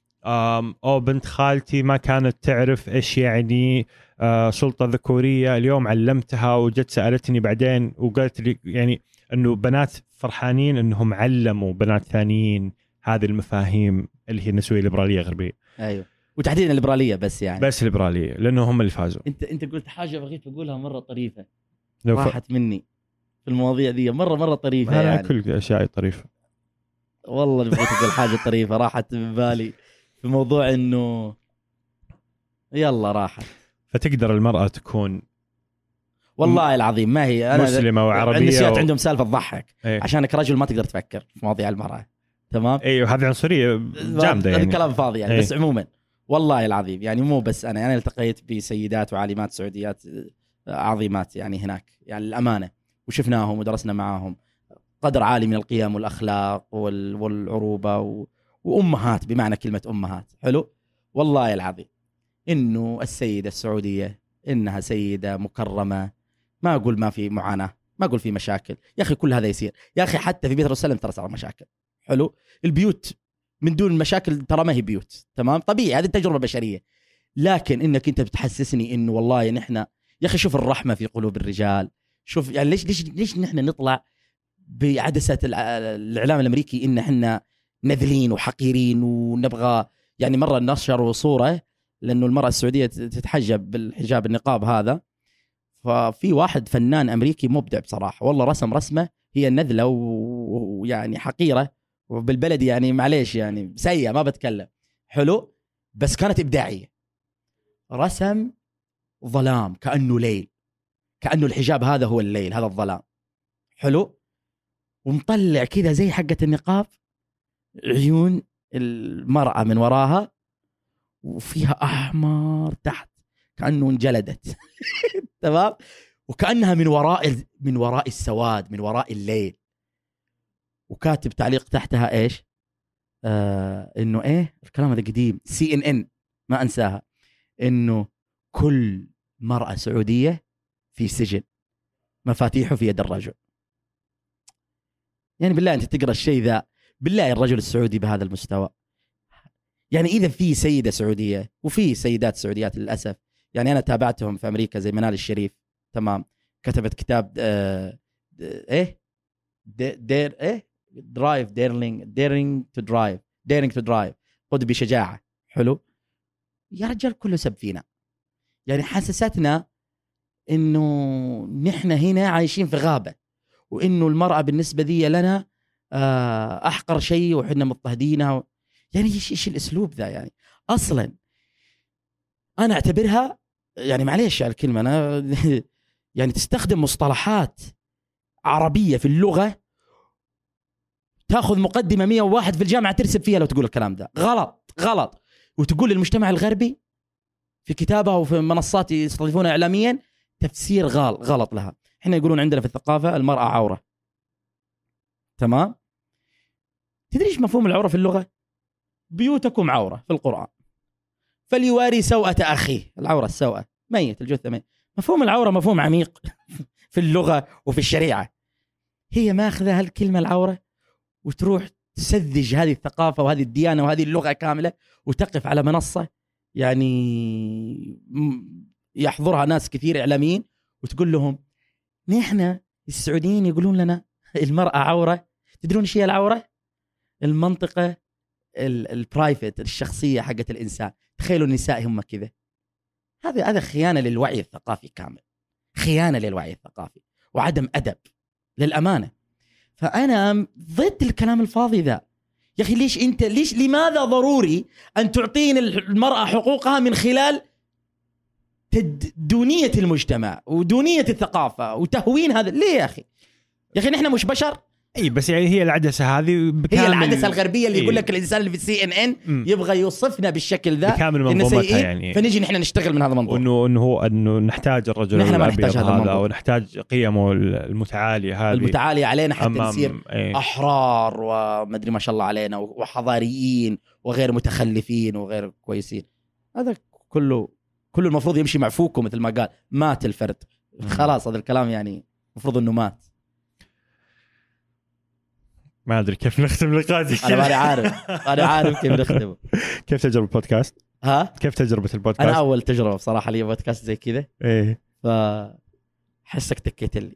S1: بنت خالتي ما كانت تعرف إيش يعني سلطة ذكورية، اليوم علمتها وجت سألتني بعدين وقالت لي، يعني إنه بنات فرحانين إنهم علموا بنات ثانيين هذه المفاهيم اللي هي النسوية الليبرالية غربية.
S2: أيوة، وتحديدا الليبرالية، بس يعني
S1: بس الليبرالية لأنه هم اللي فازوا.
S2: أنت قلت حاجة بغيت أقولها مرة طريفة راحت مني في المواضيع ذي، مرة طريفة.
S1: أنا
S2: يعني
S1: كل أشياء طريفة
S2: والله، بغيت أقول حاجة طريفة راحت من بالي في موضوع إنه يلا راحت.
S1: فتقدر المرأة تكون
S2: والله العظيم ما هي أنا
S1: مسلمة وعربية،
S2: النسيات عندهم سالفة تضحك.
S1: أيه.
S2: عشانك رجل ما تقدر تفكر في مواضيع المرأة تمام.
S1: ايوه هذه عنصريه جامده يعني،
S2: هذا كلام فاضي يعني. بس عموما والله العظيم يعني مو بس انا التقيت بسيدات وعالمات سعوديات عظيمات يعني هناك، يعني الامانه، وشفناهم ودرسنا معاهم قدر عالي من القيم والاخلاق والعروبه وامهات بمعنى كلمه امهات. حلو والله العظيم انه السيده السعوديه انها سيده مكرمه. ما اقول ما في معاناه، ما اقول في مشاكل يا اخي، كل هذا يصير يا اخي. حتى في بيت الرسول ترى صار مشاكل. حلو، البيوت من دون مشاكل ترى ما هي بيوت تمام، طبيعي، هذه التجربة البشرية. لكن انك انت بتحسسني انه والله نحن يا اخي شوف الرحمة في قلوب الرجال. شوف يعني ليش نحن نطلع بعدسة الاعلام الامريكي ان احنا نذلين وحقيرين ونبغى. يعني مرة نشروا صورة لانه المرأة السعودية تتحجب بالحجاب النقاب هذا، ففي واحد فنان امريكي مبدع بصراحة والله، رسمة هي نذلة ويعني حقيرة وبالبلدي يعني معليش يعني سيئة ما بتكلم. حلو، بس كانت إبداعية. رسم ظلام كأنه ليل، كأنه الحجاب هذا هو الليل، هذا الظلام. حلو، ومطلع كذا زي حقة النقاب عيون المرأة من وراها وفيها أحمر تحت كأنه انجلدت تمام، وكأنها من وراء السواد، من وراء الليل. وكاتب تعليق تحتها ايش؟ انه ايه الكلام هذا قديم، CNN ما انساها، انه كل مرأة سعودية في سجن مفاتيحه في يد الرجل. يعني بالله انت تقرأ الشيء ذا، بالله الرجل السعودي بهذا المستوى. يعني اذا في سيدة سعودية وفي سيدات سعوديات للأسف، يعني انا تابعتهم في امريكا زي منال الشريف تمام، كتبت كتاب درايف ديرينج تو درايف، خذ بشجاعة. حلو يا رجال، كله سب فينا، يعني حسستنا انه نحن هنا عايشين في غابة، وانه المرأة بالنسبة ذي لنا احقر شيء وحنا مضطهدينها. يعني ايش الاسلوب ذا يعني؟ اصلا أنا أعتبرها يعني معليش على الكلمة أنا يعني تستخدم مصطلحات عربية في اللغة، تأخذ مقدمة 101 في الجامعة ترسب فيها لو تقول الكلام ده. غلط. وتقول للمجتمع الغربي في كتابها وفي منصات يستضيفونها إعلاميا تفسير غلط لها. إحنا يقولون عندنا في الثقافة المرأة عورة، تمام؟ تدري إيش مفهوم العورة في اللغة؟ بيوتكم عورة في القرآن، فليواري سوءة أخيه. العورة السوءة، ميت، الجثة ميت. مفهوم العورة مفهوم عميق في اللغة وفي الشريعة. هي ماخذة هالكلمة العورة وتروح تسذج هذه الثقافة وهذه الديانة وهذه اللغة كاملة، وتقف على منصة يعني يحضرها ناس كثير إعلاميين وتقول لهم نحن السعوديين يقولون لنا المرأة عورة. تدرون ايش هي العورة؟ المنطقة البرايفت، الشخصية حقت الإنسان. تخيلوا النساء هم كذا. هذا خيانة للوعي الثقافي كامل، خيانة للوعي الثقافي وعدم أدب للأمانة. فأنا ضد الكلام الفاضي ذا. يا أخي لماذا ضروري أن تعطيني المرأة حقوقها من خلال دونية المجتمع ودونية الثقافة وتهوين هذا؟ ليه يا أخي؟ يا أخي نحن مش بشر؟
S1: اي بس يعني هي العدسه هذه
S2: هي العدسه الغربيه اللي يقول لك الانسان اللي في CNN يبغى يوصفنا بالشكل ذا
S1: بكامل منظومتها يعني.
S2: فنيجي نحن نشتغل من هذا المنظور،
S1: انه نحتاج الرجل الابيض هذا ونحتاج قيمه المتعاليه هذه
S2: المتعاليه علينا حتى نصير احرار وما ادري ما شاء الله علينا وحضاريين وغير متخلفين وغير كويسين. هذا كله المفروض يمشي معفوكه مثل ما قال مات الفرد. خلاص هذا الكلام يعني المفروض انه مات.
S1: ما أدري كيف نختم لقاءاتي.
S2: أنا ماني عارف كيف نختمه.
S1: كيف تجربة البودكاست؟ كيف تجربة البودكاست؟
S2: أنا أول تجربة بصراحة لي بودكاست زي كذا.
S1: إيه.
S2: فحسك تكيت لي.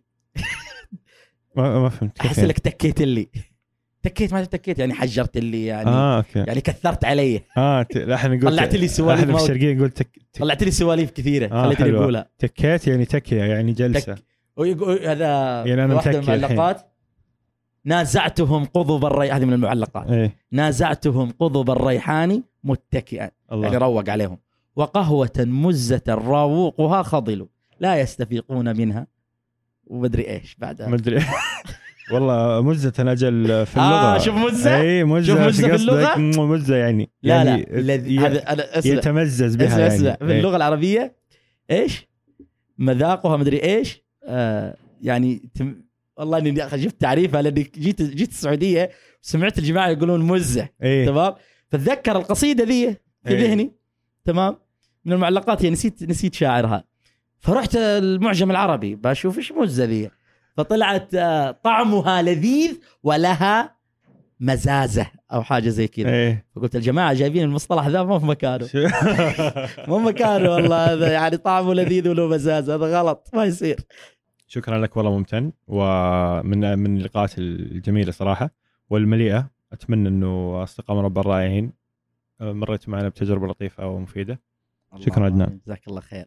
S1: ما فهمت.
S2: أحسك تكيت لي. تكيت ما تكيت يعني حجرت لي يعني.
S1: أوكي.
S2: يعني كثرت علي.
S1: لا إحنا نقول.
S2: طلعت لي سواليف.
S1: إحنا في الشرقية نقول
S2: طلعت لي سواليف كثيرة. خليتني أقولها.
S1: تكيت يعني تكية يعني جلسة.
S2: هذا
S1: يعني أنا
S2: واحدة من المعلقات. نازعتهم قضب الريحان. هذه من المعلقات.
S1: إيه؟
S2: نازعتهم قضب الريحان متكئا. يعني روق عليهم. وقهوة مزة راوقها خضل لا يستفيقون منها. ومدري إيش بعدها.
S1: مدري. والله مزة أجل في اللغة.
S2: شوف مزة.
S1: إيه مزة في اللغة. مزة يعني.
S2: لا
S1: هذا يتمزز بها يعني.
S2: في اللغة العربية إيش مذاقها مدري إيش. يعني والله اني شفت تعريفها لاني جيت السعوديه سمعت الجماعه يقولون مزه.
S1: إيه؟
S2: تمام. فتذكر القصيده ذي في ذهني. تمام. من المعلقات هي نسيت شاعرها. فرحت المعجم العربي بشوف ايش مزه ذي. فطلعت طعمها لذيذ ولها مزازه او حاجه زي كذا.
S1: إيه؟
S2: فقلت الجماعه جايبين المصطلح ذا ما في مكانه. مو مكانه والله. هذا يعني طعمه لذيذ وله مزازه. هذا غلط ما يصير. شكرا
S1: لك والله ممتن ومن اللقاءات الجميلة صراحة والمليئة. أتمنى أنه أصدقاء مربع الرائعين مريت معنا بتجربة لطيفة ومفيدة. شكرا عدنان.
S2: جزاك الله خير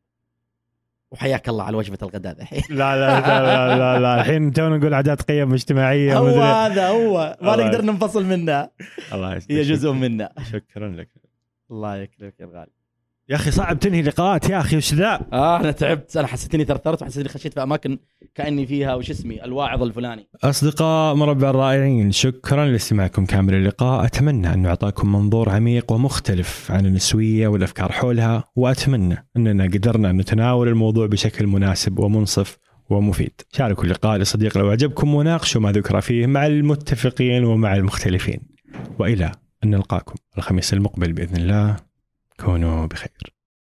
S2: وحياك الله على وجبة الغداء الحين.
S1: لا الحين تونا نقول عادات قيم اجتماعية.
S2: هو هذا هو ما نقدر ننفصل منها.
S1: الله يسلمك.
S2: هي جزء منا.
S1: شكرا لك.
S2: الله يكرمك يا غالي.
S1: يا أخي صعب تنهي لقاءات يا أخي وش ذا.
S2: أنا تعبت. أنا حسيت إني ثرثرت وحسيت إني خشيت في أماكن كأني فيها وش اسمي الواعظ الفلاني.
S1: أصدقاء مربع الرائعين كشكرا لاستماعكم كامل اللقاء. أتمنى أن أعطاكم منظور عميق ومختلف عن النسوية والأفكار حولها، وأتمنى أننا قدرنا نتناول الموضوع بشكل مناسب ومنصف ومفيد. شاركوا اللقاء لصديق لو أعجبكم وناقشوا ما ذكر فيه مع المتفقين ومع المختلفين. وإلى أن نلقاكم الخميس المقبل بإذن الله. كونوا بخير.